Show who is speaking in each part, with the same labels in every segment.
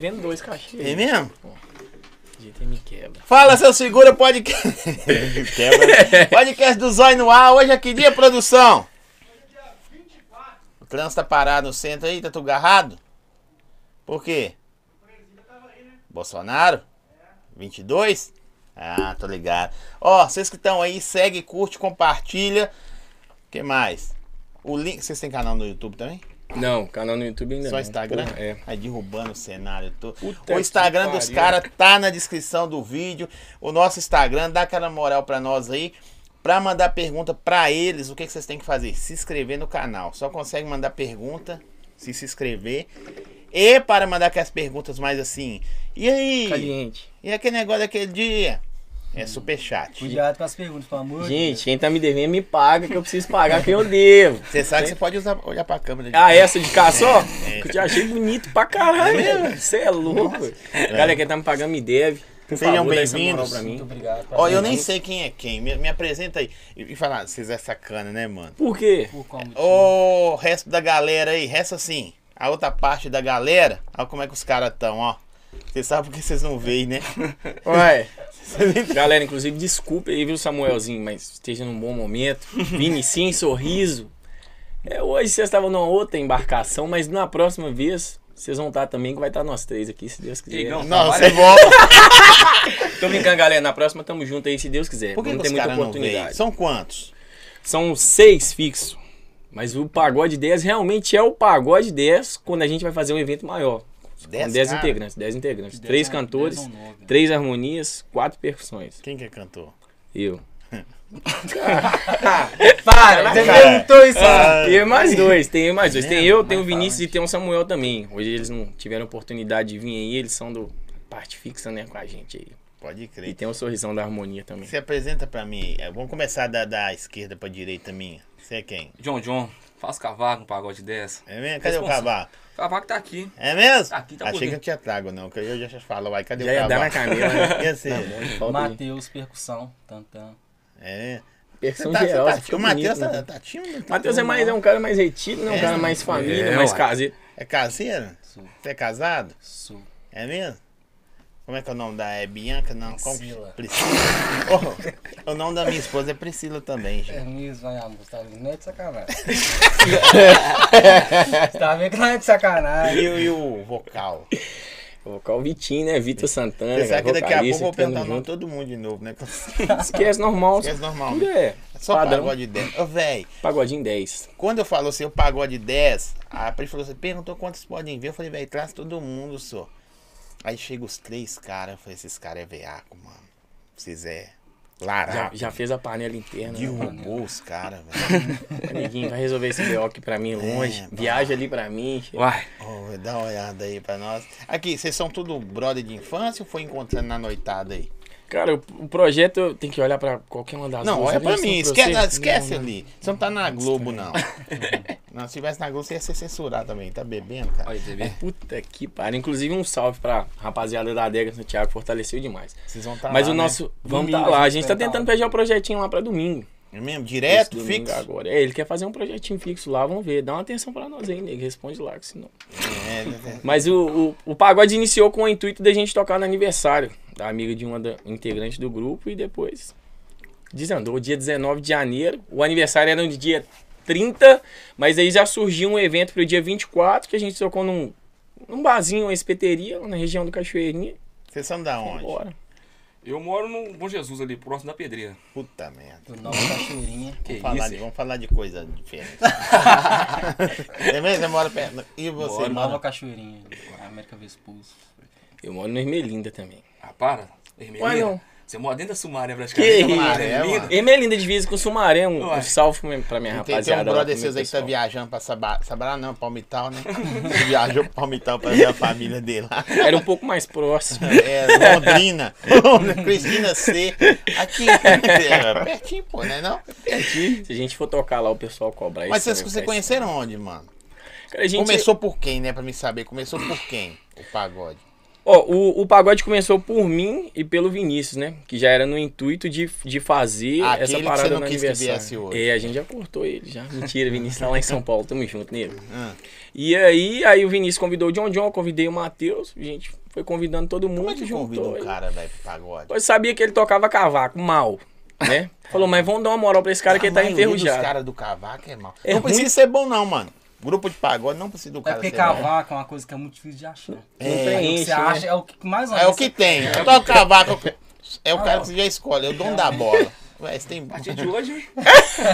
Speaker 1: vendo 2 cachê.
Speaker 2: É mesmo?
Speaker 1: Jeito me quebra.
Speaker 2: Fala, seu segura podcast. Podcast do Zóio no ar. Hoje é que dia, produção? O trânsito tá parado no centro aí, tá tudo agarrado? Por quê? Bolsonaro? 22? Ah, tô ligado. Ó, vocês que estão aí, segue, curte, compartilha. O que mais? O link. Vocês têm canal no YouTube também?
Speaker 1: Não, canal no YouTube ainda
Speaker 2: Só
Speaker 1: não.
Speaker 2: Instagram?
Speaker 1: Porra, é.
Speaker 2: Aí derrubando o cenário todo.
Speaker 1: Puta
Speaker 2: O Instagram
Speaker 1: que
Speaker 2: dos
Speaker 1: pariu.
Speaker 2: caras tá na descrição do vídeo. O nosso Instagram, dá aquela moral pra nós aí. Pra mandar pergunta pra eles, o que vocês têm que fazer? Se inscrever no canal. Só consegue mandar pergunta se inscrever. E para mandar aquelas perguntas mais assim. E aí?
Speaker 1: Caliente.
Speaker 2: E aquele negócio daquele dia? É superchat.
Speaker 3: Cuidado com as perguntas, pelo amor de
Speaker 1: Gente,
Speaker 3: Deus.
Speaker 1: quem tá me devendo me paga, que eu preciso pagar quem eu devo.
Speaker 2: Você sabe que você pode olhar pra câmera.
Speaker 1: Ah, essa de cá só?
Speaker 2: É.
Speaker 1: Que eu te achei bonito pra caralho, velho. Você é louco. Galera, quem tá me pagando me deve. Por
Speaker 2: Sejam
Speaker 1: favor, dá essa moral
Speaker 2: bem-vindos.
Speaker 1: pra mim.
Speaker 3: Muito obrigado.
Speaker 2: Ó, eu nem sei quem é quem. Me apresenta aí. E falar, vocês é sacana, né, mano?
Speaker 1: Por quê?
Speaker 3: Por qual motivo?
Speaker 2: O resto da galera aí, resta assim. A outra parte da galera, olha como é que os caras estão, ó. Vocês sabem porque vocês não veem, né?
Speaker 1: Ué. Galera, inclusive, desculpa aí, viu, Samuelzinho, mas esteja num bom momento. Vini, sim, sorriso. Hoje vocês estavam numa outra embarcação, mas na próxima vez vocês vão estar também, que vai estar nós 3 aqui, se Deus quiser.
Speaker 4: Igão,
Speaker 2: Não,
Speaker 4: trabalha
Speaker 2: você volta.
Speaker 1: Tô brincando, galera. Na próxima tamo junto aí, se Deus quiser.
Speaker 2: Por que
Speaker 1: Vamos
Speaker 2: os
Speaker 1: ter muita
Speaker 2: caras não veem?
Speaker 1: oportunidade.
Speaker 2: São quantos?
Speaker 1: São 6 fixos. Mas o Pagode 10 realmente é o Pagode 10 quando a gente vai fazer um evento maior. Com 10
Speaker 2: cara?
Speaker 1: integrantes, 10 integrantes.
Speaker 3: De
Speaker 1: 3
Speaker 3: 10
Speaker 1: cantores,
Speaker 3: ou 9, né?
Speaker 1: 3 harmonias, 4 percussões.
Speaker 2: Quem que é cantor?
Speaker 1: Eu.
Speaker 3: Para, você perguntou isso.
Speaker 1: E mais 2, tem mais 2. Tem eu, tem o
Speaker 3: Mas
Speaker 1: Vinícius
Speaker 3: fala,
Speaker 1: e tem o Samuel também. Hoje eles não tiveram oportunidade de vir aí, eles são do parte fixa, né, com a gente aí.
Speaker 2: Pode
Speaker 1: E
Speaker 2: crer.
Speaker 1: tem o Sorrisão da Harmonia também.
Speaker 2: Se apresenta pra mim. Vamos começar da esquerda pra direita minha. Você é quem?
Speaker 4: John, faz cavaco no pagode dessa.
Speaker 2: É mesmo? Cadê o
Speaker 4: Responsa-
Speaker 2: cavaco?
Speaker 4: Cavaco tá aqui.
Speaker 2: É mesmo?
Speaker 4: Tá aqui, tá
Speaker 2: Achei
Speaker 4: por
Speaker 2: que não tinha trago, não. Que eu já falo, vai, cadê
Speaker 1: Já
Speaker 2: o
Speaker 1: ia dar na
Speaker 2: cavaco?
Speaker 1: canela, né?
Speaker 2: E assim?
Speaker 1: Falta aí.
Speaker 3: Matheus, percussão, tantã.
Speaker 2: É.
Speaker 1: Percussão
Speaker 2: Você
Speaker 1: geral.
Speaker 2: tá,
Speaker 1: ficou
Speaker 2: o Matheus
Speaker 1: bonito, né?
Speaker 2: tá tímido.
Speaker 1: O Matheus é um cara mais retido, né? Um cara mais família, mais
Speaker 4: uai.
Speaker 1: caseiro.
Speaker 2: É caseiro?
Speaker 3: Sou.
Speaker 2: Você é casado?
Speaker 3: Sou.
Speaker 2: É mesmo? Como é que é o nome da... É Bianca? Não. Como?
Speaker 3: Priscila.
Speaker 2: Priscila. Oh, o nome da minha esposa é Priscila também,
Speaker 3: É
Speaker 2: gente.
Speaker 3: mesmo, vai, amor. Você tá vendo? Não é de sacanagem. Você tá vendo que não é de sacanagem.
Speaker 2: E o vocal?
Speaker 1: Vou colocar o Vitinho, né? Vitor Santana.
Speaker 2: Você sabe que daqui a pouco eu vou perguntar o
Speaker 1: junto.
Speaker 2: nome de todo mundo de novo, né?
Speaker 1: Esquece normal.
Speaker 2: Esquece normal,
Speaker 1: Tudo
Speaker 2: né?
Speaker 1: é.
Speaker 2: Só
Speaker 1: Padrão.
Speaker 2: pagode 10. Ô, véi,
Speaker 1: Pagodinho 10.
Speaker 2: quando eu falo assim, o pagode 10, a Pri falou assim, perguntou quantos podem ver. Eu falei, véi, traz todo mundo, só. Aí chega os 3 caras, eu falei, esses caras é veaco, mano. Vocês é laraco.
Speaker 1: Já fez a panela interna. Né?
Speaker 2: Derrubou os caras, velho.
Speaker 1: Amiguinho, vai resolver esse BO aqui pra mim longe.
Speaker 2: É,
Speaker 1: Viaja ali pra mim.
Speaker 4: Uai,
Speaker 2: Oh, dá uma olhada aí pra nós. Aqui, vocês são tudo brother de infância ou foi encontrando na noitada aí?
Speaker 1: Cara, o projeto tem que olhar pra qualquer uma das
Speaker 2: Não,
Speaker 1: duas.
Speaker 2: olha pra
Speaker 1: Eles
Speaker 2: mim,
Speaker 1: são pra
Speaker 2: esquece,
Speaker 1: você?
Speaker 2: esquece
Speaker 1: Não,
Speaker 2: ali. Você não tá na Globo, não. Não, se tivesse na Globo, você ia ser censurado também. Tá bebendo, cara?
Speaker 4: olha, TV.
Speaker 1: Puta que pariu. Inclusive um salve pra rapaziada da adega do Thiago, fortaleceu demais.
Speaker 2: Vocês vão estar
Speaker 1: Mas
Speaker 2: lá,
Speaker 1: o nosso.
Speaker 2: né?
Speaker 1: Vamos
Speaker 3: Domingo
Speaker 1: tá lá.
Speaker 3: a
Speaker 1: A
Speaker 3: gente
Speaker 1: gente tá
Speaker 3: vai tá
Speaker 1: tentando
Speaker 3: lá.
Speaker 1: pegar o projetinho lá pra domingo.
Speaker 2: É mesmo? Direto,
Speaker 1: Esse domingo
Speaker 2: fixo?
Speaker 1: agora. Ele quer fazer um projetinho fixo lá, vamos ver. Dá uma atenção pra nós aí, nego. Responde lá, que senão.
Speaker 2: É.
Speaker 1: Mas o pagode iniciou com o intuito da gente tocar no aniversário da amiga de uma integrante do grupo e depois desandou. Dia 19 de janeiro. O aniversário era no dia 30, mas aí já surgiu um evento pro dia 24 que a gente tocou num barzinho, uma espeteria, lá na região do Cachoeirinha.
Speaker 2: Vocês são da onde?
Speaker 1: Bora.
Speaker 4: Eu moro no Bom Jesus ali, próximo da Pedreira.
Speaker 2: Puta merda.
Speaker 3: Do Nova Cachoeirinha.
Speaker 4: Que
Speaker 2: Vamos falar de coisa diferente. É mesmo? Você mora perto? E você,
Speaker 3: Moro Nova
Speaker 2: mora?
Speaker 3: Cachoeirinha. América Vespuccio.
Speaker 1: Eu moro no Ermelinda também.
Speaker 4: Ah, para.
Speaker 1: Ué,
Speaker 4: Ermelinda.
Speaker 1: não.
Speaker 4: Você mora dentro da Sumaré,
Speaker 1: Que
Speaker 4: praticamente.
Speaker 1: isso?
Speaker 4: Ermelinda.
Speaker 1: Ermelinda divisa com Sumaré, um
Speaker 4: Ué.
Speaker 1: salve pra minha
Speaker 2: Tem um
Speaker 1: rapaziada. lá,
Speaker 2: brother
Speaker 1: pro meu
Speaker 2: seus aí que tá
Speaker 1: pessoal.
Speaker 2: viajando pra Sabará, não, Palmital, né? Ele viajou pra Palmital pra ver a família dele lá.
Speaker 1: Era um pouco mais próximo.
Speaker 2: É, Londrina. Cristina C. Aqui, pertinho, pô, né não?
Speaker 1: Se a gente for tocar lá, o pessoal cobrar
Speaker 2: Mas
Speaker 1: isso.
Speaker 2: vocês conheceram onde, mano?
Speaker 1: Cara, a gente...
Speaker 2: Começou por quem, né? Pra me saber. Começou por quem? O pagode.
Speaker 1: Ó, o pagode começou por mim e pelo Vinícius, né? Que já era no intuito de fazer
Speaker 2: Aquele
Speaker 1: essa
Speaker 2: que
Speaker 1: parada
Speaker 2: você não
Speaker 1: no
Speaker 2: quis que
Speaker 1: aniversário.
Speaker 2: viesse hoje.
Speaker 1: É, a gente já cortou ele, já. Mentira, Vinícius tá lá em São Paulo, tamo junto nele.
Speaker 2: Ah.
Speaker 1: E aí o Vinícius convidou o John, eu convidei o Matheus, a gente foi convidando todo mundo,
Speaker 2: Como é que convida
Speaker 1: juntou
Speaker 2: um
Speaker 1: ele.
Speaker 2: cara, velho, pro pagode?
Speaker 1: Eu sabia que ele tocava cavaco, mal, né? Falou, mas vamos dar uma moral pra esse cara que ele tá
Speaker 2: Os
Speaker 1: enferrujado.
Speaker 2: caras do cavaco é mal.
Speaker 1: É
Speaker 2: não
Speaker 1: ruim.
Speaker 2: precisa ser bom, não, mano. Grupo de pagode não precisa do
Speaker 3: É
Speaker 2: cara
Speaker 3: porque
Speaker 2: ser bom.
Speaker 3: cavaco é uma coisa que é muito difícil de achar.
Speaker 1: Não
Speaker 3: O
Speaker 1: preenche,
Speaker 3: que você acha
Speaker 1: né?
Speaker 3: é o que mais
Speaker 2: É o que tem. Eu toco cavaco. É o cara que você já escolhe, é o dono da bola. Ué, você tem.
Speaker 4: A partir de hoje, não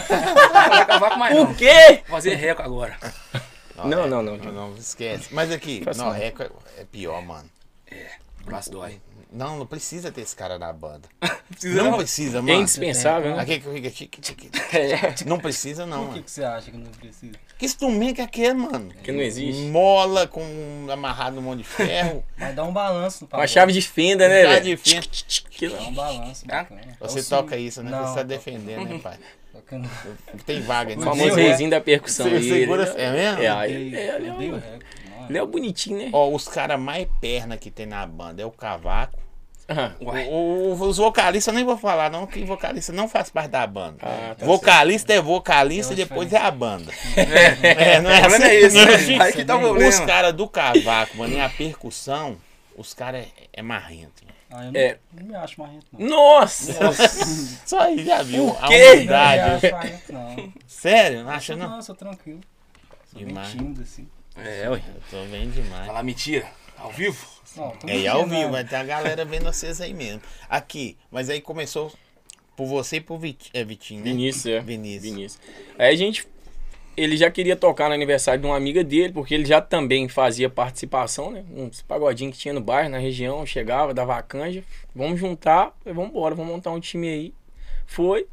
Speaker 4: vai cavaco mais não.
Speaker 1: Por quê?
Speaker 4: Vou fazer reco agora.
Speaker 1: Não.
Speaker 2: Não, esquece. Mas aqui,
Speaker 1: Faço
Speaker 2: não,
Speaker 1: não.
Speaker 2: reco é pior, mano.
Speaker 4: O braço dói.
Speaker 2: Não precisa ter esse cara na banda.
Speaker 4: Precisa
Speaker 2: Não
Speaker 4: não.
Speaker 2: precisa,
Speaker 1: É
Speaker 2: mano.
Speaker 1: indispensável, né?
Speaker 2: Aquele que fica tique. Não precisa, não,
Speaker 3: Por
Speaker 2: mano.
Speaker 3: que você acha que não precisa?
Speaker 2: Que instrumento que é aquele, mano?
Speaker 1: Que não existe.
Speaker 2: Mola com amarrado no monte de ferro.
Speaker 3: Mas dá um balanço no
Speaker 1: Com a
Speaker 3: pagode.
Speaker 1: chave de fenda, né,
Speaker 2: Chave
Speaker 1: velho?
Speaker 2: de fenda.
Speaker 1: Que
Speaker 3: Dá
Speaker 1: não.
Speaker 3: um balanço bacana.
Speaker 2: Você
Speaker 3: Ou se-
Speaker 2: toca isso, né?
Speaker 3: Não,
Speaker 2: Você tá
Speaker 3: toco.
Speaker 2: defendendo, né, pai?
Speaker 3: Toca não.
Speaker 2: Tem vaga,
Speaker 1: O
Speaker 2: né?
Speaker 1: famoso
Speaker 3: Sim,
Speaker 1: reizinho da percussão.
Speaker 2: Você
Speaker 1: aí,
Speaker 2: segura-
Speaker 1: ele-
Speaker 2: é mesmo?
Speaker 3: Eu dei o recorde.
Speaker 1: Ele é o bonitinho, né?
Speaker 2: Ó, os caras mais perna que tem na banda é o cavaco.
Speaker 1: Aham.
Speaker 4: Ué.
Speaker 2: Os vocalistas eu nem vou falar, não, que vocalista não faz parte da banda.
Speaker 1: Ah, tá
Speaker 2: vocalista é vocalista e
Speaker 3: Tem uma
Speaker 2: depois é a banda.
Speaker 4: É,
Speaker 2: não é
Speaker 4: o problema
Speaker 2: assim?
Speaker 4: é esse,
Speaker 2: Não é
Speaker 4: né?
Speaker 2: assim?
Speaker 4: Aí que tá o problema.
Speaker 2: Os caras do cavaco, mano, e a percussão, os caras é marrento.
Speaker 3: Ah, eu
Speaker 1: É.
Speaker 3: não me acho marrento, não.
Speaker 1: Nossa!
Speaker 2: Só aí já viu
Speaker 1: O
Speaker 2: a
Speaker 1: quê?
Speaker 3: Eu não me
Speaker 2: humildade.
Speaker 3: acho marrento, não.
Speaker 2: Sério? Não acha não?
Speaker 3: Não, eu sou tranquilo. Sou bem
Speaker 2: Demais.
Speaker 3: tímido, assim.
Speaker 4: É, ué.
Speaker 2: Eu tô bem demais.
Speaker 4: Falar mentira. Ao vivo?
Speaker 3: Não, tô
Speaker 2: É, e ao
Speaker 3: mentindo,
Speaker 2: vivo,
Speaker 3: não.
Speaker 2: vai ter a galera vendo vocês aí mesmo. Aqui, mas aí começou por você e por Vitinho, né?
Speaker 1: Vinícius, é.
Speaker 2: Vinícius.
Speaker 1: Aí a gente. Ele já queria tocar no aniversário de uma amiga dele, porque ele já também fazia participação, né? Uns pagodinhos que tinha no bairro, na região, chegava, dava a canja. Vamos juntar, vamos embora, vamos montar um time aí. Foi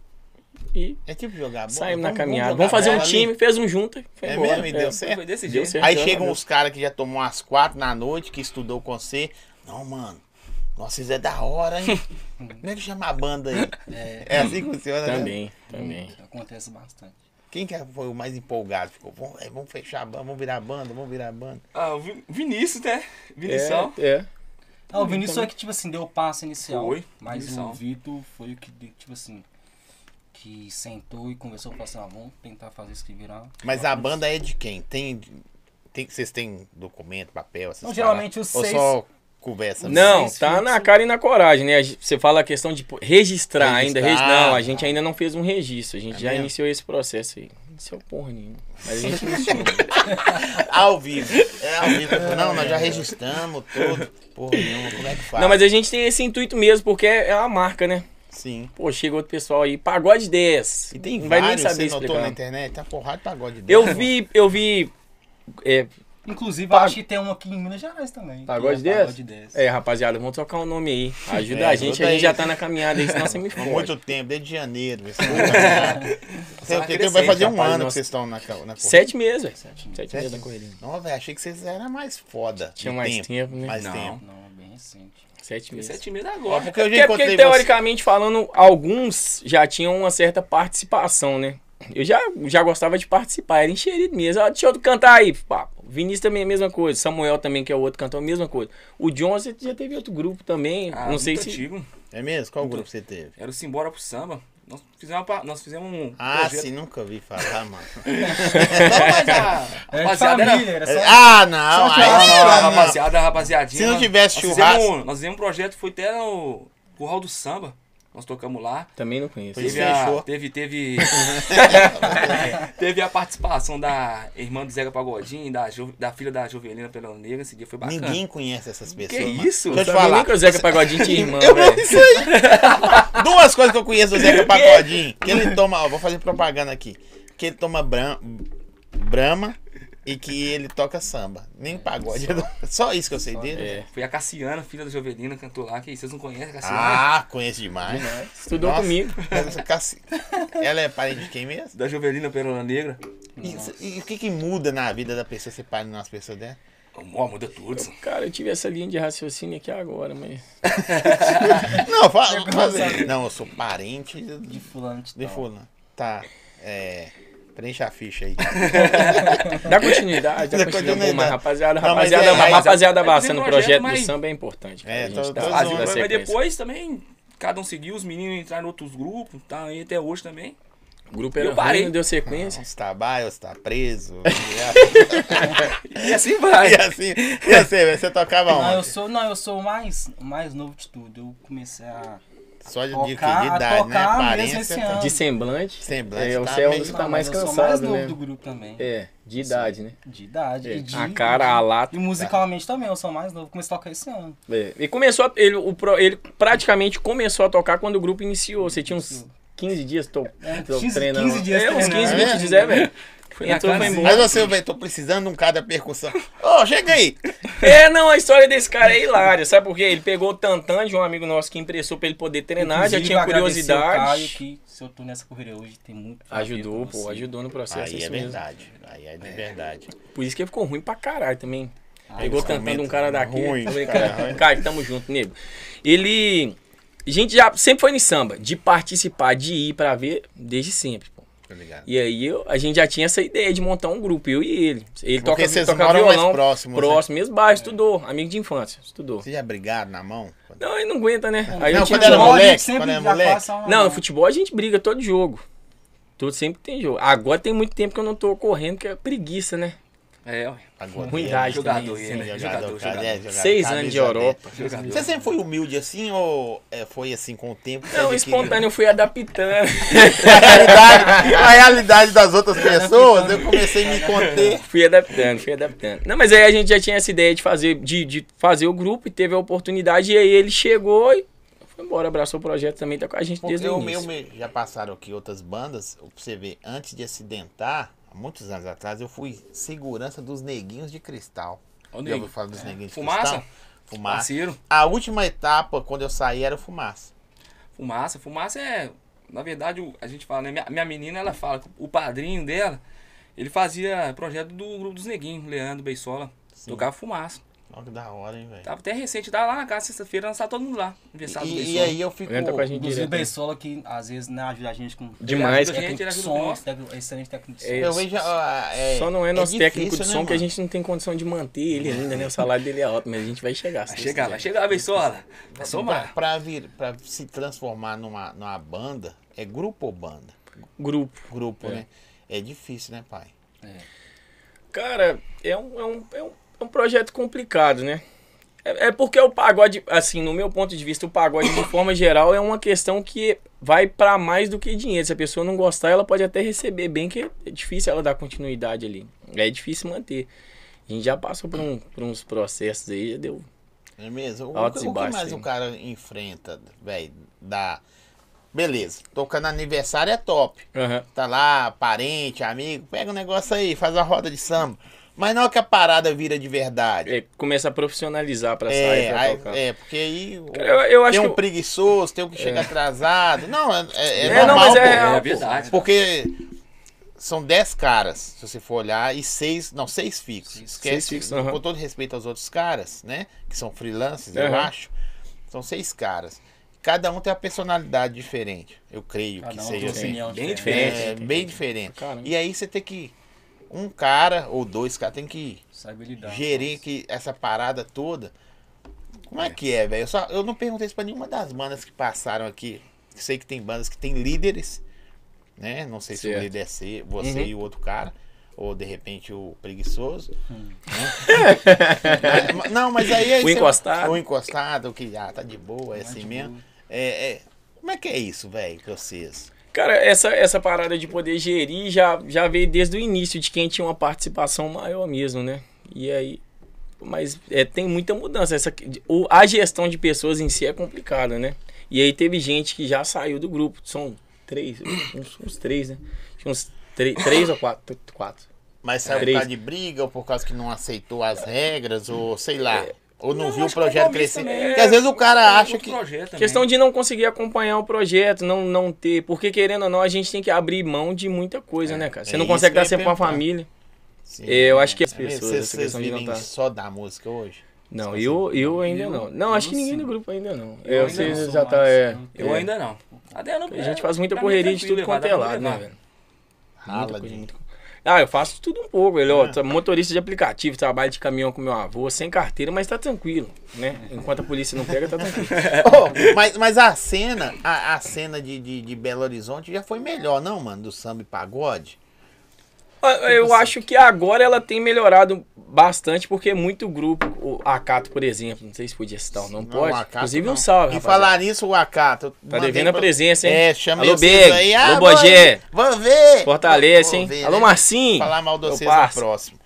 Speaker 1: e
Speaker 2: É tipo jogar bola.
Speaker 1: saímos na
Speaker 2: Vamos
Speaker 1: caminhada.
Speaker 2: jogar
Speaker 1: Vamos fazer um
Speaker 2: bola ali.
Speaker 1: time, fez um junto. Foi
Speaker 2: É
Speaker 1: embora.
Speaker 2: mesmo? E deu certo?
Speaker 4: Foi desse
Speaker 1: Deu
Speaker 4: jeito.
Speaker 1: certo.
Speaker 2: Aí
Speaker 1: graças a
Speaker 2: chegam
Speaker 1: Deus.
Speaker 2: os caras que já tomou às 4 da noite, que estudou com você. Não, mano, vocês é da hora, hein? Como é que chama a banda aí? É assim que funciona, né?
Speaker 1: Também.
Speaker 3: Acontece bastante.
Speaker 2: Quem que foi o mais empolgado? Ficou, vamos fechar a banda, vamos virar banda.
Speaker 4: Ah, o Vinícius, né? Vinição.
Speaker 1: É.
Speaker 3: Ah, o Vinícius foi que, tipo assim, deu o passo inicial.
Speaker 4: Foi,
Speaker 3: Mas
Speaker 4: inicial.
Speaker 3: o Vitor foi o que, tipo assim, que sentou e conversou, falou assim, vamos tentar fazer isso que virar.
Speaker 2: Mas a banda é de quem? Vocês têm documento, papel, essas
Speaker 3: Não, geralmente
Speaker 2: paradas?
Speaker 3: os
Speaker 2: Ou
Speaker 3: seis-
Speaker 2: só conversa?
Speaker 1: Não,
Speaker 3: Seis
Speaker 1: tá
Speaker 3: fixos.
Speaker 1: na cara e na coragem, né? Você fala a questão de registrar ainda.
Speaker 2: Registrar.
Speaker 1: Não, a gente ainda não fez um registro. A gente
Speaker 2: É
Speaker 1: já
Speaker 2: mesmo?
Speaker 1: iniciou esse processo aí. Iniciou porra nenhuma. Mas a gente iniciou.
Speaker 2: Ao vivo. É ao vivo. Não, nós já registramos tudo. Porra nenhuma, como é que faz?
Speaker 1: Não, mas a gente tem esse intuito mesmo, porque é uma marca, né?
Speaker 2: Sim.
Speaker 1: Pô, chega outro pessoal aí, pagode 10.
Speaker 2: E tem
Speaker 1: não vai nem
Speaker 2: vários,
Speaker 1: saber
Speaker 2: você notou
Speaker 1: explicar.
Speaker 2: na internet? Tá porrada de pagode dele.
Speaker 1: Eu vi.
Speaker 3: Inclusive, eu acho que tem um aqui em Minas Gerais também.
Speaker 1: Pagode
Speaker 3: que é
Speaker 1: 10?
Speaker 3: Pagode 10.
Speaker 1: Rapaziada, vamos trocar um nome aí. Ajuda
Speaker 2: É,
Speaker 1: a gente
Speaker 2: ajuda aí.
Speaker 1: já tá na caminhada aí, senão você me
Speaker 2: Há
Speaker 1: fode.
Speaker 2: muito tempo, desde janeiro. Você
Speaker 4: crescente,
Speaker 2: vai fazer um
Speaker 1: rapaz,
Speaker 2: ano que
Speaker 1: nossa.
Speaker 2: vocês estão na corrida.
Speaker 1: 7 meses, velho. 7
Speaker 2: Sete
Speaker 1: meses da correria.
Speaker 2: Não, velho, achei que vocês eram mais foda.
Speaker 1: Tinha
Speaker 2: de
Speaker 1: mais tempo, né?
Speaker 2: Mais
Speaker 4: Não.
Speaker 2: tempo.
Speaker 3: Não, é bem recente.
Speaker 1: 7 meses.
Speaker 4: 7 meses
Speaker 2: Ó,
Speaker 4: agora.
Speaker 2: porque eu já
Speaker 1: Porque
Speaker 2: encontrei você.
Speaker 1: teoricamente falando, alguns já tinham uma certa participação, né? Eu já gostava de participar, era enxerido mesmo. Ah, deixa eu cantar aí. Pá. O Vinícius também é a mesma coisa. Samuel também, que é o outro cantor, a mesma coisa. O John você já teve outro grupo também.
Speaker 4: Ah,
Speaker 1: não sei
Speaker 4: muito
Speaker 1: se.
Speaker 4: antigo.
Speaker 2: É mesmo? Qual grupo você teve?
Speaker 4: Era o Simbora pro Samba. Nós fizemos um
Speaker 2: Ah,
Speaker 4: projeto.
Speaker 2: sim, nunca ouvi falar, mano.
Speaker 4: Não, mas a
Speaker 3: Era de
Speaker 4: rapaziada era...
Speaker 3: família, era só...
Speaker 2: Ah, não.
Speaker 3: Só
Speaker 2: Aí
Speaker 3: churrasco,
Speaker 2: não,
Speaker 4: a
Speaker 2: não.
Speaker 4: rapaziadinha.
Speaker 2: Se não
Speaker 4: nós-
Speaker 2: tivesse
Speaker 4: nós
Speaker 2: churrasco-
Speaker 4: Nós fizemos um projeto, foi até no Curral do Samba. Nós tocamos lá.
Speaker 1: Também não conheço.
Speaker 2: Pois
Speaker 4: Teve
Speaker 2: fechou.
Speaker 4: teve a participação da irmã do Zeca Pagodinho, da filha da Jovelina Pela Negra. Esse dia foi bacana.
Speaker 2: Ninguém conhece essas pessoas.
Speaker 4: Que
Speaker 2: mano.
Speaker 4: isso?
Speaker 2: Deixa eu te
Speaker 1: Sabia
Speaker 2: falar.
Speaker 1: nem que o Zeca Pagodinho tinha irmã,
Speaker 2: Eu
Speaker 1: velho.
Speaker 2: isso aí. Duas coisas que eu conheço do Zeca Pagodinho. Que ele toma, ó, vou fazer propaganda aqui. Que ele toma Brahma e que ele toca samba. Nem pagode. Só isso que eu sei dele.
Speaker 1: É.
Speaker 4: Foi a Cassiana, filha da Jovelina, cantou lá. Que vocês não conhecem a Cassiana?
Speaker 2: Ah, conheço demais.
Speaker 1: Estudou
Speaker 2: Nossa.
Speaker 1: comigo.
Speaker 2: Ela é parente de quem mesmo?
Speaker 4: Da Jovelina Pela Negra.
Speaker 2: E o que muda na vida da pessoa ser pai de umas pessoas dessas?
Speaker 4: Ó, muda tudo.
Speaker 1: Cara, eu tive essa linha de raciocínio aqui agora, mas.
Speaker 2: Não, fala. Não, eu sou parente
Speaker 3: De fulano de
Speaker 2: de
Speaker 3: tal.
Speaker 2: fulano. Tá. Preencha a ficha aí.
Speaker 1: Dá continuidade,
Speaker 2: Dá
Speaker 1: dá continuidade.
Speaker 2: continuidade.
Speaker 1: Pô, mas rapaziada,
Speaker 2: Não, mas
Speaker 1: rapaziada
Speaker 4: é
Speaker 1: abraçando o
Speaker 4: um projeto,
Speaker 1: projeto do
Speaker 4: mas-
Speaker 1: samba é importante. Cara.
Speaker 2: É,
Speaker 1: A gente
Speaker 2: tô
Speaker 1: dá-
Speaker 2: zoando.
Speaker 1: dá
Speaker 4: Mas
Speaker 1: sequência.
Speaker 4: depois também, cada um seguiu, os meninos entraram em outros grupos, tá aí até hoje também.
Speaker 1: O grupo era
Speaker 4: Eu parei.
Speaker 1: ruim, não deu sequência.
Speaker 2: Você tá baio, você tá preso.
Speaker 4: E assim vai.
Speaker 2: E assim, e você, velho? Você tocava
Speaker 3: Não, eu
Speaker 2: onde?
Speaker 3: sou o mais novo de tudo. Eu comecei a
Speaker 2: Só de
Speaker 3: tocar,
Speaker 2: quê? De idade, né?
Speaker 3: tocar mesmo esse
Speaker 2: Aparência.
Speaker 3: ano.
Speaker 1: De semblante.
Speaker 2: Semblante, tá
Speaker 1: Você é um
Speaker 2: meio-
Speaker 1: dos que
Speaker 3: Não,
Speaker 1: tá mais
Speaker 3: mas eu sou
Speaker 1: cansado,
Speaker 3: mais novo
Speaker 1: né?
Speaker 3: do grupo também.
Speaker 1: É, de idade, né?
Speaker 3: De idade.
Speaker 1: É.
Speaker 3: E de,
Speaker 1: A cara, a lata.
Speaker 3: E musicalmente também, eu sou mais novo. Comecei a tocar esse ano.
Speaker 1: É. E começou, ele praticamente começou a tocar quando o grupo iniciou. Você tinha uns 15 dias treinando.
Speaker 3: 15 dias
Speaker 1: É, uns
Speaker 3: treinando.
Speaker 1: 15, 20
Speaker 2: É,
Speaker 1: dias, velho.
Speaker 4: Foi na
Speaker 1: Entrou,
Speaker 4: casa
Speaker 1: foi
Speaker 4: assim.
Speaker 1: embora.
Speaker 2: Mas você, velho, tô precisando de um cara da percussão. Ô, chega aí.
Speaker 1: É, não, a história desse cara é hilária, sabe por quê? Ele pegou o tantã de um amigo nosso que emprestou pra ele poder treinar, já
Speaker 3: Inclusive,
Speaker 1: tinha
Speaker 3: agradecer o Caio,
Speaker 1: curiosidade.
Speaker 3: que se eu tô nessa correria hoje, tem muito a ver
Speaker 1: Ajudou,
Speaker 3: com
Speaker 1: pô,
Speaker 3: você.
Speaker 1: ajudou no processo.
Speaker 2: Aí é
Speaker 1: isso mesmo.
Speaker 2: verdade. Aí é de verdade.
Speaker 1: Por isso que ele ficou ruim pra caralho também. Pegou
Speaker 2: os
Speaker 1: cantando um cara daqui.
Speaker 2: ruim,
Speaker 1: Tô brincando.
Speaker 2: cara, ruim.
Speaker 1: Cara, tamo junto, nego. Ele. A gente já sempre foi em samba, de participar, de ir pra ver, desde sempre, pô.
Speaker 2: Tá ligado?
Speaker 1: E aí a gente já tinha essa ideia de montar um grupo, eu e ele. Ele
Speaker 2: Porque
Speaker 1: toca,
Speaker 2: vocês
Speaker 1: toca
Speaker 2: moram mais
Speaker 1: violão,
Speaker 2: próximos, né?
Speaker 1: próximo, mesmo bairro, estudou, amigo de infância, estudou.
Speaker 2: Vocês já brigaram na mão?
Speaker 1: Não, ele não aguenta, né? Aí eu
Speaker 2: Não,
Speaker 1: tinha
Speaker 2: quando era
Speaker 1: um-
Speaker 3: Futebol, a
Speaker 2: moleque,
Speaker 3: gente sempre
Speaker 2: quando era
Speaker 3: já
Speaker 2: moleque.
Speaker 3: passa uma
Speaker 1: Não, no
Speaker 3: mão.
Speaker 1: futebol a gente briga todo jogo. Todo sempre tem jogo. Agora tem muito tempo que eu não tô correndo, que é preguiça, né?
Speaker 4: É, ué.
Speaker 2: Agora,
Speaker 1: Ruindade
Speaker 4: Jogador,
Speaker 1: também,
Speaker 4: ele,
Speaker 1: sim.
Speaker 4: né? Jogador.
Speaker 1: 6 anos de Europa.
Speaker 2: Você sempre foi humilde assim ou foi assim com o tempo? que você
Speaker 1: Não,
Speaker 2: adquiriu?
Speaker 1: espontâneo eu fui adaptando.
Speaker 2: A realidade das outras pessoas, eu comecei a me conter.
Speaker 1: Fui adaptando. Não, mas aí a gente já tinha essa ideia de fazer o grupo e teve a oportunidade. E aí ele chegou e foi embora, abraçou o projeto também, tá com a gente
Speaker 2: Porque
Speaker 1: desde o
Speaker 2: o
Speaker 1: início.
Speaker 2: meu já passaram aqui outras bandas, pra você ver, antes de acidentar, há muitos anos atrás, eu fui segurança dos Neguinhos de Cristal.
Speaker 4: Ô,
Speaker 2: Já
Speaker 4: nego.
Speaker 2: ouviu falar dos Neguinhos de
Speaker 4: Fumaça?
Speaker 2: Cristal? Fumaça.
Speaker 4: Parceiro.
Speaker 2: A última etapa, quando eu saí, era o Fumaça.
Speaker 4: Fumaça. Fumaça é... Na verdade, a gente fala, né? Minha menina, ela fala que o padrinho dela, ele fazia projeto do grupo dos Neguinhos, Leandro Beisola.
Speaker 2: Sim.
Speaker 4: Tocava Fumaça.
Speaker 2: Olha que da hora, hein, velho.
Speaker 4: Tava até recente, tava lá na casa, sexta-feira, lançava todo mundo lá. Aniversário do
Speaker 2: E
Speaker 4: Beisola.
Speaker 2: aí eu fico...
Speaker 1: Entra com a gente
Speaker 3: Inclusive o
Speaker 1: direto.
Speaker 3: Beisola que às vezes né, ajuda a gente com
Speaker 1: Demais.
Speaker 4: Ele ajuda a gente, ele ajuda o
Speaker 3: som,
Speaker 4: nosso.
Speaker 3: excelente técnico de som.
Speaker 1: É
Speaker 2: Eu vejo...
Speaker 1: Só não é nosso técnico de
Speaker 2: difícil,
Speaker 1: som
Speaker 2: né,
Speaker 1: que a
Speaker 2: mano?
Speaker 1: gente não tem condição de manter ele ainda, né? O salário dele é alto, mas a gente vai chegar. se
Speaker 4: Vai
Speaker 1: Deus
Speaker 4: chegar,
Speaker 1: quiser.
Speaker 4: vai chegar, Beisola. Vai somar.
Speaker 2: Pra se transformar numa banda, é grupo ou banda?
Speaker 1: Grupo.
Speaker 2: Grupo, né? É difícil, né, pai?
Speaker 1: Cara, é um projeto complicado, né? É porque o pagode, assim, no meu ponto de vista, o pagode, de forma geral, é uma questão que vai pra mais do que dinheiro. Se a pessoa não gostar, ela pode até receber bem, que é difícil ela dar continuidade ali. É difícil manter. A gente já passou por uns processos aí, já deu.
Speaker 2: É mesmo? O
Speaker 1: Altos e
Speaker 2: que
Speaker 1: baixos,
Speaker 2: mais
Speaker 1: sim.
Speaker 2: o cara enfrenta, velho? Beleza, tocando aniversário é top.
Speaker 1: Aham.
Speaker 2: Tá lá, parente, amigo, pega um negócio aí, faz a roda de samba. Mas não é que a parada vira de verdade.
Speaker 1: É, começa a profissionalizar pra sair, pra tocar.
Speaker 2: Porque aí
Speaker 1: Eu acho
Speaker 2: tem
Speaker 1: que
Speaker 2: um preguiçoso, tem um que chega atrasado. Não, é
Speaker 1: É, não,
Speaker 2: normal,
Speaker 1: mas
Speaker 2: pô.
Speaker 4: É verdade.
Speaker 2: Porque são 10 caras, se você for olhar, e 6 fixos. Esquece,
Speaker 1: 6 fixos, aham.
Speaker 2: com todo respeito aos outros caras, né? Que são freelancers, eu
Speaker 1: Aham.
Speaker 2: acho. São 6 caras. Cada um tem uma personalidade diferente. Eu creio
Speaker 3: Cada
Speaker 2: que
Speaker 3: um
Speaker 2: seja
Speaker 3: tem
Speaker 2: assim.
Speaker 3: opinião
Speaker 4: Bem
Speaker 3: diferente.
Speaker 4: diferente.
Speaker 2: Bem diferente.
Speaker 1: Caramba.
Speaker 2: E aí você tem que. Um cara ou 2 caras tem que
Speaker 3: Sabe lidar.
Speaker 2: gerir essa parada toda. Como é que é, velho? Eu não perguntei isso pra nenhuma das bandas que passaram aqui. Sei que tem bandas que tem líderes, né? Não sei se o
Speaker 1: Certo.
Speaker 2: líder é você
Speaker 1: Uhum.
Speaker 2: e o outro cara. Ou de repente o preguiçoso. Não, mas aí.
Speaker 1: O encostado.
Speaker 2: O encostado, que tá de boa, é assim
Speaker 3: de
Speaker 2: mesmo.
Speaker 3: boa.
Speaker 2: Como é que é isso, velho, pra vocês?
Speaker 1: Cara, essa parada de poder gerir já veio desde o início, de quem tinha uma participação maior mesmo, né? E aí. Mas tem muita mudança. A gestão de pessoas em si é complicada, né? E aí teve gente que já saiu do grupo. São 3, uns 3, né? Uns 3 ou 4.
Speaker 2: Mas saiu por
Speaker 1: Três.
Speaker 2: causa de briga, ou por causa que não aceitou as regras, ou sei lá. Ou não,
Speaker 4: Não,
Speaker 2: viu o
Speaker 4: acho que
Speaker 2: projeto
Speaker 4: compromisso
Speaker 2: crescer.
Speaker 4: também.
Speaker 2: Porque às vezes o cara acha
Speaker 4: Outro
Speaker 2: que.
Speaker 4: projeto também.
Speaker 1: Questão de não conseguir acompanhar o projeto, não ter. Porque querendo ou não, a gente tem que abrir mão de muita coisa, né, cara? Você não
Speaker 2: isso
Speaker 1: consegue
Speaker 2: que eu
Speaker 1: dar
Speaker 2: ia
Speaker 1: sempre com a
Speaker 2: perguntar.
Speaker 1: família.
Speaker 2: Sim,
Speaker 1: Eu acho que as
Speaker 2: É mesmo?
Speaker 1: pessoas, essa
Speaker 2: Vocês
Speaker 1: questão de não
Speaker 2: vivem
Speaker 1: tá.
Speaker 2: só da música hoje?
Speaker 1: Não, eu ainda não. Não, acho que ninguém
Speaker 3: sim.
Speaker 1: do grupo ainda não.
Speaker 3: Eu
Speaker 1: Você
Speaker 3: ainda não
Speaker 1: já
Speaker 3: sou
Speaker 1: tá.
Speaker 3: mais,
Speaker 1: É,
Speaker 3: sim.
Speaker 4: Eu
Speaker 1: é.
Speaker 4: ainda não. Até não.
Speaker 1: A gente faz muita
Speaker 4: pra mim é
Speaker 1: correria de
Speaker 4: tranquilo,
Speaker 1: tudo quanto é
Speaker 4: levar, dá pra
Speaker 1: lado, né,
Speaker 4: levar.
Speaker 1: velho?
Speaker 2: Rala
Speaker 1: coisa,
Speaker 2: de...
Speaker 1: muita coisa. Ah, eu faço tudo um pouco. Ele, ó, motorista de aplicativo, trabalho de caminhão com meu avô, sem carteira, mas tá tranquilo, né? Enquanto a polícia não pega, tá tranquilo.
Speaker 2: Oh, mas a cena, a cena de Belo Horizonte já foi melhor, não, mano? Do samba e pagode?
Speaker 1: Eu acho que agora ela tem melhorado bastante, porque muito grupo, o Acato, por exemplo, não sei se podia citar ou não, pode.
Speaker 2: o Acato
Speaker 1: Inclusive
Speaker 2: não.
Speaker 1: um salve,
Speaker 2: E
Speaker 1: rapaziada.
Speaker 2: falar nisso, o Acato.
Speaker 1: Tá devendo a presença, hein?
Speaker 2: É, chama
Speaker 1: Alô,
Speaker 2: vocês
Speaker 1: Beg,
Speaker 2: aí.
Speaker 1: alô,
Speaker 2: Ah,
Speaker 1: Bogé.
Speaker 2: vou ver.
Speaker 1: Fortalece,
Speaker 2: Vou
Speaker 1: hein?
Speaker 2: ver,
Speaker 1: Alô,
Speaker 2: né?
Speaker 1: Marcinho.
Speaker 2: Falar mal de
Speaker 1: Meu
Speaker 2: vocês no
Speaker 1: parça.
Speaker 2: próximo.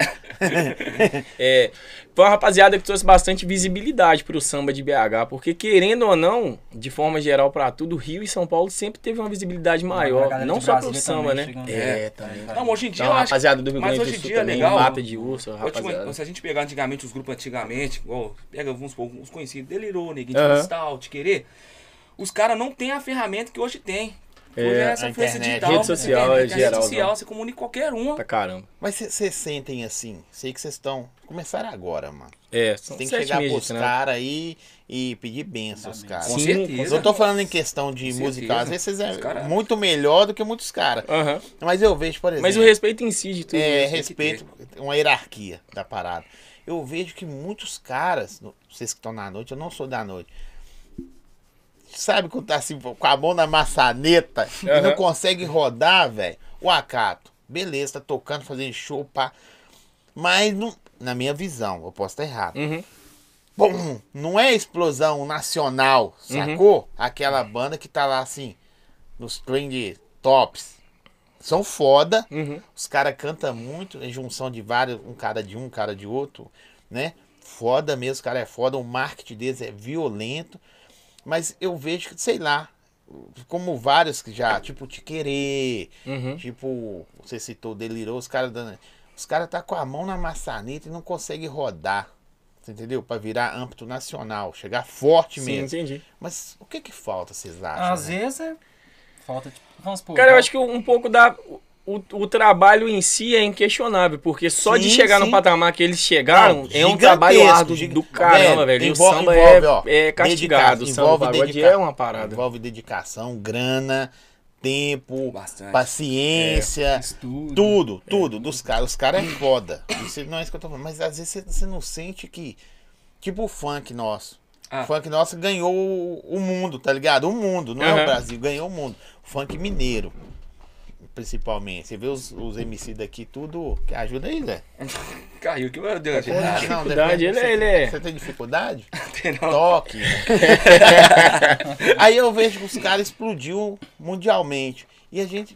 Speaker 1: Foi uma rapaziada que trouxe bastante visibilidade pro samba de BH, porque querendo ou não, de forma geral pra tudo, Rio e São Paulo sempre teve uma visibilidade maior, não só pro samba, né?
Speaker 3: Também.
Speaker 4: Não, hoje em dia
Speaker 1: Então,
Speaker 4: eu
Speaker 1: a
Speaker 4: acho
Speaker 1: rapaziada do Rio
Speaker 4: mas
Speaker 1: Grande
Speaker 4: hoje
Speaker 1: do
Speaker 4: em
Speaker 1: Sul
Speaker 4: dia é
Speaker 1: também,
Speaker 4: legal.
Speaker 1: Mata de Urso, rapaziada.
Speaker 4: Se a gente pegar antigamente, os grupos antigamente, igual, pega uns conhecidos, Delirou, Neguinho
Speaker 1: Aham.
Speaker 4: de Cristal, Te Querer, os caras não têm a ferramenta que hoje tem. Hoje é essa
Speaker 2: a
Speaker 4: influência
Speaker 2: internet,
Speaker 4: digital.
Speaker 1: rede social,
Speaker 4: a
Speaker 1: geral,
Speaker 4: rede social,
Speaker 1: não.
Speaker 4: você comunica qualquer um.
Speaker 1: Pra caramba.
Speaker 2: Mas vocês sentem assim? Sei que vocês estão... Começaram agora, mano.
Speaker 1: São
Speaker 2: Tem que
Speaker 1: 7
Speaker 2: chegar
Speaker 1: meses,
Speaker 2: pros
Speaker 1: né?
Speaker 2: caras aí e pedir benção aos caras.
Speaker 4: Com
Speaker 1: Sim,
Speaker 4: certeza.
Speaker 2: Eu tô falando em questão de
Speaker 4: Com
Speaker 2: musical. Às
Speaker 4: certeza.
Speaker 2: vezes vocês
Speaker 4: Os
Speaker 2: é
Speaker 4: cara-
Speaker 2: muito melhor do que muitos caras.
Speaker 1: Aham.
Speaker 2: Mas eu vejo, por exemplo...
Speaker 1: Mas o respeito em si de tudo
Speaker 2: É,
Speaker 1: isso.
Speaker 2: respeito, uma hierarquia da parada. Eu vejo que muitos caras, vocês que estão na noite, eu não sou da noite, sabe quando tá assim, com a mão na maçaneta e não
Speaker 1: Aham.
Speaker 2: consegue rodar, velho? O Acato, beleza, tá tocando, fazendo show, pá. Mas, não, na minha visão, eu posso estar errado.
Speaker 1: Uhum.
Speaker 2: Bom, não é explosão nacional, sacou? Aquela banda que tá lá assim, nos trend tops. São foda,
Speaker 1: Uhum.
Speaker 2: os caras cantam muito, é junção de vários, um cara de outro, né? Foda mesmo, os caras é foda, o marketing deles é violento. Mas eu vejo que, sei lá, como vários que já, tipo, Te Querer,
Speaker 1: Uhum.
Speaker 2: tipo, você citou, Delirou, os caras dando... Os caras tá com a mão na maçaneta e não conseguem rodar, você entendeu? Pra virar âmbito nacional, chegar forte
Speaker 1: Sim,
Speaker 2: mesmo.
Speaker 1: entendi.
Speaker 2: Mas o que que falta, vocês acham?
Speaker 3: Às
Speaker 2: né?
Speaker 3: vezes é falta, tipo, vamos supor.
Speaker 1: Cara, eu acho que um pouco da... O trabalho em si é inquestionável, porque só de
Speaker 2: Sim,
Speaker 1: chegar
Speaker 2: sim.
Speaker 1: no patamar que eles chegaram
Speaker 2: Não,
Speaker 1: é um trabalho
Speaker 2: gigantesco,
Speaker 1: árduo
Speaker 2: giga-
Speaker 1: do caramba, velho. E o samba
Speaker 2: ó,
Speaker 1: é castigado. O samba, o pagode é uma parada.
Speaker 2: Envolve dedicação, grana, tempo,
Speaker 4: Bastante.
Speaker 2: paciência,
Speaker 3: Estudo.
Speaker 2: tudo dos caras. Os caras é foda. Isso não é isso que eu tô falando. Mas às vezes você não sente que, tipo o funk nosso.
Speaker 4: Ah.
Speaker 2: O funk nosso ganhou o mundo, tá ligado? O mundo, não é o
Speaker 1: Aham.
Speaker 2: Brasil, ganhou o mundo. O funk mineiro, principalmente. Você vê os MC daqui, tudo. Ajuda aí, Zé.
Speaker 4: Caiu, que meu Deus.
Speaker 2: Não,
Speaker 1: dificuldade, ele é-
Speaker 2: Você tem dificuldade?
Speaker 4: Tem não.
Speaker 2: Toque. Aí eu vejo que os caras explodiu mundialmente. E a gente,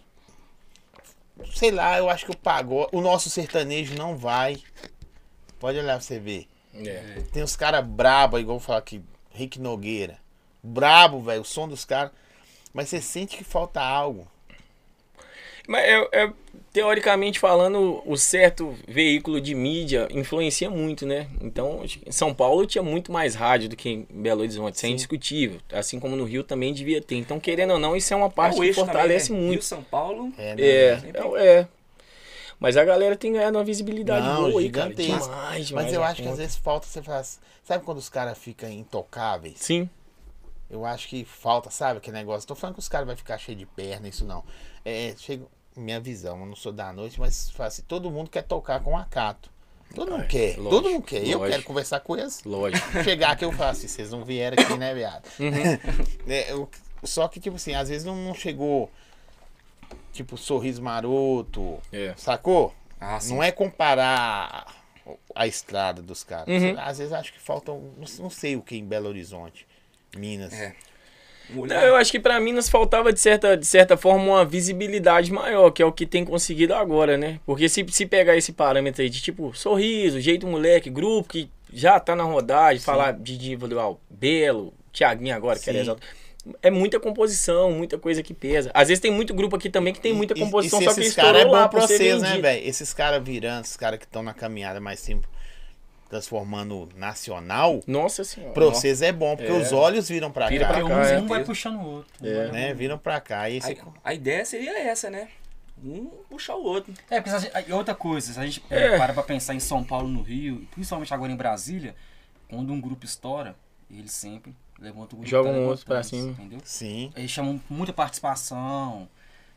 Speaker 2: sei lá, eu acho que o nosso sertanejo não vai. Pode olhar pra você ver.
Speaker 1: É.
Speaker 2: Tem os caras brabo, igual eu falar aqui, Rick Nogueira. Brabo, velho, o som dos caras. Mas você sente que falta algo.
Speaker 1: Mas teoricamente falando, o certo veículo de mídia influencia muito, né? Então, acho que em São Paulo tinha muito mais rádio do que em Belo Horizonte, isso é indiscutível. Assim como no Rio também devia ter. Então, querendo ou não, isso é uma parte
Speaker 4: o
Speaker 1: que
Speaker 4: eixo
Speaker 1: fortalece
Speaker 4: também, né?
Speaker 1: muito.
Speaker 4: Rio, São Paulo.
Speaker 1: É. Mas a galera tem ganhado uma visibilidade
Speaker 2: Não,
Speaker 1: boa aí, cara.
Speaker 2: gigantesca.
Speaker 1: Demais,
Speaker 2: Mas eu
Speaker 1: a
Speaker 2: acho que às
Speaker 1: conta.
Speaker 2: vezes falta, você fala assim, sabe quando os caras ficam intocáveis?
Speaker 1: Sim.
Speaker 2: Eu acho que falta, sabe, aquele negócio. Tô falando que os caras vão ficar cheios de perna, isso não. Chega, minha visão, eu não sou da noite, mas fala assim, todo mundo quer tocar com o Acato. Todo mundo quer,
Speaker 1: lógico,
Speaker 2: todo mundo quer. Eu
Speaker 1: lógico.
Speaker 2: quero conversar com eles.
Speaker 1: Lógico.
Speaker 2: Chegar aqui eu falo assim, vocês não vieram aqui, né, viado?
Speaker 1: Uhum.
Speaker 2: Só que, tipo assim, às vezes não chegou, tipo, Sorriso Maroto, sacou?
Speaker 4: Ah, sim.
Speaker 2: Não é comparar a estrada dos caras.
Speaker 1: Uhum.
Speaker 2: Às vezes acho que falta, não sei o que em Belo Horizonte, Minas.
Speaker 1: Não, eu acho que pra Minas faltava, de certa forma, uma visibilidade maior, que é o que tem conseguido agora, né? Porque se pegar esse parâmetro aí de tipo sorriso, jeito moleque, grupo que já tá na rodagem, falar de individual, Belo, Thiaguinho agora, que era
Speaker 2: Sim.
Speaker 1: exato. É muita composição, muita coisa que pesa. Às vezes tem muito grupo aqui também que tem muita composição,
Speaker 2: se
Speaker 1: só que
Speaker 2: esses
Speaker 1: estourou
Speaker 2: caras é
Speaker 1: lá
Speaker 2: bom
Speaker 1: pra
Speaker 2: pra
Speaker 1: ser
Speaker 2: vocês, né,
Speaker 1: vendido.
Speaker 2: velho? Esses caras virando, esses caras que estão na caminhada mais simples, transformando nacional,
Speaker 1: Nossa senhora.
Speaker 2: pra vocês é bom, porque os olhos viram pra
Speaker 1: Vira
Speaker 2: cá.
Speaker 1: pra
Speaker 3: Porque
Speaker 1: cá,
Speaker 3: um vai
Speaker 4: certeza.
Speaker 3: puxando o outro.
Speaker 2: Né? Viram pra cá. E esse...
Speaker 4: A ideia seria essa, né? Um puxar o outro.
Speaker 3: É, porque e outra coisa, se a gente para pra pensar em São Paulo, no Rio, principalmente agora em Brasília, quando um grupo estoura, eles sempre levantam o grupo.
Speaker 1: Joga
Speaker 3: que tá
Speaker 1: um outro pra
Speaker 3: levantando,
Speaker 1: cima.
Speaker 3: Entendeu?
Speaker 2: Sim.
Speaker 3: Eles chamam muita participação.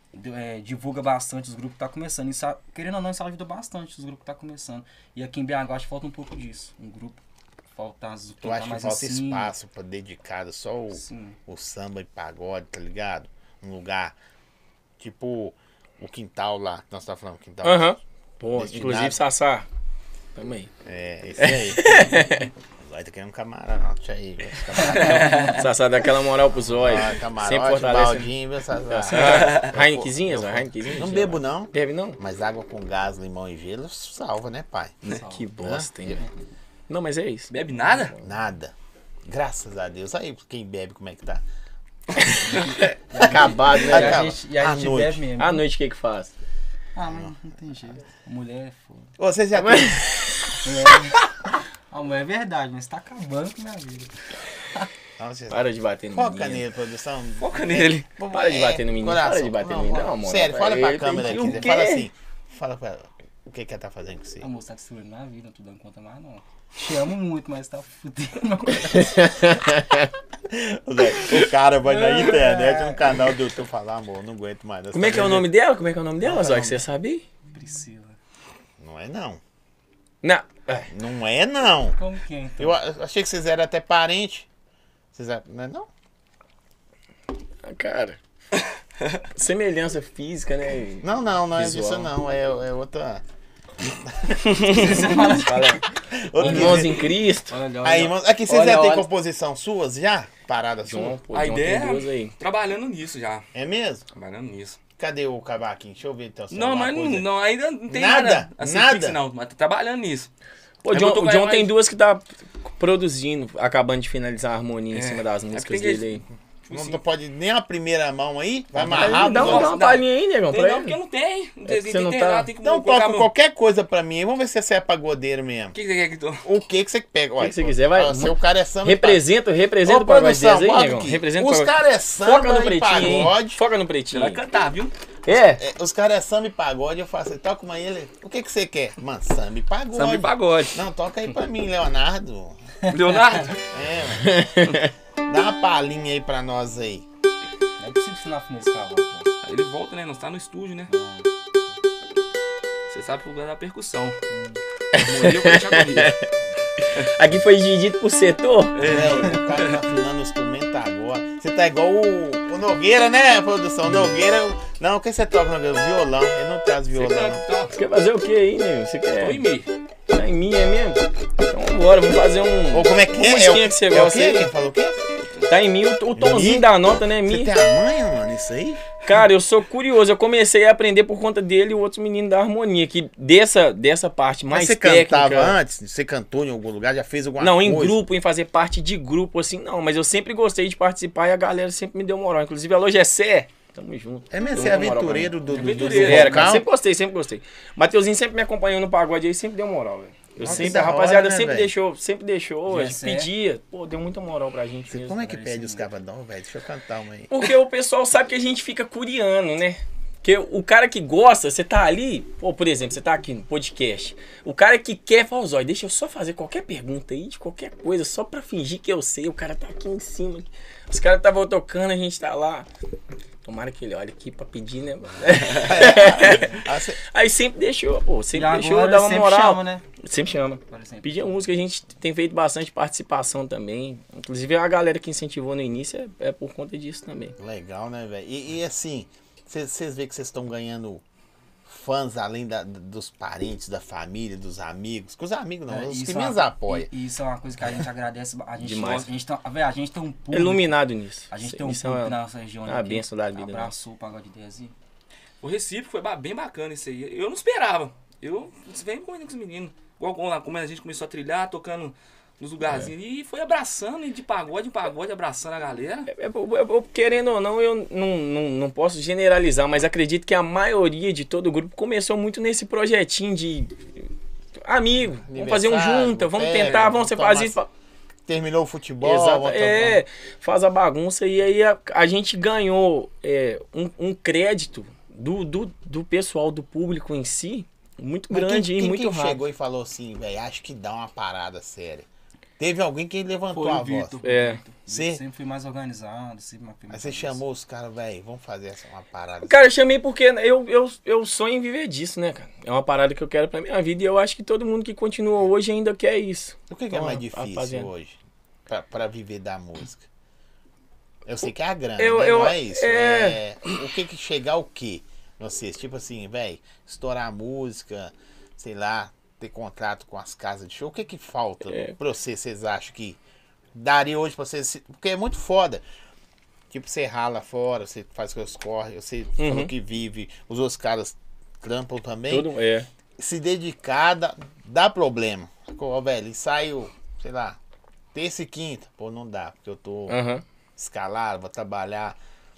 Speaker 3: divulga bastante os grupos que tá começando. Isso, querendo ou não, isso ajuda bastante os grupos que tá começando. E aqui em BH acho que falta um pouco disso. Um grupo falta as
Speaker 2: Eu acho que falta espaço pra dedicado só o samba e pagode, tá ligado? Um lugar tipo o quintal lá, que nós tá falando, quintal.
Speaker 1: Aham. Pô,
Speaker 2: Destinado.
Speaker 1: inclusive Sassá. Também.
Speaker 2: É, esse aí. Vai ter que ir um camarote aí, velho. Camarote.
Speaker 1: Sassá dá aquela moral pros olhos.
Speaker 2: Ah,
Speaker 1: Sempre
Speaker 2: camarote,
Speaker 1: fortalece.
Speaker 2: baldinho, viu, Sassá?
Speaker 1: Heinekenzinhas, Heinekenzinhas.
Speaker 2: Não bebo, não.
Speaker 1: Bebe não?
Speaker 2: Mas água com gás, limão e gelo salva, né, pai?
Speaker 1: Que bosta, hein? Não, mas é isso.
Speaker 4: Bebe nada?
Speaker 2: Nada. Graças a Deus. Aí, quem bebe, como é que tá? Acabado, né?
Speaker 3: E a
Speaker 2: À
Speaker 3: gente
Speaker 2: noite.
Speaker 3: bebe mesmo.
Speaker 1: À noite o que que faz?
Speaker 3: Ah, mas não tem jeito. A mulher é foda.
Speaker 2: Ô, Você já
Speaker 3: A mulher é verdade, mas tá acabando com a minha vida.
Speaker 2: Nossa,
Speaker 1: Para de bater no
Speaker 2: foca
Speaker 1: menino.
Speaker 2: nele, produção.
Speaker 4: Foca nele.
Speaker 1: Para de bater no menino. Para de bater no menino. Dá uma moral
Speaker 2: Sério,
Speaker 1: pra
Speaker 2: fala pra
Speaker 1: ele.
Speaker 2: câmera
Speaker 1: Tem
Speaker 2: aqui.
Speaker 1: o
Speaker 2: Você
Speaker 1: quê?
Speaker 2: fala assim. Fala pra ela. O que ela tá fazendo com você?
Speaker 3: A moça tá destruindo minha vida, não tô dando conta mais não. Te amo muito, mas tá fudendo meu coração.
Speaker 2: O cara vai na internet, no canal do YouTube falar, amor, não aguento mais.
Speaker 1: Como é que é o nome dela? Como é que é o nome dela, Zóio? Que você sabe?
Speaker 3: Priscila.
Speaker 2: Não é não.
Speaker 1: Não.
Speaker 2: Não é não.
Speaker 3: Como que é, então?
Speaker 2: Eu achei que vocês eram até parente. Vocês eram, não é não?
Speaker 1: Cara. Semelhança física, né?
Speaker 2: Não é
Speaker 1: Visual.
Speaker 2: disso não. É outra.
Speaker 1: Fala.
Speaker 2: outra
Speaker 1: Irmãos em Cristo.
Speaker 3: Olha,
Speaker 2: Aí, irmão, aqui vocês
Speaker 1: Olha,
Speaker 2: já tem
Speaker 1: olha.
Speaker 2: composição suas já? Parada
Speaker 1: João,
Speaker 2: sua?
Speaker 1: pô,
Speaker 4: A
Speaker 1: João
Speaker 4: ideia
Speaker 1: tem duas aí.
Speaker 4: é trabalhando nisso já.
Speaker 2: É mesmo?
Speaker 4: Trabalhando nisso.
Speaker 2: Cadê o cavaquinho? Deixa eu ver então. se
Speaker 4: Não,
Speaker 2: alguma
Speaker 4: mas
Speaker 2: coisa-
Speaker 4: não, ainda não tem
Speaker 2: Nada?
Speaker 4: nada. Assim,
Speaker 2: Nada?
Speaker 4: fixe, não, mas tá trabalhando nisso.
Speaker 1: Pô, o
Speaker 4: É
Speaker 1: John,
Speaker 4: que eu tô
Speaker 1: o John
Speaker 4: mais-
Speaker 1: tem duas que tá produzindo, acabando de finalizar a harmonia em cima das
Speaker 4: porque
Speaker 1: músicas
Speaker 4: tem que-
Speaker 1: dele aí.
Speaker 2: Não pode nem a primeira mão aí? Vai
Speaker 1: Dá,
Speaker 2: amarrar.
Speaker 1: dá uma palhinha aí, negão,
Speaker 4: Tem
Speaker 1: pra
Speaker 4: não,
Speaker 1: ele.
Speaker 4: porque não tem. Não
Speaker 1: É
Speaker 4: tem,
Speaker 1: que
Speaker 4: tem
Speaker 1: você
Speaker 4: que
Speaker 1: não
Speaker 4: ter
Speaker 1: tá-
Speaker 4: lá, tem que
Speaker 2: Então
Speaker 4: colocar
Speaker 2: toca qualquer coisa pra mim. Vamos ver se você é pagodeiro mesmo.
Speaker 4: O que você quer que tu...
Speaker 2: O que você pega?
Speaker 1: O que você quiser, vai.
Speaker 2: Seu cara é samba.
Speaker 1: Representa
Speaker 2: Ô,
Speaker 1: o pagode
Speaker 2: produção,
Speaker 1: deles aí,
Speaker 2: bota
Speaker 1: negão.
Speaker 2: aqui.
Speaker 1: Representa o
Speaker 2: Os
Speaker 1: pagode.
Speaker 2: caras é
Speaker 1: Foca
Speaker 2: samba
Speaker 1: no
Speaker 2: e
Speaker 1: pretinho, hein?
Speaker 2: pagode.
Speaker 1: Foca no
Speaker 4: Você
Speaker 1: pretinho.
Speaker 4: vai cantar, viu?
Speaker 1: É.
Speaker 2: É, os caras é samba e pagode. Eu faço assim, toca uma ele. O que você quer? Mano, samba e pagode.
Speaker 4: Samba e pagode.
Speaker 2: Não, toca aí pra mim, Leonardo.
Speaker 4: Leonardo?
Speaker 2: É, mano. Dá uma palhinha aí pra nós aí.
Speaker 3: Não é possível ensinar nesse cavalo, pô.
Speaker 4: Aí ele volta, né? Nós tá no estúdio, né? Você sabe que o lugar da percussão. Morreu com a chacoalha.
Speaker 1: Aqui foi dividido por setor.
Speaker 2: É, o cara tá afinando o instrumento agora. Você tá igual o Nogueira, né, produção? Nogueira. Não, o que você toca, Nogueira? Violão. Ele não traz
Speaker 4: Você
Speaker 2: violão.
Speaker 4: canta,
Speaker 1: Você quer fazer o que aí, nego? Você
Speaker 4: tô
Speaker 1: quer...
Speaker 4: em mim.
Speaker 1: Tá em mim, é mesmo? Então vambora, vamos fazer um...
Speaker 2: Ou como é que
Speaker 1: Uma
Speaker 2: é?
Speaker 1: musiquinha que você
Speaker 2: é o
Speaker 1: gosta
Speaker 2: quê?
Speaker 1: aí.
Speaker 2: Quem falou o quê?
Speaker 1: Tá em mim o tonzinho
Speaker 2: Mi?
Speaker 1: da nota, né?
Speaker 2: Você
Speaker 1: Mi.
Speaker 2: tem a manha, mano, isso aí?
Speaker 1: Cara, eu sou curioso. Eu comecei a aprender por conta dele e o outro menino da harmonia. Que dessa parte mais
Speaker 2: Mas você
Speaker 1: técnica...
Speaker 2: cantava antes? Você cantou em algum lugar? Já fez alguma
Speaker 1: Não,
Speaker 2: coisa?
Speaker 1: em grupo, em fazer parte de grupo, assim, não. Mas eu sempre gostei de participar e a galera sempre me deu moral. Inclusive, alô, Gessé, tamo junto.
Speaker 2: É mesmo,
Speaker 1: Deu
Speaker 2: você é
Speaker 1: muita moral pra
Speaker 2: aventureiro do
Speaker 4: Aventureiro.
Speaker 1: Era, cara,
Speaker 2: vocal?
Speaker 1: sempre gostei, sempre gostei. Mateuzinho sempre me acompanhou no pagode aí, sempre deu moral, velho. Eu
Speaker 2: Nossa,
Speaker 1: sempre,
Speaker 2: que da
Speaker 1: a rapaziada
Speaker 2: hora, né,
Speaker 1: sempre
Speaker 2: velho?
Speaker 1: deixou,
Speaker 3: Gessé.
Speaker 1: pedia. Pô, deu muita moral pra gente mesmo.
Speaker 2: Como é que
Speaker 3: Parece
Speaker 2: pede os
Speaker 3: muito.
Speaker 2: cavadão, velho? Deixa eu cantar uma aí.
Speaker 1: Porque o pessoal sabe que a gente fica curiando, né? Porque o cara que gosta, você tá ali, pô, por exemplo, você tá aqui no podcast. O cara que quer fala, Zóio, deixa eu só fazer qualquer pergunta aí, de qualquer coisa, só pra fingir que eu sei. O cara tá aqui em cima. Os caras estavam tocando, a gente tá lá. Tomara que ele olhe aqui pra pedir, né?
Speaker 2: Ah, você-
Speaker 1: Aí sempre deixou, pô,
Speaker 3: E
Speaker 1: sempre deixou,
Speaker 3: agora
Speaker 1: dava
Speaker 3: sempre
Speaker 1: moral.
Speaker 3: chama, né?
Speaker 1: Sempre chama.
Speaker 3: Agora sempre
Speaker 1: Pedir música, a gente tem feito bastante participação também. Inclusive a galera que incentivou no início é por conta disso também.
Speaker 2: Legal, né, velho? E assim, vocês veem que vocês estão ganhando fãs além dos parentes, da família, dos amigos. Que os amigos não,
Speaker 3: É,
Speaker 2: os que
Speaker 3: isso
Speaker 2: menos
Speaker 3: é uma-
Speaker 2: apoiam.
Speaker 3: e isso é uma coisa que a gente agradece. A gente
Speaker 1: Demais.
Speaker 3: gosta, a gente tem um público.
Speaker 1: Iluminado nisso.
Speaker 3: A gente tem um
Speaker 1: Isso é
Speaker 3: público
Speaker 1: uma-
Speaker 3: na nossa região.
Speaker 1: uma benção da vida, né?
Speaker 3: Abraçou o Pagode 10 e...
Speaker 4: O recíproco foi bem bacana isso aí. Eu não esperava. Eu venho com os meninos. Igual como a gente começou a trilhar, tocando nos lugarzinhos. E foi abraçando, e de pagode em pagode, abraçando a galera.
Speaker 1: Querendo ou não, eu não posso generalizar, mas acredito que a maioria de todo o grupo começou muito nesse projetinho de amigo, vamos fazer um
Speaker 2: Aniversário,
Speaker 1: junta, vamos
Speaker 2: boteco,
Speaker 1: tentar, vamos
Speaker 2: tomar
Speaker 1: fazer...
Speaker 2: Terminou o futebol.
Speaker 1: Exato,
Speaker 2: vamos
Speaker 1: faz a bagunça e aí a gente ganhou um crédito do pessoal, do público em si, muito
Speaker 2: Mas
Speaker 1: grande e muito
Speaker 2: quem
Speaker 1: rápido.
Speaker 2: chegou e falou assim, velho, acho que dá uma parada séria. Teve alguém que levantou
Speaker 3: Foi
Speaker 2: a
Speaker 3: o
Speaker 2: voz.
Speaker 3: Vitor.
Speaker 2: Você,
Speaker 3: Sempre fui mais organizado, sempre fui
Speaker 2: aí
Speaker 3: mais
Speaker 2: você
Speaker 3: organizado.
Speaker 2: chamou os caras, velho, vamos fazer uma parada.
Speaker 1: Cara, eu chamei porque eu sonho em viver disso, né, cara? É uma parada que eu quero pra minha vida e eu acho que todo mundo que continua hoje ainda quer isso.
Speaker 2: O que é
Speaker 1: Então,
Speaker 2: mais difícil
Speaker 1: rapaziada.
Speaker 2: hoje pra viver da música? Eu sei que é a grana,
Speaker 1: Eu-
Speaker 2: né?
Speaker 1: eu-
Speaker 2: Não é isso.
Speaker 1: é-
Speaker 2: O que chegar o quê? Vocês, tipo assim, velho, estourar a música, sei lá, ter contrato com as casas de show. O que falta pra vocês acham que daria hoje pra vocês? Porque é muito foda. Tipo, você rala fora, você faz coisas corre, você falou que vive, os outros caras trampam também.
Speaker 1: Tudo,
Speaker 2: Se dedicar dá problema. Ó, velho, ensaio, sei lá, terça e quinta. Pô, não dá, porque eu tô
Speaker 1: Aham.
Speaker 2: escalado, vou trabalhar.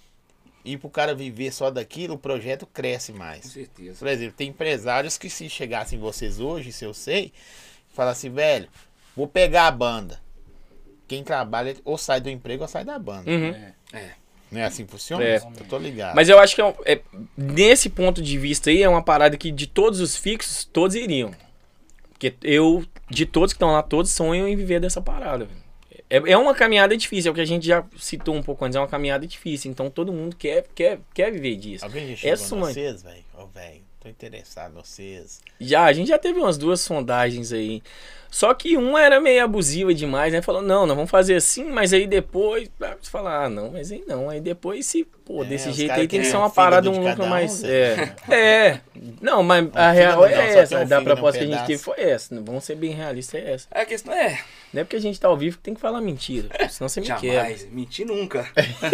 Speaker 2: E pro cara viver só daquilo, o projeto cresce
Speaker 4: Com
Speaker 2: mais.
Speaker 4: certeza.
Speaker 2: Por exemplo, tem empresários que se chegassem vocês hoje, se eu sei, falar assim, velho, vou pegar a banda. Quem trabalha ou sai do emprego ou sai da banda.
Speaker 1: Uhum.
Speaker 2: Não é assim que funciona?
Speaker 1: É.
Speaker 2: Eu tô ligado.
Speaker 1: Mas eu acho que nesse ponto de vista aí, é uma parada que de todos os fixos, todos iriam. Porque de todos que estão lá, todos sonham em viver dessa parada. É uma caminhada difícil, é o que a gente já citou um pouco antes, é uma caminhada difícil. Então todo mundo quer viver disso.
Speaker 2: Alguém já
Speaker 1: É
Speaker 2: chegou em
Speaker 1: sonho.
Speaker 2: vocês, velho? Ô, velho, tô interessado em vocês.
Speaker 1: A gente já teve umas 2 sondagens aí. Só que uma era meio abusiva demais, né? Falou, não, nós vamos fazer assim, mas aí depois. Você fala, não, mas aí não. Aí depois, se, desse
Speaker 2: os
Speaker 1: jeito
Speaker 2: caras
Speaker 1: aí tem que ser
Speaker 2: querem
Speaker 1: uma
Speaker 2: um fígado
Speaker 1: parada,
Speaker 2: de
Speaker 1: um
Speaker 2: cada
Speaker 1: lucro
Speaker 2: um,
Speaker 1: mais.
Speaker 2: né?
Speaker 1: Não, mas a
Speaker 2: fígado
Speaker 1: real
Speaker 2: não,
Speaker 1: é
Speaker 2: só tem
Speaker 1: essa.
Speaker 2: um
Speaker 1: Da
Speaker 2: fígado,
Speaker 1: proposta
Speaker 2: um
Speaker 1: que a gente teve
Speaker 2: pedaço.
Speaker 1: foi essa. Vamos ser bem realistas, é essa.
Speaker 4: A questão
Speaker 1: Não é porque a gente tá ao vivo que tem que falar mentira. Senão você me quebra.
Speaker 4: jamais, mentir nunca.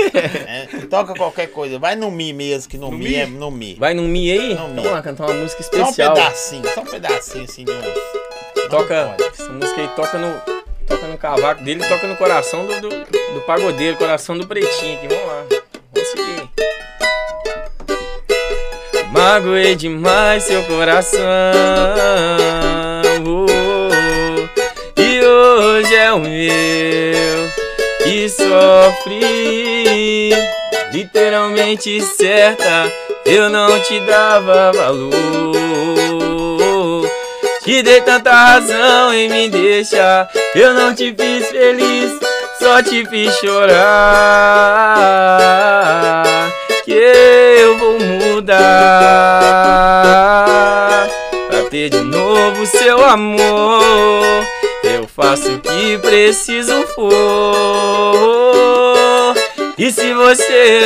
Speaker 2: Toca qualquer coisa. Vai no Mi mesmo, que no Mi é no Mi.
Speaker 1: Vai num Mi aí?
Speaker 2: Não, Mi.
Speaker 1: Vamos lá, cantar uma música
Speaker 2: Só um
Speaker 1: especial.
Speaker 2: só um pedacinho assim de uns.
Speaker 1: Toca, essa música aí toca no cavaco dele e toca no coração do pagodeiro, coração do pretinho aqui. Vamos lá, vamos seguir. Magoei demais seu coração, e hoje é o meu que sofre. Literalmente certa, eu não te dava valor. Te dei tanta razão em me deixar, eu não te fiz feliz, só te fiz chorar. Que eu vou mudar pra ter de novo seu amor. Eu faço o que preciso for, e se você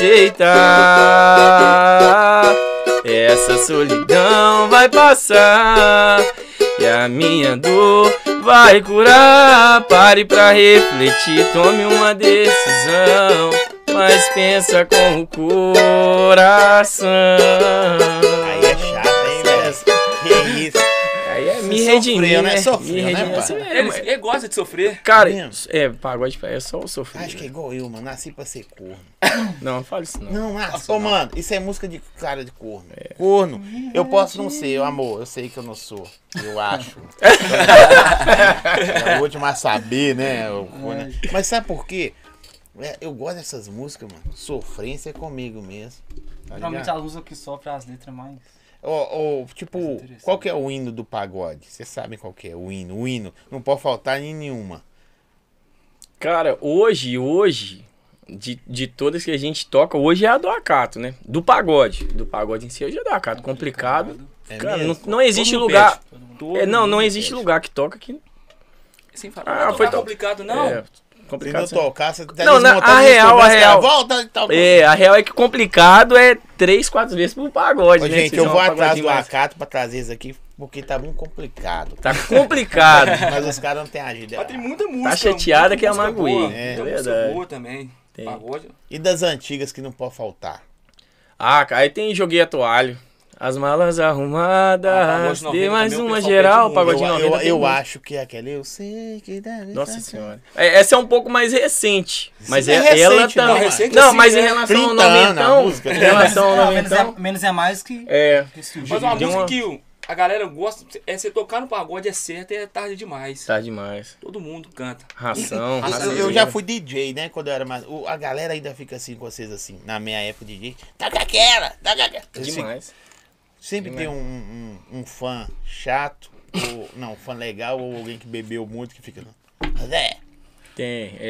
Speaker 1: aceitar, essa solidão vai passar e a minha dor vai curar. Pare pra refletir, tome uma decisão, mas pensa com o coração.
Speaker 2: Aí é chato, hein, velho? Que isso?
Speaker 1: Aí é me
Speaker 2: Você
Speaker 1: redimir,
Speaker 2: sofreu, né?
Speaker 1: né?
Speaker 2: Sofreu,
Speaker 1: Me
Speaker 2: né,
Speaker 1: redimir.
Speaker 2: pai?
Speaker 1: Assim,
Speaker 4: Ele gosta de sofrer.
Speaker 1: Cara,
Speaker 2: Mesmo?
Speaker 1: pagode é só o sofrer.
Speaker 2: Acho que é igual eu, mano. Nasci pra ser corno.
Speaker 1: Não, não fale isso não.
Speaker 2: Não, ô, mano, isso é música de cara de corno. Corno. Eu posso não ser, amor. Eu sei que eu não sou. Eu acho. É o último a saber, né? O corno. Mas sabe por quê? Eu gosto dessas músicas, mano. Sofrência é comigo mesmo. Tá
Speaker 3: Geralmente
Speaker 2: ligado?
Speaker 3: as músicas que sofrem as letras mais.
Speaker 2: Tipo,
Speaker 3: interessante.
Speaker 2: qual que é o hino do pagode? Vocês sabem qual que é o hino? O hino não pode faltar em nenhuma.
Speaker 1: Cara, hoje, de todas que a gente toca, hoje é a do acato, né? Do pagode. Do pagode em si hoje é do acato. Complicado.
Speaker 2: É
Speaker 1: Cara,
Speaker 2: mesmo?
Speaker 1: não existe
Speaker 4: Todo mundo
Speaker 1: lugar.
Speaker 4: pede. Todo
Speaker 1: Não
Speaker 4: mundo
Speaker 1: existe
Speaker 4: pede.
Speaker 1: lugar que toca que.
Speaker 4: Sem falar,
Speaker 1: Ah,
Speaker 4: não
Speaker 1: foi
Speaker 4: tá
Speaker 1: tão-
Speaker 4: complicado, não.
Speaker 1: É,
Speaker 2: Se
Speaker 1: complicado.
Speaker 2: não
Speaker 1: sim.
Speaker 2: tocar, você tá
Speaker 1: Não,
Speaker 2: desmontando
Speaker 1: a
Speaker 2: o
Speaker 1: real,
Speaker 2: instrumento,
Speaker 1: a
Speaker 2: cara,
Speaker 1: real.
Speaker 2: volta e tal.
Speaker 1: A real é que complicado é 3, 4 vezes pro pagode,
Speaker 2: Ô,
Speaker 1: né?
Speaker 2: gente,
Speaker 1: Se
Speaker 2: eu
Speaker 1: fizer
Speaker 2: vou
Speaker 1: um
Speaker 2: atrás
Speaker 1: pagodinho
Speaker 2: do
Speaker 1: mais-
Speaker 2: Acato pra trazer isso aqui, porque tá muito complicado.
Speaker 1: Tá complicado.
Speaker 2: Mas os caras não têm ajuda.
Speaker 4: Mas tem muita música.
Speaker 1: chateada que é a
Speaker 4: música
Speaker 1: Maguei.
Speaker 4: boa,
Speaker 2: É.
Speaker 4: muita
Speaker 1: É
Speaker 4: música
Speaker 1: verdade.
Speaker 4: boa também.
Speaker 1: Tem.
Speaker 4: Pagode.
Speaker 2: E das antigas que não pode faltar?
Speaker 1: Ah, cara, aí tem Joguei a Toalha. As malas arrumadas.
Speaker 4: Pagode 90
Speaker 1: Dei mais
Speaker 4: também, o
Speaker 1: uma
Speaker 4: pessoal
Speaker 1: geral.
Speaker 4: pede
Speaker 1: Pagode
Speaker 2: Eu,
Speaker 1: 90.
Speaker 2: eu,
Speaker 1: tem
Speaker 2: eu
Speaker 1: muito.
Speaker 2: acho que é aquela. Eu sei que deve.
Speaker 1: Nossa
Speaker 2: estar-
Speaker 1: senhora. Essa é um pouco mais recente. Mas
Speaker 2: Isso é
Speaker 1: ela
Speaker 2: recente, não,
Speaker 1: também.
Speaker 4: recente
Speaker 1: Não,
Speaker 4: assim,
Speaker 1: mas em
Speaker 4: né?
Speaker 1: relação ao
Speaker 2: 30 anos a
Speaker 1: noventão.
Speaker 2: música.
Speaker 1: Em relação ao
Speaker 3: menos,
Speaker 1: noventão.
Speaker 3: menos é mais que.
Speaker 1: É.
Speaker 3: que surgiu.
Speaker 4: Mas uma
Speaker 1: Deu
Speaker 4: música
Speaker 1: uma-
Speaker 4: que a galera gosta, é você tocar no pagode é certo, é tarde demais.
Speaker 1: Tá demais.
Speaker 4: Todo mundo canta.
Speaker 1: Ração.
Speaker 2: Eu
Speaker 1: ração.
Speaker 2: já fui DJ, né? Quando eu era mais. A galera ainda fica assim com vocês assim. Na minha época de DJ. Toca aquela! Toca aquela!
Speaker 1: Demais.
Speaker 2: Sempre tem um fã chato, ou não, um fã legal, ou alguém que bebeu muito que fica. Zé,
Speaker 1: Tem, é.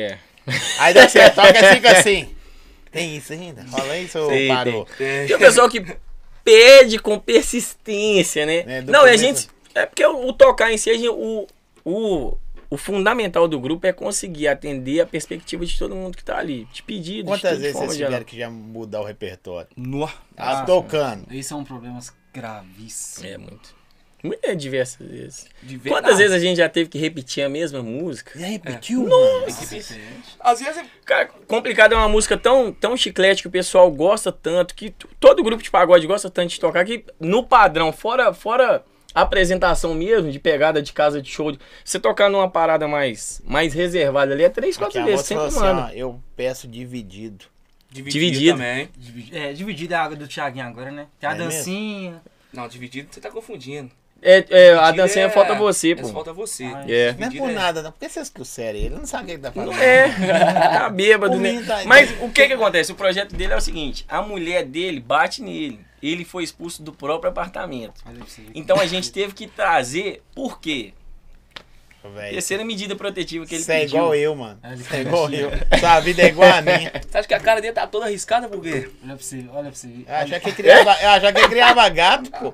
Speaker 2: Aí você toca e fica assim. Tem isso ainda? Fala isso ou
Speaker 1: Sei,
Speaker 2: parou?
Speaker 1: Tem o pessoal que pede com persistência, né?
Speaker 2: É, do
Speaker 1: Não, e a
Speaker 2: começo-
Speaker 1: gente. É porque o tocar em si, o fundamental do grupo é conseguir atender a perspectiva de todo mundo que tá ali. De pedido,
Speaker 2: Quantas
Speaker 1: de tudo, de
Speaker 2: vezes
Speaker 1: forma
Speaker 2: vocês
Speaker 1: geral.
Speaker 2: tiveram que já mudar o repertório?
Speaker 4: Nó.
Speaker 2: Tocando.
Speaker 3: Isso é um problema gravíssimo.
Speaker 1: É muito. Muito diversas vezes.
Speaker 4: Diversas.
Speaker 1: Quantas vezes a gente já teve que repetir a mesma música?
Speaker 2: Já repetiu, mano?
Speaker 4: Às vezes
Speaker 1: Cara, Complicado é uma música tão chiclete que o pessoal gosta tanto, que todo grupo de pagode gosta tanto de tocar, que no padrão, fora a apresentação mesmo, de pegada de casa de show, você tocar numa parada mais reservada ali, é 3, 4
Speaker 2: Aqui a
Speaker 1: vezes,
Speaker 2: moça
Speaker 1: sempre
Speaker 2: falou assim,
Speaker 1: manda.
Speaker 2: ó, eu peço dividido.
Speaker 1: Dividido.
Speaker 4: também.
Speaker 3: Dividir a água do Thiaguinho agora, né? Tem a
Speaker 2: É mesmo?
Speaker 3: dancinha.
Speaker 4: Não, dividido você tá confundindo.
Speaker 1: A
Speaker 4: Dividido
Speaker 1: dancinha falta você, pô.
Speaker 4: Falta você.
Speaker 3: Ah,
Speaker 1: É.
Speaker 2: Não é por nada, não. Por que vocês que o sério? Ele não sabe o que ele tá falando.
Speaker 1: Não é, tá bêbado,
Speaker 2: O
Speaker 1: né?
Speaker 2: menino tá-
Speaker 1: Mas o que acontece? O projeto dele é o seguinte, a mulher dele bate nele, ele foi expulso do próprio apartamento.
Speaker 3: Olha pra você ver.
Speaker 1: Então a gente teve que trazer, por quê?
Speaker 2: Velho.
Speaker 1: Terceira medida protetiva que ele
Speaker 2: Isso é
Speaker 1: pediu.
Speaker 2: igual eu, mano.
Speaker 3: É, ele
Speaker 2: Isso é igual eu. Sua vida é igual a minha.
Speaker 4: Você acha que a cara dele tá toda arriscada por quê?
Speaker 3: Olha pra você, olha pra você ver.
Speaker 2: Eu achava que criava gato, pô.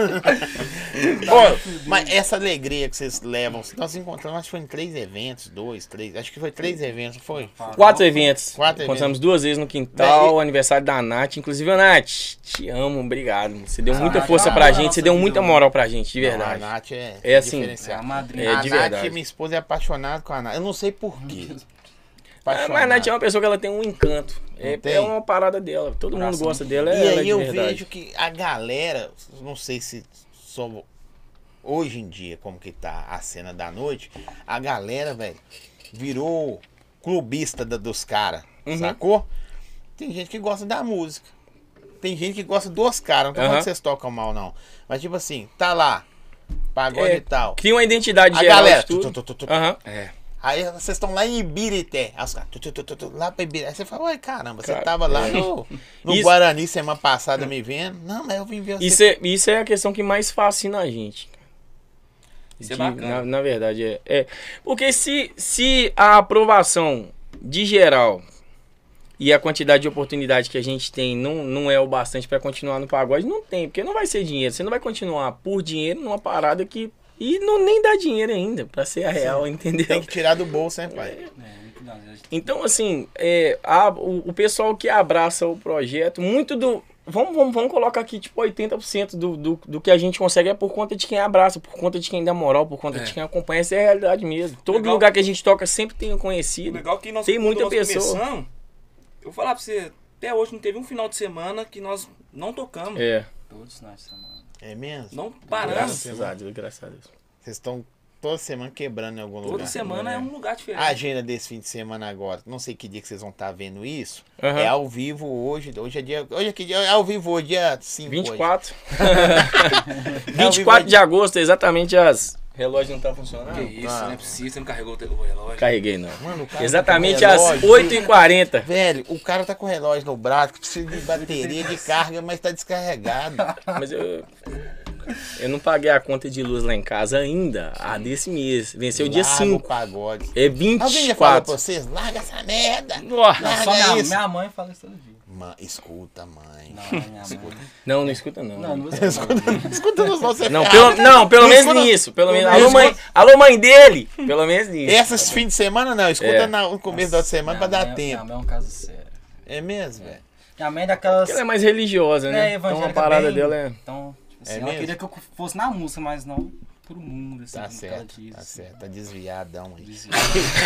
Speaker 2: Pô, mas essa alegria que vocês levam, nós encontramos, acho que foi em 3 eventos, 2, 3, acho que foi 3 eventos, não foi?
Speaker 1: 4 eventos.
Speaker 2: 4
Speaker 1: Encontramos 2 vezes no quintal, o aniversário da Nath. Inclusive, a Nath, te amo, obrigado. Você deu muita
Speaker 3: Nath,
Speaker 1: força
Speaker 3: ah,
Speaker 1: pra
Speaker 3: nossa
Speaker 1: gente, você deu
Speaker 3: vida,
Speaker 1: muita
Speaker 3: mano.
Speaker 1: moral pra gente, de verdade.
Speaker 2: Não, a Nath
Speaker 1: É assim,
Speaker 3: É
Speaker 2: diferenciada.
Speaker 3: a madrinha.
Speaker 1: É,
Speaker 2: A
Speaker 1: de
Speaker 2: Nath,
Speaker 1: verdade.
Speaker 2: minha esposa é apaixonada com a Nath. Eu não sei porquê.
Speaker 1: Mas a Nath é uma pessoa que ela tem um encanto.
Speaker 2: tem?
Speaker 1: É uma parada dela. Todo mundo
Speaker 3: Coração.
Speaker 1: gosta dela,
Speaker 2: E
Speaker 1: ela é
Speaker 2: aí
Speaker 1: de
Speaker 2: eu
Speaker 1: verdade.
Speaker 2: vejo que a galera, não sei se só hoje em dia, como que tá a cena da noite, a galera, velho, virou clubista dos caras,
Speaker 1: Uhum.
Speaker 2: sacou? Tem gente que gosta da música. Tem gente que gosta dos caras. Não tô falando
Speaker 1: Aham.
Speaker 2: que vocês tocam mal, não. Mas tipo assim, tá lá, pagode e tal.
Speaker 1: Cria uma identidade
Speaker 2: A
Speaker 1: geral
Speaker 2: galera,
Speaker 1: de tudo. Aham.
Speaker 4: É.
Speaker 2: Aí vocês estão lá em Ibirité. Aí os caras, lá pra Ibirité. Aí você fala, uai, caramba, você
Speaker 1: Cara,
Speaker 2: tava lá no
Speaker 1: Isso-
Speaker 2: Guarani semana passada me vendo. Não, mas eu vim ver você.
Speaker 1: Isso é a questão que mais fascina a gente.
Speaker 4: Isso é
Speaker 1: Que,
Speaker 4: bacana.
Speaker 1: na verdade, porque se a aprovação de geral e a quantidade de oportunidade que a gente tem não é o bastante pra continuar no pagode, não tem, porque não vai ser dinheiro. Você não vai continuar por dinheiro numa parada que... E não nem dá dinheiro ainda, pra ser a real, entendeu?
Speaker 2: Tem que tirar do bolso, né, pai?
Speaker 3: Muito das vezes.
Speaker 1: Então, assim, o pessoal que abraça o projeto, muito do... Vamos colocar aqui, tipo, 80% do que a gente consegue é por conta de quem abraça, por conta de quem dá moral, por conta de quem acompanha. Essa é a realidade mesmo. Todo
Speaker 4: Legal.
Speaker 1: lugar que a gente toca sempre tem um
Speaker 4: O
Speaker 1: conhecido.
Speaker 4: legal é que nós,
Speaker 1: Tem
Speaker 4: quando
Speaker 1: muita
Speaker 4: nós
Speaker 1: pessoa.
Speaker 4: começamos, eu vou falar pra você, até hoje não teve um final de semana que nós não tocamos.
Speaker 1: É,
Speaker 3: Todos nós, mano.
Speaker 2: É mesmo?
Speaker 4: Não paramos.
Speaker 1: graças a Deus, graças a Deus.
Speaker 2: Vocês estão toda semana quebrando em algum lugar.
Speaker 4: Toda semana é um lugar diferente.
Speaker 2: A agenda desse fim de semana agora, não sei que dia que vocês vão estar vendo isso.
Speaker 1: Aham.
Speaker 2: É ao vivo hoje. Hoje é dia. Hoje é que dia? É ao vivo hoje, dia 5.
Speaker 1: 24.
Speaker 2: Hoje.
Speaker 1: 24 de agosto, exatamente as... Relógio não tá funcionando?
Speaker 4: Que isso,
Speaker 2: tá.
Speaker 4: não é possível, você não carregou o relógio.
Speaker 1: Carreguei, não.
Speaker 2: Mano, o cara
Speaker 1: Exatamente
Speaker 2: tá com
Speaker 1: às
Speaker 2: relógio.
Speaker 1: 8h40.
Speaker 2: Velho, o cara tá com o relógio no braço, que precisa de bateria, de carga, mas tá descarregado.
Speaker 1: Mas eu não paguei a conta de luz lá em casa ainda, desse mês. Venceu o dia
Speaker 2: Larga o
Speaker 1: 5.
Speaker 2: pagode.
Speaker 1: É
Speaker 2: Alguém já falou pra
Speaker 1: 24.
Speaker 2: vocês? Larga essa merda.
Speaker 1: Nossa.
Speaker 3: Não, só
Speaker 2: Larga isso.
Speaker 3: minha mãe fala isso todo dia.
Speaker 2: Escuta, mãe.
Speaker 3: Não, minha mãe.
Speaker 1: Não escuta não.
Speaker 3: Não, não vou
Speaker 2: Escuta nos você
Speaker 1: Não,
Speaker 2: ferrado.
Speaker 1: pelo menos
Speaker 2: escuta-
Speaker 1: nisso. Pelo menos.
Speaker 2: Não
Speaker 1: Alô, mãe dele. Pelo menos nisso.
Speaker 2: Essas fins de semana não, escuta
Speaker 1: É.
Speaker 2: no começo da semana pra dar tempo.
Speaker 3: Minha mãe é um caso sério.
Speaker 2: É mesmo, velho?
Speaker 3: Minha mãe é daquelas.
Speaker 1: Ela é mais religiosa, né?
Speaker 3: É,
Speaker 1: Então a
Speaker 3: evangélica
Speaker 1: parada
Speaker 3: bem-
Speaker 1: dela é.
Speaker 3: Então, tipo assim,
Speaker 2: É
Speaker 3: ela
Speaker 2: mesmo?
Speaker 3: queria que eu fosse na música, mas não pro mundo, assim,
Speaker 2: Tá
Speaker 3: como que ela
Speaker 2: certo,
Speaker 3: diz,
Speaker 2: tá
Speaker 3: assim.
Speaker 2: certo. Tá desviadão aí.
Speaker 3: Desviado.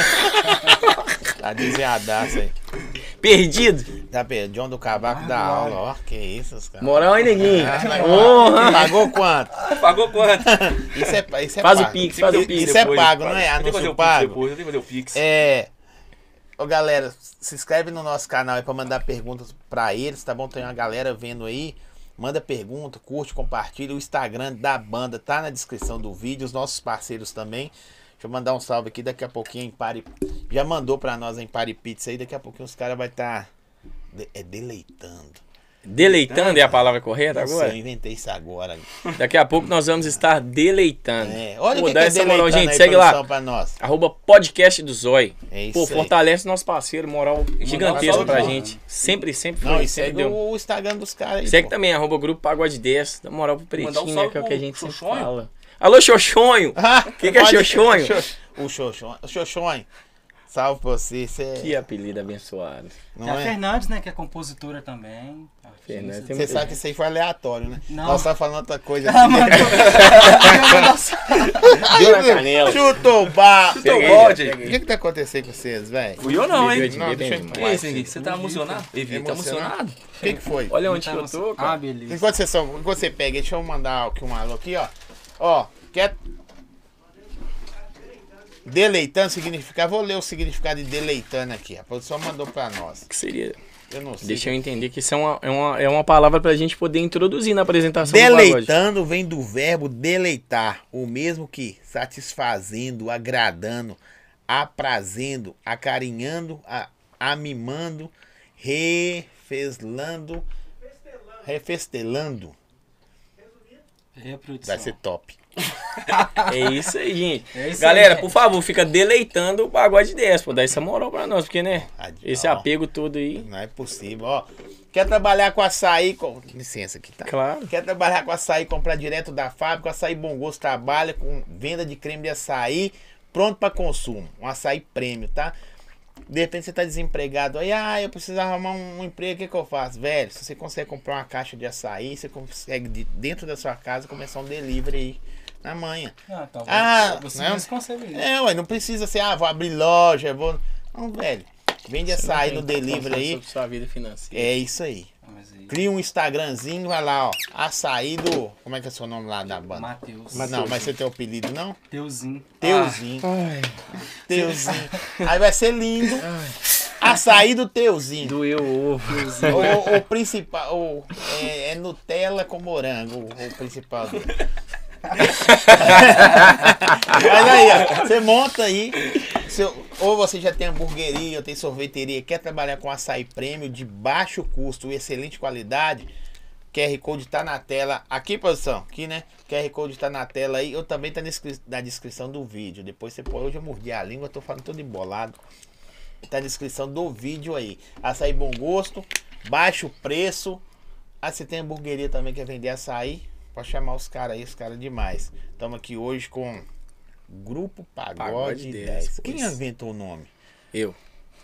Speaker 2: Tá desviadaço aí.
Speaker 1: Perdido.
Speaker 2: Tá perdido. John do Cavaco da aula, ó. Que isso, os caras.
Speaker 1: Moral, hein, neguinho?
Speaker 2: Ah,
Speaker 1: Porra.
Speaker 2: Pagou quanto?
Speaker 4: Pagou quanto?
Speaker 2: Isso é
Speaker 1: Faz o
Speaker 2: pago.
Speaker 1: Pix, faz o
Speaker 2: Isso
Speaker 1: Pix.
Speaker 2: é pago, não é?
Speaker 4: Eu tenho que fazer
Speaker 2: Anúncio
Speaker 4: o Pix
Speaker 2: pago.
Speaker 4: depois, eu tenho que fazer o Pix.
Speaker 2: É. Ô, galera, se inscreve no nosso canal aí pra mandar perguntas pra eles, tá bom? Tem uma galera vendo aí. Manda pergunta, curte, compartilha. O Instagram da banda tá na descrição do vídeo. Os nossos parceiros também. Deixa eu mandar um salve aqui. Daqui a pouquinho em Pari. Já mandou pra nós em Pari Pizza aí. Daqui a pouquinho os caras vão estar deleitando.
Speaker 1: Deleitando é a palavra correta
Speaker 2: Nossa,
Speaker 1: agora?
Speaker 2: eu inventei isso agora.
Speaker 1: Daqui a pouco nós vamos estar deleitando.
Speaker 2: Olha
Speaker 1: Pô,
Speaker 2: o que
Speaker 1: dá
Speaker 2: é
Speaker 1: essa moral,
Speaker 2: deleitando
Speaker 1: gente.
Speaker 2: aí,
Speaker 1: Segue
Speaker 2: produção,
Speaker 1: lá.
Speaker 2: pra nós.
Speaker 1: @podcast do Zói.
Speaker 2: É isso
Speaker 1: Pô,
Speaker 2: aí.
Speaker 1: fortalece nosso parceiro, moral gigantesca
Speaker 4: salve,
Speaker 1: pra
Speaker 4: não.
Speaker 1: gente. Sempre foi.
Speaker 2: Não, e
Speaker 1: sempre
Speaker 2: segue
Speaker 1: deu.
Speaker 2: o Instagram dos caras aí.
Speaker 1: Segue
Speaker 2: pô.
Speaker 1: também, @grupo pagode 10. Dá moral pro
Speaker 4: Mandar um
Speaker 1: Pretinho, né?
Speaker 4: salve
Speaker 1: Que é o que a gente
Speaker 4: pro
Speaker 1: sempre
Speaker 4: Xoxonho.
Speaker 1: fala. Alô, Xoxonho! O que é
Speaker 2: Pode-
Speaker 1: Xoxonho?
Speaker 2: O Xoxonho. Salve pra você.
Speaker 1: Que apelido abençoado.
Speaker 2: Não
Speaker 3: Tem a
Speaker 2: é?
Speaker 3: Fernandes, né, que é compositora também.
Speaker 1: Fernandes
Speaker 3: Artista.
Speaker 1: tem
Speaker 2: Você sabe que isso aí foi aleatório, né?
Speaker 3: Não.
Speaker 2: Nós estamos falando outra coisa
Speaker 3: Ah,
Speaker 2: aqui.
Speaker 3: mano,
Speaker 1: Deu na canela.
Speaker 2: Chutou o bar.
Speaker 4: Chutou o
Speaker 1: Peguei,
Speaker 4: balde.
Speaker 1: peguei.
Speaker 2: O que tá acontecendo com vocês, velho?
Speaker 4: Fui eu não, hein?
Speaker 2: Não, deixa eu
Speaker 4: E aí,
Speaker 2: demais.
Speaker 4: Serguei, você tá emocionado? Evi, tá emocionado?
Speaker 2: O que foi?
Speaker 1: Olha onde que eu tô,
Speaker 3: Ah,
Speaker 1: cara.
Speaker 3: beleza.
Speaker 2: Enquanto você pega, deixa eu mandar aqui um alô aqui, ó. Ó, quer... Deleitando significa... Vou ler o significado de deleitando aqui. A produção mandou pra nós.
Speaker 1: O que seria?
Speaker 2: Eu não sei.
Speaker 1: Deixa eu entender que isso é uma palavra pra gente poder introduzir na apresentação do pagode.
Speaker 2: Deleitando vem do verbo deleitar, o mesmo que satisfazendo, agradando, aprazendo, acarinhando, amimando, refestelando.
Speaker 3: Reprodução.
Speaker 2: Vai ser top.
Speaker 1: É isso aí, gente.
Speaker 3: É isso
Speaker 1: Galera,
Speaker 3: aí,
Speaker 1: por
Speaker 3: gente.
Speaker 1: favor, fica deleitando o pagode 10, pô. Dá essa moral pra nós, porque, né? Esse
Speaker 2: Ó,
Speaker 1: apego todo aí.
Speaker 2: não é possível, ó. Quer trabalhar com açaí... Licença aqui, tá?
Speaker 1: Claro.
Speaker 2: Quer trabalhar com açaí, comprar direto da fábrica, o Açaí Bom Gosto trabalha com venda de creme de açaí pronto para consumo. Um açaí prêmio, tá? De repente você tá desempregado aí, eu preciso arrumar um emprego, o que eu faço? Velho, se você consegue comprar uma caixa de açaí, você consegue dentro da sua casa começar um delivery aí na manhã.
Speaker 3: Ah, talvez. Você
Speaker 2: não.
Speaker 3: mesmo consegue isso.
Speaker 2: Ué, não precisa ser, vou abrir loja, vou... Não, velho. Vende açaí no delivery aí.
Speaker 1: Sobre sua vida financeira.
Speaker 2: É isso aí.
Speaker 3: Ah, mas aí...
Speaker 2: Cria um Instagramzinho, vai lá, ó. Açaí do... Como é que é o seu nome lá da banda?
Speaker 3: Matheus.
Speaker 2: Não, mas você tem o apelido, não?
Speaker 3: Teuzinho.
Speaker 2: Teuzinho.
Speaker 1: Ai,
Speaker 2: Teuzinho. Aí vai ser lindo. Açaí do Teuzinho.
Speaker 1: doeu o ovo.
Speaker 2: O principal... é Nutella com morango, o principal dele. Mas aí, ó. Você monta aí. Ou você já tem hamburgueria, ou tem sorveteria, quer trabalhar com açaí prêmio de baixo custo e excelente qualidade, QR Code tá na tela. Aqui, produção, aqui, né? QR Code tá na tela aí. Eu também tá na descrição do vídeo. Depois você pode. Hoje eu mordi a língua, tô falando todo embolado. Tá na descrição do vídeo aí. Açaí Bom Gosto, baixo preço. Você tem hamburgueria também, quer vender açaí? Pode chamar os caras aí, os caras demais. Estamos aqui hoje com Grupo Pagode 10. Quem inventou o nome?
Speaker 1: Eu.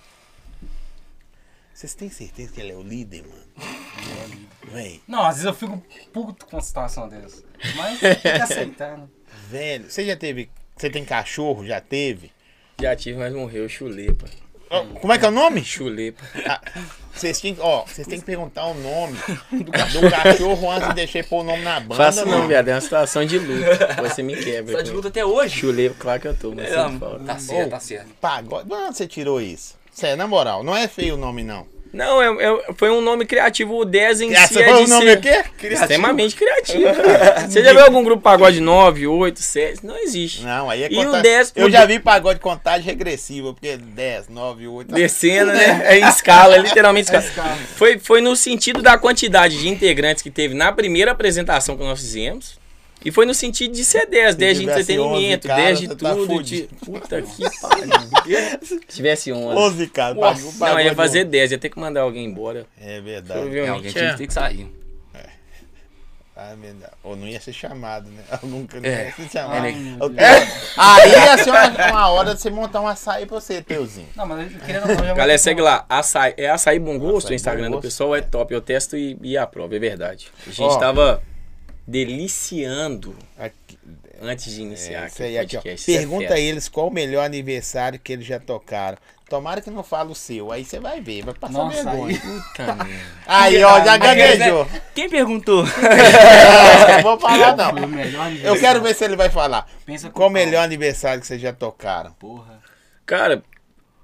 Speaker 2: Vocês têm certeza que ele é o líder, mano? Véi,
Speaker 3: Não, às vezes eu fico puto com a situação dessa. Mas tem que aceitar, né?
Speaker 2: velho, você já teve... Você tem cachorro? Já teve?
Speaker 1: Já tive, mas morreu. Chulepa.
Speaker 2: Ó, como é que é o nome?
Speaker 1: Chulepa.
Speaker 2: Vocês têm que perguntar o nome do cachorro antes de deixar pôr o nome na banda.
Speaker 1: Faça não,
Speaker 2: mano.
Speaker 1: viado. É uma situação de luta. Você me quebra.
Speaker 4: Tá de luta até hoje?
Speaker 1: Chulepa, claro que eu tô, mas sempre falta.
Speaker 4: Tá certo, tá certo.
Speaker 2: Pagode. De onde você tirou isso? Sério, na moral, não é feio o nome, não.
Speaker 1: Não, foi um nome criativo. O 10 em
Speaker 2: Essa
Speaker 1: si é
Speaker 2: foi
Speaker 1: de
Speaker 2: o nome
Speaker 1: ser
Speaker 2: aqui?
Speaker 1: extremamente criativo. Cara. Você já viu algum grupo pagode 9, 8, 7? Não existe.
Speaker 2: Não, aí é
Speaker 1: E o
Speaker 2: contagem.
Speaker 1: 10,
Speaker 2: Eu já vi pagode contagem regressiva, porque 10, 9, 8.
Speaker 1: Descendo, né? É em escala, literalmente escala. Foi no sentido da quantidade de integrantes que teve na primeira apresentação que nós fizemos. E foi no sentido de ser 10, 10 de
Speaker 2: tivesse
Speaker 1: entretenimento,
Speaker 2: 11
Speaker 1: 10 de
Speaker 2: cara, você tá
Speaker 1: tudo.
Speaker 2: fudido.
Speaker 1: Puta que pariu. Se tivesse 11.
Speaker 2: 11, cara.
Speaker 1: Nossa, não, ia fazer 10, ia ter que mandar alguém embora.
Speaker 2: É verdade.
Speaker 1: Provavelmente.
Speaker 4: Alguém tinha que sair.
Speaker 2: Verdade. Ou não ia ser chamado, né? Nunca
Speaker 4: É.
Speaker 2: ia ser chamado.
Speaker 3: Ai,
Speaker 2: Aí ia ser uma hora de você montar um açaí pra você, Teuzinho.
Speaker 3: Não, mas eu querendo ou não, já
Speaker 1: Galera, segue lá. Açaí Bom Gosto,
Speaker 2: Açaí
Speaker 1: o Instagram
Speaker 2: Bom
Speaker 1: do
Speaker 2: Gosto,
Speaker 1: pessoal é top. Eu testo e aprovo, é verdade. A gente tava deliciando
Speaker 2: Aqui,
Speaker 1: antes de iniciar
Speaker 2: isso
Speaker 1: aqui
Speaker 2: aí,
Speaker 1: o
Speaker 2: aqui, ó.
Speaker 1: podcast. Isso é
Speaker 2: Pergunta
Speaker 1: fera.
Speaker 2: a eles qual o melhor aniversário que eles já tocaram. Tomara que não fale o seu. Aí você vai ver, vai passar
Speaker 3: Nossa,
Speaker 2: vergonha.
Speaker 1: Puta merda.
Speaker 2: Aí, ó, já gaguejou.
Speaker 4: Quem perguntou?
Speaker 2: Não vou falar, não.
Speaker 3: Foi o melhor
Speaker 2: Eu
Speaker 3: aniversário.
Speaker 2: quero ver se ele vai falar.
Speaker 3: Pensa com
Speaker 2: Qual o
Speaker 3: calma.
Speaker 2: melhor aniversário que vocês já tocaram?
Speaker 3: Porra.
Speaker 1: Cara,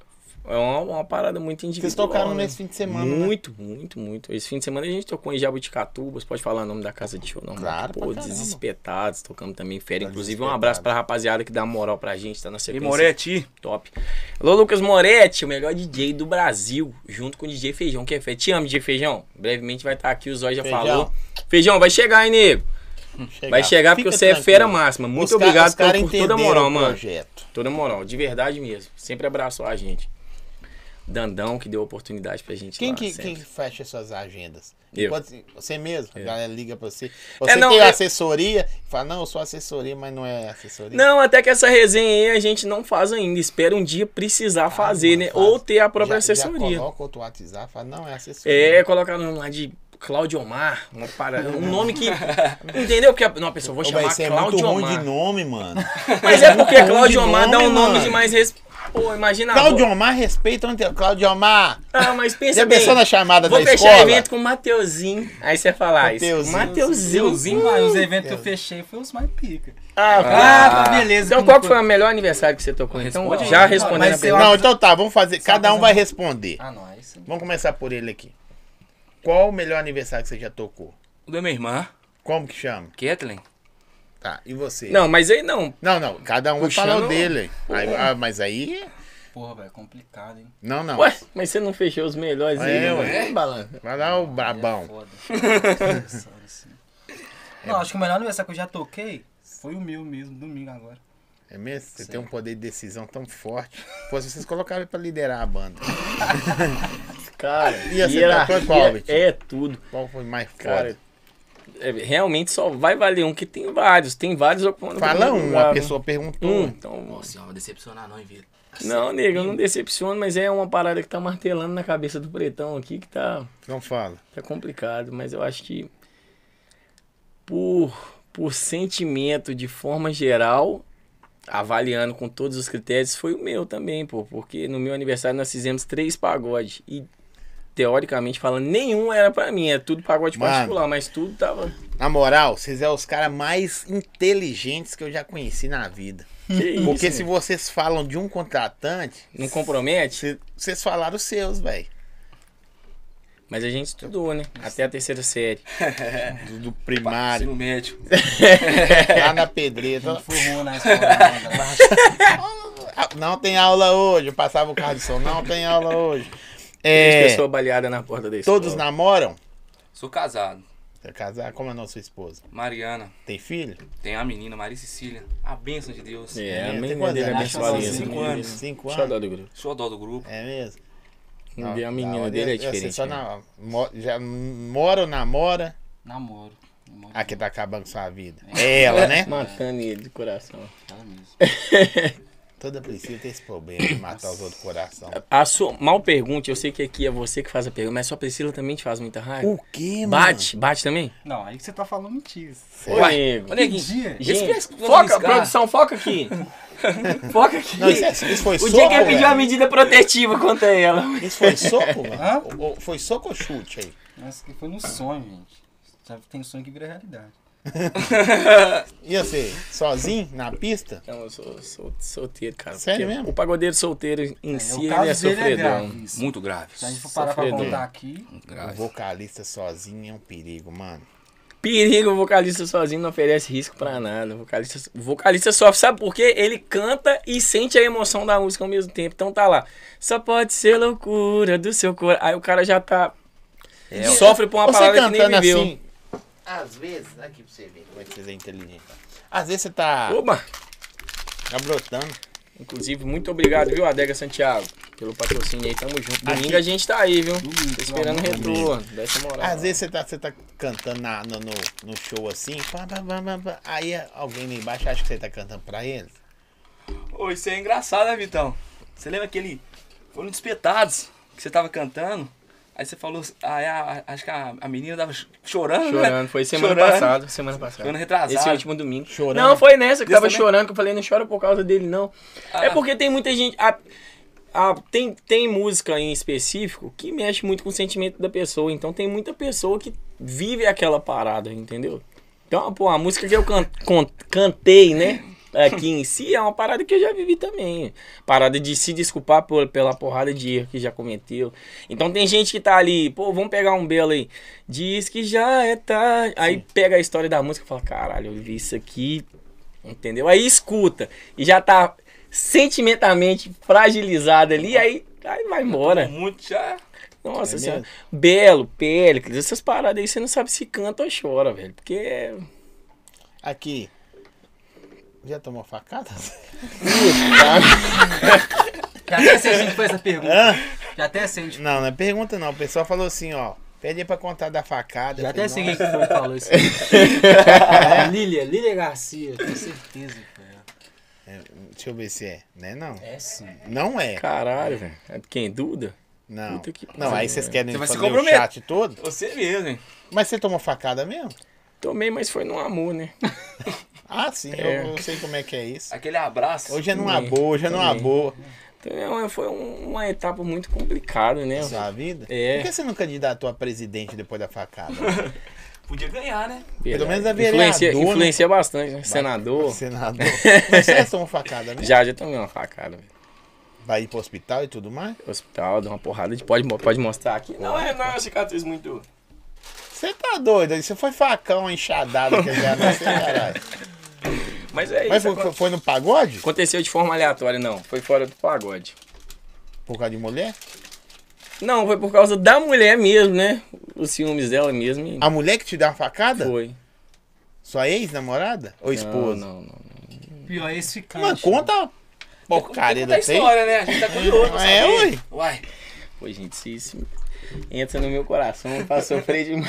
Speaker 1: É uma parada muito individual.
Speaker 2: Vocês tocaram
Speaker 1: né?
Speaker 2: nesse fim de semana, né?
Speaker 1: Muito, muito, muito. Esse fim de semana a gente tocou em Jabuticatubas, pode falar o nome da casa de show, não?
Speaker 2: Claro,
Speaker 1: Pô,
Speaker 2: pra caramba.
Speaker 1: Desespetados, tocamos também férias.
Speaker 2: Tá
Speaker 1: Inclusive, um
Speaker 2: Desespetados.
Speaker 1: abraço pra rapaziada que dá moral pra gente, tá na
Speaker 4: E
Speaker 1: sequência.
Speaker 4: Moretti.
Speaker 1: Top. Alô, Lucas Moretti, o melhor DJ do Brasil, junto com o DJ Feijão, que é fé. Te amo, DJ Feijão. Brevemente vai estar aqui, o Zóio já
Speaker 2: Feijão.
Speaker 1: falou. Feijão, vai chegar, hein, nego? Vai chegar porque
Speaker 2: Fica
Speaker 1: você é
Speaker 2: tranquilo.
Speaker 1: fera máxima. Muito
Speaker 2: Os
Speaker 1: obrigado
Speaker 2: caras
Speaker 1: por toda a
Speaker 2: entenderam
Speaker 1: moral,
Speaker 2: o
Speaker 1: mano.
Speaker 2: projeto.
Speaker 1: Toda moral, de verdade mesmo. Sempre abraçou a gente. Dandão, que deu oportunidade pra gente
Speaker 2: Quem
Speaker 1: lá,
Speaker 2: que
Speaker 1: sempre.
Speaker 2: fecha suas agendas?
Speaker 1: Eu.
Speaker 2: Você mesmo? A
Speaker 1: Eu.
Speaker 2: galera liga pra você. Você
Speaker 1: não,
Speaker 2: tem
Speaker 1: eu-
Speaker 2: assessoria? Fala, não, eu sou assessoria, mas não é assessoria.
Speaker 1: Não, até que essa resenha aí a gente não faz ainda. Espera um dia precisar fazer,
Speaker 2: mano,
Speaker 1: né?
Speaker 2: faz.
Speaker 1: Ou ter a própria
Speaker 2: Já
Speaker 1: assessoria.
Speaker 2: coloca outro WhatsApp, fala, não, é assessoria.
Speaker 1: É, colocar no nome lá de Cláudio Omar, um nome que... Entendeu? Porque não, a pessoa, vou
Speaker 2: Ô,
Speaker 1: chamar
Speaker 2: véi, você é muito
Speaker 1: Cláudio
Speaker 2: ruim
Speaker 1: Omar.
Speaker 2: de nome, mano.
Speaker 1: Mas é porque
Speaker 2: Ruim
Speaker 1: Cláudio
Speaker 2: de
Speaker 1: Omar dá um nome
Speaker 2: mano.
Speaker 1: de mais Pô, imagina...
Speaker 2: Cláudio Omar, respeita onde tem. Cláudio Omar.
Speaker 1: Ah, mas pensa
Speaker 2: Já
Speaker 1: bem.
Speaker 2: pensou na chamada
Speaker 1: Vou
Speaker 2: da
Speaker 1: fechar
Speaker 2: escola?
Speaker 1: evento com o Mateuzinho. Aí você fala isso.
Speaker 2: Mateuzinho.
Speaker 1: Mateuzinho.
Speaker 3: Mas os eventos que eu fechei foi os mais pica.
Speaker 1: Ah,
Speaker 3: beleza.
Speaker 1: então qual que foi o melhor aniversário que você tocou? Então,
Speaker 4: Responde
Speaker 1: já
Speaker 4: aí.
Speaker 1: respondendo
Speaker 3: Mas
Speaker 1: a
Speaker 3: eu
Speaker 1: pergunta.
Speaker 2: Não, então tá, vamos fazer. Cada um
Speaker 3: coisa-
Speaker 2: vai responder.
Speaker 3: Ah, não, aí sim.
Speaker 2: Vamos começar por ele aqui. Qual o melhor aniversário que você já tocou?
Speaker 4: O da minha irmã,
Speaker 2: Como que chama?
Speaker 4: Kathleen.
Speaker 2: Tá, e você?
Speaker 1: Não, mas aí não.
Speaker 2: Não, cada um vai
Speaker 1: Puxando-
Speaker 2: falar o dele. Mas aí...
Speaker 3: Porra, velho, é complicado, hein?
Speaker 2: Não.
Speaker 1: Ué, mas você não fechou os melhores aí,
Speaker 2: É,
Speaker 1: né,
Speaker 2: ué.
Speaker 1: mano? Balança.
Speaker 2: Vai lá o
Speaker 3: É
Speaker 2: brabão.
Speaker 3: foda. Assim. Não, acho que o melhor aniversário que eu já toquei foi o meu mesmo, domingo agora.
Speaker 2: É mesmo? Você
Speaker 3: Sim.
Speaker 2: tem um poder de decisão tão forte. Pô, se vocês colocaram ele pra liderar a banda.
Speaker 1: Cara,
Speaker 2: E você tocou qual,
Speaker 1: hierarquia
Speaker 2: Vitinho?
Speaker 1: é tudo.
Speaker 2: Qual foi mais
Speaker 1: Cara,
Speaker 2: foda?
Speaker 1: realmente só vai valer um, que tem vários. Tem vários ocupando o
Speaker 2: Fala
Speaker 1: primeiro
Speaker 2: um,
Speaker 1: lugar,
Speaker 2: a
Speaker 1: né?
Speaker 2: pessoa perguntou.
Speaker 1: Então,
Speaker 4: Nossa, não vai decepcionar não, hein, Vitor?
Speaker 1: não, nego, eu não decepciono, mas é uma parada que tá martelando na cabeça do pretão aqui, que tá
Speaker 2: Não fala.
Speaker 1: complicado. Mas eu acho que por sentimento, de forma geral, avaliando com todos os critérios, foi o meu também, pô. Porque no meu aniversário nós fizemos 3 pagodes. E, teoricamente falando, nenhum era pra mim. É tudo pagode
Speaker 2: Mano.
Speaker 1: particular, mas tudo tava...
Speaker 2: Na moral, vocês são os caras mais inteligentes que eu já conheci na vida.
Speaker 1: Que
Speaker 2: Porque
Speaker 1: isso,
Speaker 2: se
Speaker 1: né?
Speaker 2: vocês falam de um contratante,
Speaker 1: Não compromete?
Speaker 2: vocês falaram os seus, velho.
Speaker 1: Mas a gente estudou, né? Até a 3ª série.
Speaker 2: Do primário.
Speaker 4: Ensino médio.
Speaker 2: Lá na pedreira.
Speaker 3: Formou na escola. Né?
Speaker 2: Não tem aula hoje. Eu passava o carro de som. Não tem aula hoje.
Speaker 1: Três
Speaker 2: É,
Speaker 1: pessoas baleadas na porta da escola.
Speaker 2: todos namoram?
Speaker 4: Sou casado.
Speaker 2: Você é casado? Como é a sua esposa?
Speaker 4: Mariana.
Speaker 2: Tem filho?
Speaker 4: Tem a menina, Maria Cecília. A bênção de Deus.
Speaker 1: É, a
Speaker 2: Tem
Speaker 1: menina
Speaker 2: quantos
Speaker 1: dele é
Speaker 2: anos?
Speaker 1: abençoada.
Speaker 4: 5 anos.
Speaker 2: 5
Speaker 1: Xodó
Speaker 2: anos?
Speaker 1: do grupo.
Speaker 4: Xodó do grupo.
Speaker 2: É mesmo?
Speaker 1: A menina dele é diferente.
Speaker 2: Você só
Speaker 1: né?
Speaker 2: já mora ou namora?
Speaker 3: Namoro.
Speaker 2: Ah, que tá acabando com sua vida. É ela, né?
Speaker 1: Matando ele de coração.
Speaker 3: Ela mesmo.
Speaker 2: Toda Priscila tem esse problema de matar os outros coração.
Speaker 1: A sua, mal pergunte, eu sei que aqui é você que faz a pergunta, mas sua Priscila também te faz muita raiva.
Speaker 2: O quê, mano?
Speaker 1: Bate também?
Speaker 3: Não, aí que você tá falando mentira.
Speaker 1: Ô, nego.
Speaker 4: Ô, neguinho.
Speaker 3: dia?
Speaker 1: Gente,
Speaker 4: Vamos
Speaker 1: foca,
Speaker 4: arriscar.
Speaker 1: produção, foca aqui. Foca aqui.
Speaker 2: Não, isso foi
Speaker 1: O
Speaker 2: soco,
Speaker 1: dia que ele pediu
Speaker 2: velho?
Speaker 1: uma medida protetiva contra ela.
Speaker 2: Isso foi soco, mano?
Speaker 3: Hã?
Speaker 2: Foi soco ou chute aí?
Speaker 3: Mas que foi no sonho, gente. Já tem sonho que vira realidade.
Speaker 2: E você, sozinho, na pista?
Speaker 1: Não, eu sou solteiro, cara.
Speaker 2: Sério
Speaker 1: Porque
Speaker 2: mesmo?
Speaker 1: O pagodeiro solteiro em si,
Speaker 3: o
Speaker 1: ele
Speaker 3: caso
Speaker 1: é
Speaker 3: dele é
Speaker 1: sofredor.
Speaker 3: grave. Isso.
Speaker 4: Muito grave.
Speaker 3: Se a gente for parar pra
Speaker 1: Sofredor.
Speaker 3: contar aqui,
Speaker 2: O
Speaker 4: Grave.
Speaker 2: vocalista sozinho é um perigo, mano.
Speaker 1: Perigo, o vocalista sozinho não oferece risco pra nada. O vocalista sofre, sabe por quê? Ele canta e sente a emoção da música ao mesmo tempo. Então tá lá. Só pode ser loucura do seu coração. Aí o cara já tá... sofre por uma
Speaker 2: Você
Speaker 1: palavra que nem
Speaker 2: cantando
Speaker 1: viveu.
Speaker 2: assim, às vezes, aqui pra você ver como é que você é inteligente. Às vezes você tá
Speaker 1: Oba!
Speaker 2: brotando.
Speaker 1: Inclusive, muito obrigado, viu, Adega Santiago, pelo patrocínio aí. Tamo junto. Domingo
Speaker 2: Aqui.
Speaker 1: a gente tá aí, viu?
Speaker 3: Domingo,
Speaker 1: Tô esperando o
Speaker 3: pelo
Speaker 1: retorno. Dá essa moral.
Speaker 2: Às vezes você tá cantando no show assim, pá, pá, pá, pá, pá. Aí alguém lá embaixo acha que você tá cantando pra eles.
Speaker 4: Ô, isso é engraçado, né, Vitão? Você lembra aquele... Foi no Despetados que você tava cantando? Aí você falou... acho que a menina tava chorando, né?
Speaker 1: Chorando, foi semana
Speaker 4: Chorando.
Speaker 1: passada. Semana passada.
Speaker 4: Chorando retrasado.
Speaker 1: Esse último domingo.
Speaker 2: Chorando.
Speaker 1: Não, foi nessa que
Speaker 4: Desse
Speaker 1: tava
Speaker 4: também?
Speaker 1: chorando, que eu falei, não chora por causa dele, não.
Speaker 4: Ah.
Speaker 1: É porque tem muita gente. Tem música em específico que mexe muito com o sentimento da pessoa. Então tem muita pessoa que vive aquela parada, entendeu? Então, pô, a música que eu cantei, né? aqui em si é uma parada que eu já vivi também. Parada de se desculpar pela porrada de erro que já cometeu. Então tem gente que tá ali, pô, vamos pegar um belo aí. Diz que já é tarde. Aí pega a história da música e fala, caralho, eu vi isso aqui, entendeu? Aí escuta e já tá sentimentalmente fragilizado ali, aí vai embora.
Speaker 4: Muito já.
Speaker 1: Nossa senhora. Belo, Péricles, essas paradas aí você não sabe se canta ou chora, velho. Porque...
Speaker 2: Aqui. Já tomou facada?
Speaker 3: Já até sei a gente fez essa pergunta. Já até sei.
Speaker 2: Não, não é pergunta não. O pessoal falou assim, ó. Pede aí pra contar da facada.
Speaker 3: Já até sei quem
Speaker 2: nossa.
Speaker 3: que foi que falou isso. Lília Garcia, com certeza.
Speaker 2: Deixa eu ver se é. Né, não?
Speaker 3: É sim.
Speaker 2: Não é.
Speaker 1: caralho, velho. É quem dúvida?
Speaker 2: Não.
Speaker 1: Puta que
Speaker 2: Não, aí vocês querem
Speaker 4: Você vai se
Speaker 2: fazer o
Speaker 4: comprometer.
Speaker 2: chat todo?
Speaker 4: Você mesmo, hein?
Speaker 2: Mas você tomou facada mesmo?
Speaker 1: Tomei, mas foi no amor, né?
Speaker 2: Ah, sim.
Speaker 1: É.
Speaker 2: Eu sei como é que é isso.
Speaker 4: Aquele abraço.
Speaker 2: Hoje é numa
Speaker 1: Também,
Speaker 2: boa, hoje é numa
Speaker 1: também.
Speaker 2: boa.
Speaker 1: Então foi uma etapa muito complicada, né?
Speaker 2: Sua vida?
Speaker 1: É.
Speaker 2: Por que você não candidatou a presidente depois da facada?
Speaker 4: Podia ganhar, né?
Speaker 2: Pelo menos a
Speaker 1: influencia,
Speaker 2: vereadora,
Speaker 1: influencia bastante, né? Senador.
Speaker 2: Senador. Mas você já tomou facada mesmo?
Speaker 1: Já tomei uma facada, velho.
Speaker 2: Vai ir pro hospital e tudo mais?
Speaker 1: Hospital, dá uma porrada de. Pode mostrar aqui. Não é uma cicatriz muito.
Speaker 2: Você tá doido? Você foi facão, enxadado que já nasceu, caralho.
Speaker 1: Mas é
Speaker 2: Mas
Speaker 1: isso.
Speaker 2: foi no pagode?
Speaker 1: Aconteceu de forma aleatória, não. Foi fora do pagode.
Speaker 2: Por causa de mulher?
Speaker 1: Não, foi por causa da mulher mesmo, né? Os ciúmes dela mesmo. E
Speaker 2: A mulher que te deu uma facada?
Speaker 1: foi.
Speaker 2: Sua ex-namorada? Ou esposa?
Speaker 1: Não.
Speaker 3: Pior é esse ficante.
Speaker 2: Mas conta a porcaria
Speaker 4: da
Speaker 2: do tempo.
Speaker 4: história, né? A gente tá curioso pra
Speaker 2: É,
Speaker 4: saber.
Speaker 2: ué.
Speaker 4: Uai.
Speaker 1: Pô, gente, se isso entra no meu coração pra sofrer demais.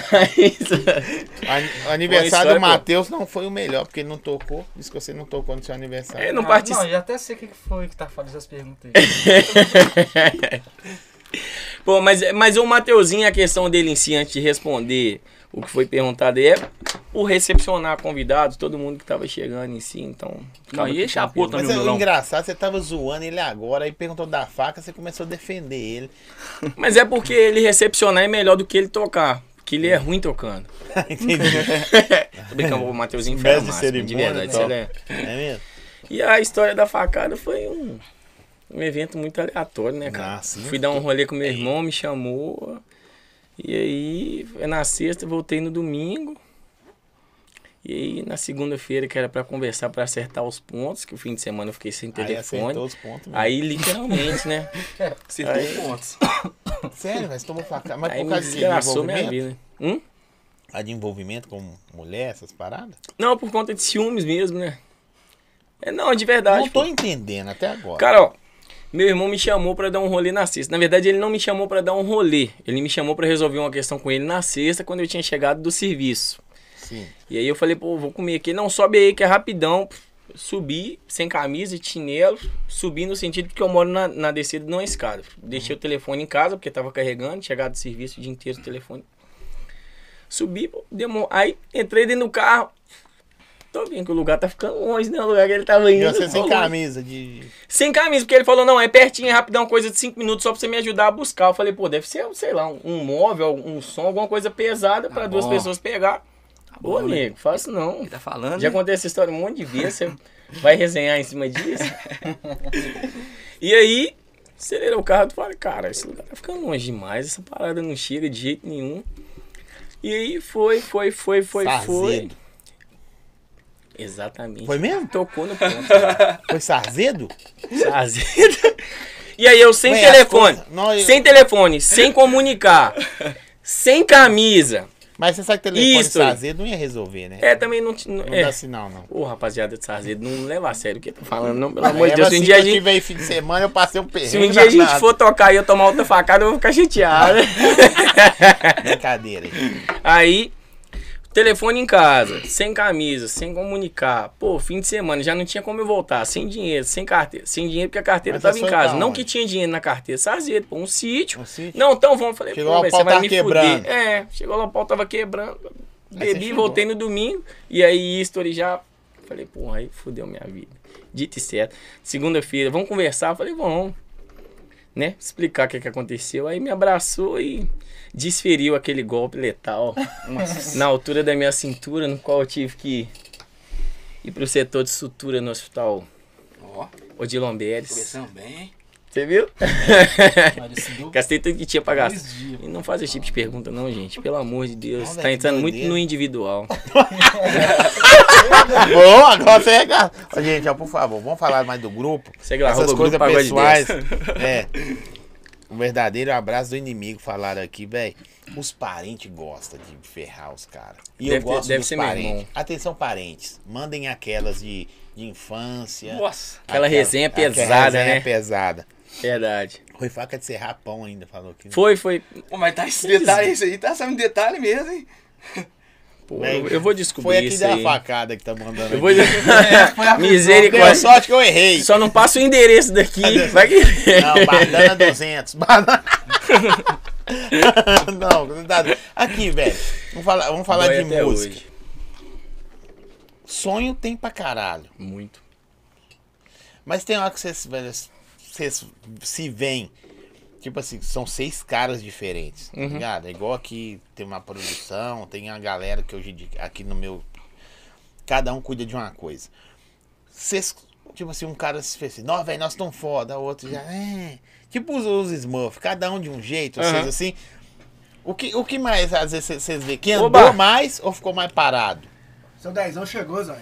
Speaker 2: O aniversário
Speaker 1: história,
Speaker 2: do
Speaker 1: pô.
Speaker 2: Matheus não foi o melhor, porque ele não tocou. Disse que você não tocou no seu aniversário.
Speaker 1: É, não
Speaker 3: Não,
Speaker 1: participa.
Speaker 3: já até sei o que foi que tá fazendo essas perguntas aí.
Speaker 1: Pô, mas o Mateuzinho, a questão dele em si, antes de responder o que foi perguntado, é o recepcionar convidados, todo mundo que tava chegando em si, então...
Speaker 4: Não, e chapou
Speaker 2: Mas
Speaker 4: também o
Speaker 2: é
Speaker 4: violão.
Speaker 2: engraçado, você tava zoando ele agora, aí perguntou da faca, você começou a defender ele.
Speaker 1: Mas é porque ele recepcionar é melhor do que ele tocar, porque ele é ruim tocando.
Speaker 2: Entendi.
Speaker 1: Tô brincando, o Mateuzinho
Speaker 2: Mestre
Speaker 1: fera
Speaker 2: de
Speaker 1: máximo, de
Speaker 2: cerimônia,
Speaker 1: verdade.
Speaker 2: top.
Speaker 1: Ele é...
Speaker 2: É mesmo?
Speaker 1: E a história da facada foi um evento muito aleatório, né, cara?
Speaker 2: Ah, sim.
Speaker 1: Fui dar um rolê com meu irmão, me chamou. E aí, foi na sexta, voltei no domingo. E aí, na segunda-feira, que era pra conversar, pra acertar os pontos, que o fim de semana eu fiquei sem
Speaker 2: Aí
Speaker 1: telefone.
Speaker 2: acertou os pontos mesmo.
Speaker 1: Aí, literalmente, né?
Speaker 4: Acertou
Speaker 1: Aí-
Speaker 4: pontos.
Speaker 2: Sério, mas tomou facada. Mas
Speaker 1: Aí
Speaker 2: por
Speaker 1: me
Speaker 2: causa de
Speaker 1: desgraçou minha
Speaker 2: envolvimento?
Speaker 1: vida.
Speaker 2: A de envolvimento com mulher, essas paradas?
Speaker 1: Não, por conta de ciúmes mesmo, né? É, não, de verdade.
Speaker 2: Não tô
Speaker 1: pô.
Speaker 2: entendendo até agora.
Speaker 1: Cara, ó, meu irmão me chamou pra dar um rolê na sexta. Na verdade, ele não me chamou pra dar um rolê. Ele me chamou pra resolver uma questão com ele na sexta, quando eu tinha chegado do serviço.
Speaker 2: Sim.
Speaker 1: E aí eu falei, pô, vou comer aqui. Não, sobe aí que é rapidão. Subi, sem camisa e chinelo. Subi no sentido que eu moro na descida de uma escada. Deixei o telefone em casa, porque tava carregando. Chegado do serviço o dia inteiro, o telefone. Subi, pô, aí entrei dentro do carro. Tô vendo que o lugar tá ficando longe, né? O lugar que ele tava indo.
Speaker 2: E você sem
Speaker 1: Tô
Speaker 2: camisa de...
Speaker 1: sem camisa, porque ele falou, não, é pertinho, é rapidão, coisa de 5 minutos só pra você me ajudar a buscar. Eu falei, pô, deve ser, sei lá, um móvel, um som, alguma coisa pesada pra duas
Speaker 4: bom.
Speaker 1: pessoas pegar. Ô,
Speaker 4: bom, né?
Speaker 1: nego, faço não.
Speaker 4: Ele tá falando,
Speaker 1: Já
Speaker 4: né?
Speaker 1: contei essa história um monte de vezes, você vai resenhar em cima disso. E aí, acelerou o carro e falei, cara, esse lugar tá ficando longe demais, essa parada não chega de jeito nenhum. E aí foi.
Speaker 2: Sarzedo.
Speaker 1: Exatamente.
Speaker 2: Foi mesmo?
Speaker 1: Tocou no ponto.
Speaker 2: Foi Sarzedo?
Speaker 1: Sarzedo. E aí eu sem
Speaker 2: Ué,
Speaker 1: telefone,
Speaker 2: as coisas- nós-
Speaker 1: sem telefone, sem comunicar, sem camisa.
Speaker 2: Mas você sabe que telefone
Speaker 1: Isso.
Speaker 2: Sarzedo não ia resolver, né?
Speaker 1: É, também não...
Speaker 2: Não
Speaker 1: é.
Speaker 2: dá sinal, não.
Speaker 1: Ô, rapaziada de Sarzedo, não leva a sério o que eu tô falando, não, pelo
Speaker 2: Mas
Speaker 1: amor de Deus. Se um dia a
Speaker 2: eu
Speaker 1: gente,
Speaker 2: tive aí fim de semana, eu passei um perrengue.
Speaker 1: se um dia a gente
Speaker 2: danado.
Speaker 1: for tocar e eu tomar outra facada, eu vou ficar chateado.
Speaker 2: Brincadeira aí.
Speaker 1: Aí, telefone em casa, sem camisa, sem comunicar. Pô, fim de semana, já não tinha como eu voltar. Sem dinheiro, sem carteira. Sem dinheiro porque a carteira
Speaker 2: Mas
Speaker 1: tava
Speaker 2: você
Speaker 1: em
Speaker 2: foi
Speaker 1: casa.
Speaker 2: pra
Speaker 1: Não
Speaker 2: onde?
Speaker 1: que tinha dinheiro na carteira. Sarzedo, pô, um sítio.
Speaker 2: Um sítio?
Speaker 1: Não, então vamos. Falei,
Speaker 2: Chegou
Speaker 1: pô,
Speaker 2: lá, o
Speaker 1: velho,
Speaker 2: pau
Speaker 1: você vai
Speaker 2: tava
Speaker 1: me
Speaker 2: quebrando.
Speaker 1: fuder. É, chegou lá, o pau tava quebrando.
Speaker 2: você
Speaker 1: Bebi,
Speaker 2: chegou.
Speaker 1: voltei no domingo. E aí, history já... Falei, pô, aí fudeu minha vida. Dito e certo. Segunda-feira, vamos conversar? Falei, vamos. Né? Explicar o que aconteceu. Aí me abraçou e desferiu aquele golpe letal na altura da minha cintura, no qual eu tive que E pro setor de sutura no hospital
Speaker 4: Ó,
Speaker 1: Odilon Beres.
Speaker 4: começando bem.
Speaker 1: Você viu?
Speaker 3: Mas decidiu
Speaker 1: Gastei tudo que tinha pra gastar.
Speaker 3: 2 dias.
Speaker 1: E não faz esse tipo de pergunta não, gente. Pelo amor de Deus.
Speaker 2: Não,
Speaker 1: Tá
Speaker 2: velho,
Speaker 1: entrando
Speaker 2: que
Speaker 1: muito
Speaker 2: doideira.
Speaker 1: no individual.
Speaker 2: Bom, agora você é gato. Ô, gente, ó, por favor, vamos falar mais do grupo.
Speaker 1: Segue lá,
Speaker 2: Essas
Speaker 1: arroba
Speaker 2: coisas
Speaker 1: Grupo Pagode
Speaker 2: pessoais.
Speaker 1: 10.
Speaker 2: É. Um verdadeiro abraço do inimigo, falaram aqui, velho. Os parentes gostam de ferrar os caras. E eu gosto
Speaker 1: deve
Speaker 2: dos
Speaker 1: ser meu
Speaker 2: parentes.
Speaker 1: irmão.
Speaker 2: Atenção, parentes. Mandem aquelas de infância.
Speaker 4: Nossa.
Speaker 1: Aquela resenha
Speaker 2: aquela
Speaker 1: pesada,
Speaker 2: resenha
Speaker 1: né?
Speaker 2: pesada.
Speaker 1: Verdade.
Speaker 2: Foi faca de serrar pão ainda, falou aqui.
Speaker 1: Foi.
Speaker 4: Pô, mas tá esse detalhe, isso aí tá sabendo detalhe mesmo, hein?
Speaker 1: Pô,
Speaker 2: Velho,
Speaker 1: eu vou descobrir
Speaker 2: Foi aqui
Speaker 1: isso
Speaker 2: da
Speaker 1: aí.
Speaker 2: facada que tá mandando
Speaker 1: Eu vou...
Speaker 2: aqui. Deu
Speaker 1: Misericórdia.
Speaker 2: sorte que eu errei.
Speaker 1: Só não passa o endereço daqui. Vai que...
Speaker 2: Não, Badana 200. Badana... Não, cuidado. Aqui, velho. Vamos falar
Speaker 1: Dói
Speaker 2: de
Speaker 1: até
Speaker 2: música.
Speaker 1: hoje.
Speaker 2: Sonho tem pra caralho.
Speaker 1: Muito.
Speaker 2: Mas tem hora que vocês, velho, vocês se veem. Tipo assim, são 6 caras diferentes, tá ligado? É igual aqui tem uma produção, tem a galera que hoje aqui no meu. Cada um cuida de uma coisa. Vocês, tipo assim, um cara se fez assim, não, velho, nós tão foda, o outro já. Tipo os Smurfs, cada um de um jeito, vocês assim. O que mais às vezes vocês veem? Quem andou
Speaker 1: Oba!
Speaker 2: mais ou ficou mais parado?
Speaker 5: Seu dezão chegou, Zóio.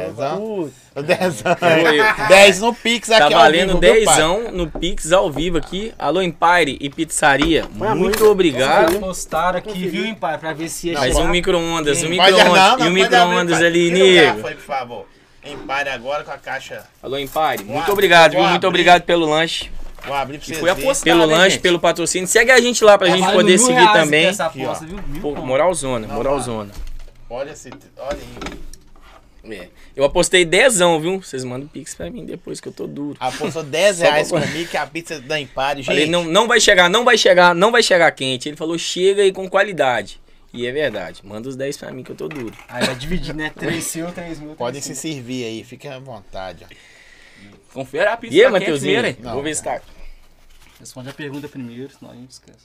Speaker 2: 10
Speaker 1: Foi.
Speaker 2: 10 no Pix aqui
Speaker 1: Tá
Speaker 2: ao
Speaker 1: valendo
Speaker 2: vivo, viu, pai?
Speaker 1: 10 no Pix ao vivo aqui. Alô, Empire e Pizzaria. Muito obrigado.
Speaker 3: Postaram aqui, viu, hein, pai? Pra ver se ia
Speaker 1: Mais
Speaker 3: chegar.
Speaker 1: um micro-ondas,
Speaker 2: Pode-
Speaker 1: e um
Speaker 2: não,
Speaker 1: micro-ondas
Speaker 2: pode abrir, pai.
Speaker 1: ali,
Speaker 2: Tira o garfo
Speaker 1: nego.
Speaker 2: aí, por favor. Empare agora com a caixa.
Speaker 1: Alô, Empire. Muito
Speaker 2: abrir,
Speaker 1: obrigado, viu?
Speaker 2: vou
Speaker 1: Muito
Speaker 2: abrir.
Speaker 1: obrigado pelo lanche,
Speaker 2: Vou abrir pra vocês
Speaker 4: foi
Speaker 2: verem.
Speaker 4: apostado.
Speaker 1: pelo
Speaker 4: né,
Speaker 1: lanche,
Speaker 4: gente?
Speaker 1: pelo patrocínio. Segue a gente lá pra gente
Speaker 3: Valendo
Speaker 1: poder
Speaker 3: R$1.000
Speaker 1: seguir também.
Speaker 3: Essa
Speaker 2: Aqui, ó.
Speaker 3: aposta, viu?
Speaker 1: Pô,
Speaker 3: Mil
Speaker 1: moralzona,
Speaker 2: Não,
Speaker 1: moralzona.
Speaker 2: Olha aí.
Speaker 1: É. Eu apostei 10, viu? Vocês mandam Pix pra mim depois que eu tô duro.
Speaker 2: Apostou 10
Speaker 1: Só
Speaker 2: reais
Speaker 1: pra-
Speaker 2: comigo que a pizza da Empare.
Speaker 1: Falei,
Speaker 2: Gente,
Speaker 1: não vai chegar quente. Ele falou, chega aí com qualidade. E é verdade. Manda os 10 pra mim que eu tô duro.
Speaker 3: Aí vai dividir, né? 3 seu, 3 mil.
Speaker 2: podem se servir aí. Fiquem à vontade. Ó.
Speaker 4: Confere a pizza
Speaker 1: E aí,
Speaker 4: tá quente
Speaker 1: Mateuzinho?
Speaker 4: primeiro, hein?
Speaker 2: Não,
Speaker 1: Vou ver se tá.
Speaker 3: Responde a pergunta primeiro, senão a gente esquece.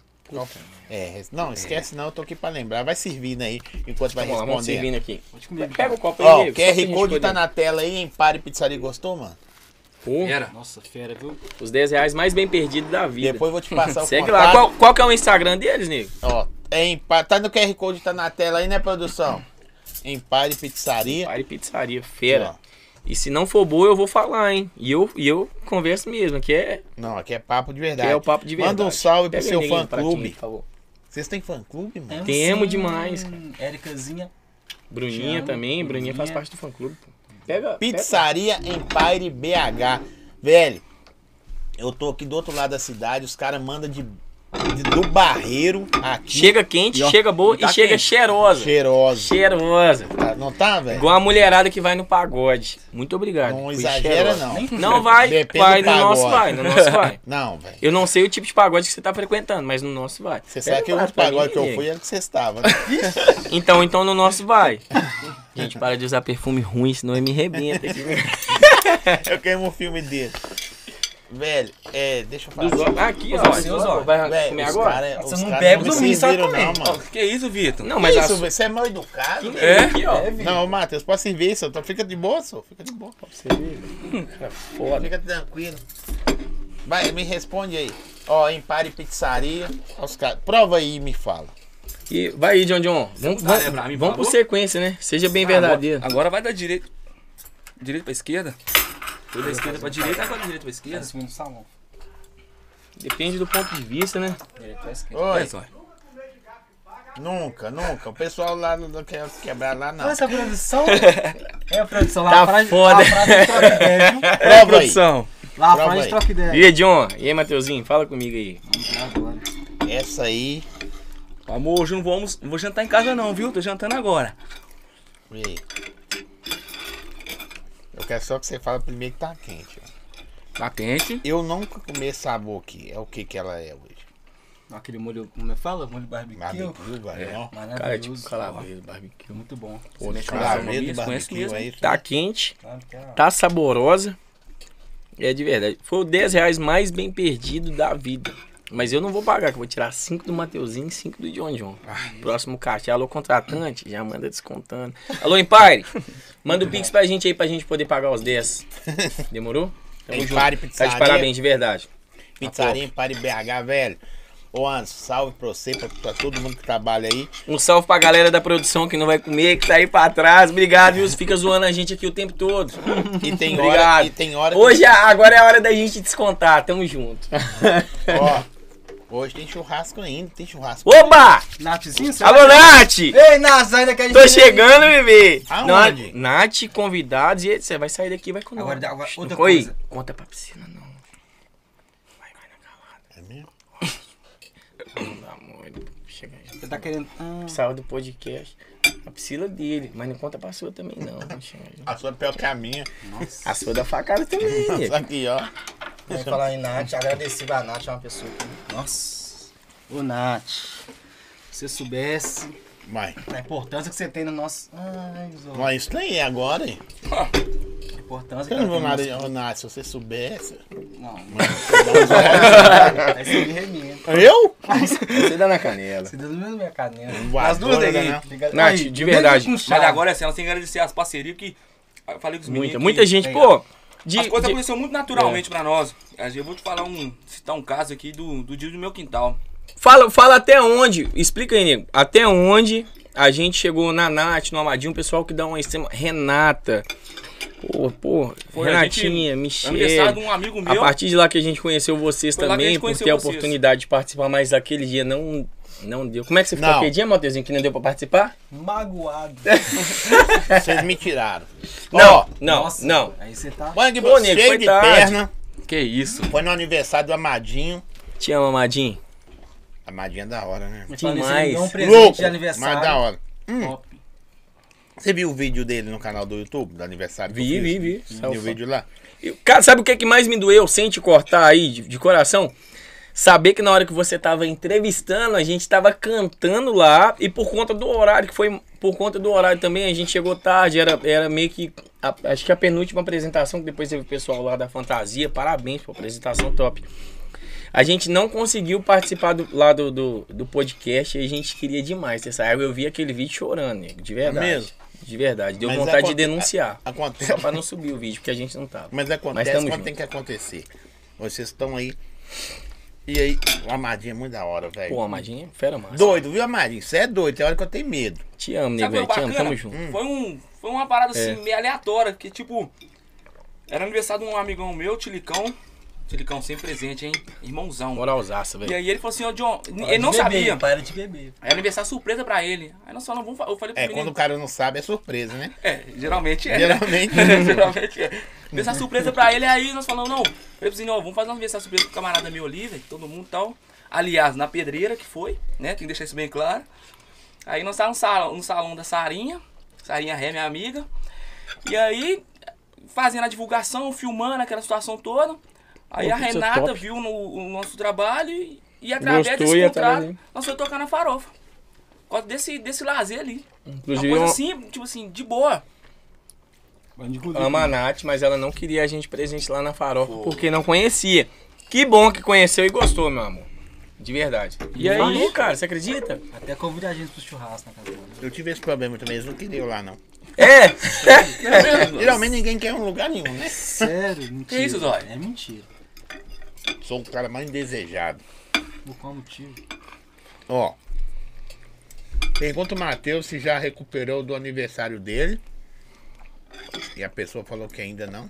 Speaker 2: Não, esquece não. Eu tô aqui pra lembrar. Vai servindo aí enquanto vai
Speaker 1: Vamos lá, vamos
Speaker 2: responder.
Speaker 1: servindo aqui.
Speaker 3: Pode comer.
Speaker 1: Pega o copo aí,
Speaker 2: Ó,
Speaker 1: nego,
Speaker 2: o
Speaker 1: só pra
Speaker 2: QR
Speaker 1: gente
Speaker 2: Code
Speaker 1: poder-
Speaker 2: tá na tela aí. Empare Pizzaria. Gostou, mano?
Speaker 1: Pô,
Speaker 4: Era.
Speaker 3: Nossa, fera, viu?
Speaker 1: os 10 reais mais bem perdidos da vida.
Speaker 2: Depois eu vou te passar o
Speaker 1: Segue
Speaker 2: contato.
Speaker 1: lá. Qual que é o Instagram deles, nego?
Speaker 2: Ó, tá no QR Code, tá na tela aí, né, produção? Empare Pizzaria.
Speaker 1: Pare Pizzaria, fera.
Speaker 2: Aqui,
Speaker 1: E se não for boa, eu vou falar, hein? E eu converso mesmo, que é
Speaker 2: Não, aqui é papo de
Speaker 1: Que
Speaker 2: verdade.
Speaker 1: é o papo de verdade.
Speaker 2: Manda um salve pro
Speaker 1: Pega
Speaker 2: seu
Speaker 1: aí, neguinho,
Speaker 2: fã-clube.
Speaker 1: pratinho, por favor.
Speaker 2: Vocês têm fã-clube, mano?
Speaker 1: Temos demais, cara.
Speaker 3: Éricazinha.
Speaker 1: Bruninha
Speaker 3: Te amo,
Speaker 1: também. Bruninha faz
Speaker 3: Bruninha.
Speaker 1: parte do fã-clube. pô. Pega.
Speaker 2: Pizzaria Empire BH. Velho, eu tô aqui do outro lado da cidade, os caras mandam do Barreiro aqui.
Speaker 1: Chega quente,
Speaker 3: E, ó,
Speaker 1: chega boa e
Speaker 4: tá
Speaker 1: chega
Speaker 4: quente.
Speaker 1: cheirosa.
Speaker 2: Cheirosa.
Speaker 1: Cheirosa.
Speaker 2: Tá- não tá, velho?
Speaker 1: Igual a mulherada que vai no pagode. Muito obrigado.
Speaker 2: Não
Speaker 1: Fui
Speaker 2: exagera,
Speaker 1: cheirosa.
Speaker 2: não.
Speaker 1: Não vai,
Speaker 2: Depende
Speaker 1: vai,
Speaker 2: do
Speaker 1: no nosso
Speaker 2: pagode.
Speaker 1: vai, no nosso vai.
Speaker 2: Não, velho.
Speaker 1: Eu não sei o tipo de pagode que você tá frequentando, mas no nosso vai.
Speaker 2: Você sabe que o
Speaker 1: Pega
Speaker 2: último
Speaker 1: pra
Speaker 2: pagode
Speaker 1: mim,
Speaker 2: que eu
Speaker 1: nego.
Speaker 2: fui era que você estava. Né?
Speaker 1: Então no nosso vai. Gente, para de usar perfume ruim, senão eu me rebenta aqui.
Speaker 2: Eu queimo um filme dele. Velho, deixa eu falar.
Speaker 1: Dos
Speaker 2: assim.
Speaker 1: olhos. Aqui,
Speaker 3: Os
Speaker 1: ó.
Speaker 3: olhos, os olhos.
Speaker 1: Vai
Speaker 2: Velho,
Speaker 1: comer
Speaker 2: os
Speaker 1: agora?
Speaker 2: cara-
Speaker 3: Você
Speaker 2: os
Speaker 3: não
Speaker 2: cara
Speaker 3: bebe
Speaker 2: me
Speaker 3: dormir, sabe
Speaker 2: serviram,
Speaker 3: comer.
Speaker 2: não, mano.
Speaker 4: Que isso, Vitor?
Speaker 1: Não, mas
Speaker 2: Isso,
Speaker 1: a...
Speaker 2: velho, você é mal educado. velho.
Speaker 4: É?
Speaker 1: Aqui, ó.
Speaker 2: Não, Matheus, pode servir isso. Fica de boa, só. Fica de boa.
Speaker 1: Cara, foda.
Speaker 2: Fica tranquilo. Vai, me responde aí. Ó, Empare Pizzaria. Os caras. Prova aí e me fala.
Speaker 1: E vai aí, John. Vamos
Speaker 4: Tá, né, pra mim, por
Speaker 1: vamos por
Speaker 4: favor?
Speaker 1: sequência, né? Seja bem verdadeiro.
Speaker 4: Agora vai da direita. Direita pra esquerda. Foi da esquerda pra direita, agora da direita pra esquerda.
Speaker 3: Esse no salão.
Speaker 1: Depende do ponto de vista, né?
Speaker 3: Direito pra esquerda.
Speaker 2: Oi.
Speaker 4: É só.
Speaker 2: Nunca. O pessoal lá não quer quebrar lá, não.
Speaker 3: Olha essa produção. É a produção. Lá
Speaker 1: Tá
Speaker 3: atrás,
Speaker 1: foda.
Speaker 3: Lá atrás a gente troca ideia, viu?
Speaker 2: Prova aí.
Speaker 1: Produção.
Speaker 3: Lá
Speaker 2: Prova
Speaker 3: atrás a gente
Speaker 2: aí.
Speaker 3: troca ideia.
Speaker 1: E aí, John? E aí, Mateuzinho? Fala comigo aí.
Speaker 3: Agora.
Speaker 2: Essa aí.
Speaker 4: Amor, hoje não vou jantar em casa não, viu? Tô jantando agora.
Speaker 2: E aí? Eu quero só que você fale primeiro que tá quente. Ó.
Speaker 4: Tá quente.
Speaker 2: Eu nunca comi esse sabor aqui. É o que ela é hoje.
Speaker 3: Aquele molho, como é que fala? Molho barbecue.
Speaker 2: Barbecue, velho. ó.
Speaker 1: Cara, tipo
Speaker 3: Maravilhoso.
Speaker 1: calabresa, barbecue.
Speaker 3: Muito bom.
Speaker 1: Pô,
Speaker 4: Mexe com
Speaker 2: Calabresa,
Speaker 4: gastronomia, conhece
Speaker 2: barbecue,
Speaker 4: mesmo.
Speaker 2: é isso?
Speaker 1: Tá quente,
Speaker 3: Claro que é.
Speaker 1: tá saborosa. É de verdade. Foi o 10 reais mais bem perdido da vida. Mas eu não vou pagar, que eu vou tirar 5 do Mateuzinho e 5 do John John. Próximo caixa. Alô, contratante, já manda descontando. Alô, Empire, manda o Pix pra gente aí, pra gente poder pagar os 10. Demorou? Tamo junto.
Speaker 2: Empire
Speaker 1: Tá de
Speaker 2: Pizzaria.
Speaker 1: parabéns, de verdade.
Speaker 2: Pizzaria Empire BH, velho. Ô, Anderson, salve pra você, pra todo mundo que trabalha aí.
Speaker 1: Um salve pra galera da produção que não vai comer, que tá aí pra trás. Obrigado, viu? Fica zoando a gente aqui o tempo todo.
Speaker 2: E tem
Speaker 1: Obrigado.
Speaker 2: hora, e tem hora
Speaker 1: Hoje, agora é a hora da gente descontar. Tamo junto.
Speaker 2: Ó, hoje tem churrasco ainda, tem churrasco.
Speaker 1: Oba!
Speaker 3: Nathzinho, você
Speaker 1: Alô, Nath!
Speaker 3: Ei, Nath, sai daqui.
Speaker 1: Tô chegando, bebê.
Speaker 2: Aonde?
Speaker 1: Nath, convidados, e você vai sair daqui e vai com nós.
Speaker 3: Agora, outra
Speaker 1: Oi,
Speaker 3: coisa.
Speaker 1: conta pra piscina, não. Vai na calada.
Speaker 2: É mesmo?
Speaker 1: Pelo amor, chega aí.
Speaker 3: Você tá querendo...
Speaker 1: Precisava do podcast. A piscina dele, mas não conta pra sua também, não. Chega aí.
Speaker 2: A sua é pior que a minha.
Speaker 1: A sua da facada também.
Speaker 2: Isso aqui, ó.
Speaker 3: Vou falar em Nath, agradecido a Nath, é uma pessoa que... Nossa. Ô, Nath, se você soubesse
Speaker 2: Vai.
Speaker 3: a importância que você tem no nosso... Ai, Zó.
Speaker 2: Mas isso nem é agora, hein?
Speaker 3: A importância que
Speaker 2: Eu não vou
Speaker 3: ela
Speaker 2: nada,
Speaker 3: tem no
Speaker 2: ô, Nath, se você soubesse.
Speaker 3: nosso... Não,
Speaker 2: Não,
Speaker 3: aí você me remenda.
Speaker 2: eu?
Speaker 1: Você dá na canela.
Speaker 3: Você deu no mesmo minha canela.
Speaker 2: Voadora,
Speaker 3: As duas
Speaker 2: né,
Speaker 3: aqui.
Speaker 2: não?
Speaker 1: Nath,
Speaker 3: Aí,
Speaker 1: de verdade.
Speaker 3: com
Speaker 4: Mas
Speaker 3: chave.
Speaker 4: agora assim, elas têm que agradecer as parcerias que. Eu falei com os meninos.
Speaker 1: Muita
Speaker 4: que
Speaker 1: gente, pô.
Speaker 4: As coisas aconteceram muito naturalmente pra nós. Eu vou te falar citar um caso aqui do dia do meu quintal.
Speaker 1: Fala até onde. Explica aí, nego. Até onde a gente chegou na Nath, no Amadinho, o pessoal que dá uma extrema. Renata. Pô,
Speaker 4: Foi,
Speaker 1: Renatinha,
Speaker 4: Aniversário de
Speaker 1: Michelle.
Speaker 4: um amigo
Speaker 1: A
Speaker 4: meu.
Speaker 1: partir de lá que a gente conheceu vocês
Speaker 4: Foi lá que a
Speaker 1: também,
Speaker 4: gente
Speaker 1: por
Speaker 4: conheceu
Speaker 1: ter a
Speaker 4: vocês.
Speaker 1: oportunidade de participar, mas aquele dia não deu. Como é que você ficou
Speaker 2: Não.
Speaker 1: aquele dia, Mateuzinho, que não deu pra participar?
Speaker 3: Magoado.
Speaker 2: Vocês me tiraram.
Speaker 1: Não,
Speaker 2: Ó,
Speaker 1: não,
Speaker 3: Nossa,
Speaker 1: não.
Speaker 3: Aí você tá...
Speaker 2: Mano,
Speaker 1: Pô, nego,
Speaker 2: cheio
Speaker 1: foi
Speaker 2: de
Speaker 1: tarde.
Speaker 2: perna.
Speaker 4: Que isso?
Speaker 2: Foi no aniversário do Amadinho.
Speaker 1: Te amo, Amadinho.
Speaker 2: Amadinho é da hora, né?
Speaker 3: Mas falando nisso,
Speaker 1: Demais.
Speaker 3: ele me deu um presente
Speaker 2: Louco,
Speaker 3: de aniversário.
Speaker 2: mas da hora.
Speaker 3: Top.
Speaker 2: Você viu o vídeo dele no canal do YouTube, do aniversário? que eu
Speaker 1: Vi.
Speaker 2: fiz? Viu o vídeo lá?
Speaker 1: Cara, sabe o que mais me doeu, sem te cortar aí, de coração? Saber que na hora que você tava entrevistando, a gente tava cantando lá, e por conta do horário, que foi por conta do horário também, a gente chegou tarde, era meio que, acho que a penúltima apresentação, que depois teve o pessoal lá da Fantasia, parabéns por apresentação top. A gente não conseguiu participar do podcast, e a gente queria demais ter saído. Eu vi aquele vídeo chorando, nego, de verdade.
Speaker 2: mesmo?
Speaker 1: De verdade, deu
Speaker 2: Mas
Speaker 1: vontade de denunciar.
Speaker 2: Acontece.
Speaker 1: Só pra não subir o vídeo, porque a gente não tava.
Speaker 2: Mas
Speaker 1: Mas
Speaker 2: acontece
Speaker 1: tamo
Speaker 2: quando
Speaker 1: junto.
Speaker 2: tem que acontecer. Vocês estão aí. E aí, o Amadinho é muito da hora, velho.
Speaker 1: Pô, Amadinho, fera massa.
Speaker 2: Doido, viu, Amadinho? Você é doido, tem hora que eu tenho medo.
Speaker 1: Te amo, nego,
Speaker 4: Sabe o
Speaker 1: velho.
Speaker 4: que
Speaker 1: Te
Speaker 4: foi
Speaker 1: amo,
Speaker 4: bacana?
Speaker 1: tamo junto.
Speaker 4: Foi uma parada assim,
Speaker 1: É.
Speaker 4: meio aleatória, que tipo, era aniversário de um amigão meu, Tilicão sempre presente, hein? Irmãozão.
Speaker 1: Moralzaça,
Speaker 4: E
Speaker 1: velho.
Speaker 4: aí ele falou assim, ó, John, ele não sabia.
Speaker 3: Para de beber.
Speaker 4: Era aniversário surpresa pra ele. Aí nós falamos, eu falei pro
Speaker 2: É,
Speaker 4: menino.
Speaker 2: quando o cara não sabe, é surpresa, né?
Speaker 4: Geralmente é.
Speaker 2: Geralmente.
Speaker 4: Né? Geralmente é. Aniversário surpresa pra ele, aí nós falamos, não. Falei pro assim, não, vamos fazer um aniversário surpresa pro camarada meu ali, velho, todo mundo e tal. Aliás, na pedreira que foi, né? Tem que deixar isso bem claro. Aí nós estávamos no salão da Sarinha Ré, minha amiga. E aí, fazendo a divulgação, filmando aquela situação toda. Aí
Speaker 1: Pô,
Speaker 4: a
Speaker 1: pizza
Speaker 4: Renata
Speaker 1: top.
Speaker 4: viu o nosso trabalho e através
Speaker 1: Gostou
Speaker 4: desse
Speaker 1: e através
Speaker 4: contrato,
Speaker 1: dele.
Speaker 4: nós foi tocar na farofa. Por causa desse lazer ali.
Speaker 1: Inclusive,
Speaker 4: Uma coisa
Speaker 1: eu
Speaker 4: assim, tipo assim, de boa.
Speaker 1: amo a Nath, mas ela não queria a gente presente lá na farofa, porque não conhecia. Que bom que conheceu e gostou, meu amor. De verdade. E aí, cara, você acredita?
Speaker 3: Até convida a gente pro churrasco na casa dela.
Speaker 2: Eu tive esse problema também, eles não queriam lá, não.
Speaker 1: É!
Speaker 2: Geralmente ninguém quer em um lugar nenhum, né?
Speaker 3: Sério? Mentira.
Speaker 4: isso, Zóia?
Speaker 3: É mentira.
Speaker 2: Sou o cara mais indesejado.
Speaker 3: Por qual motivo?
Speaker 2: Ó. Pergunta o Matheus se já recuperou do aniversário dele. E a pessoa falou que ainda não.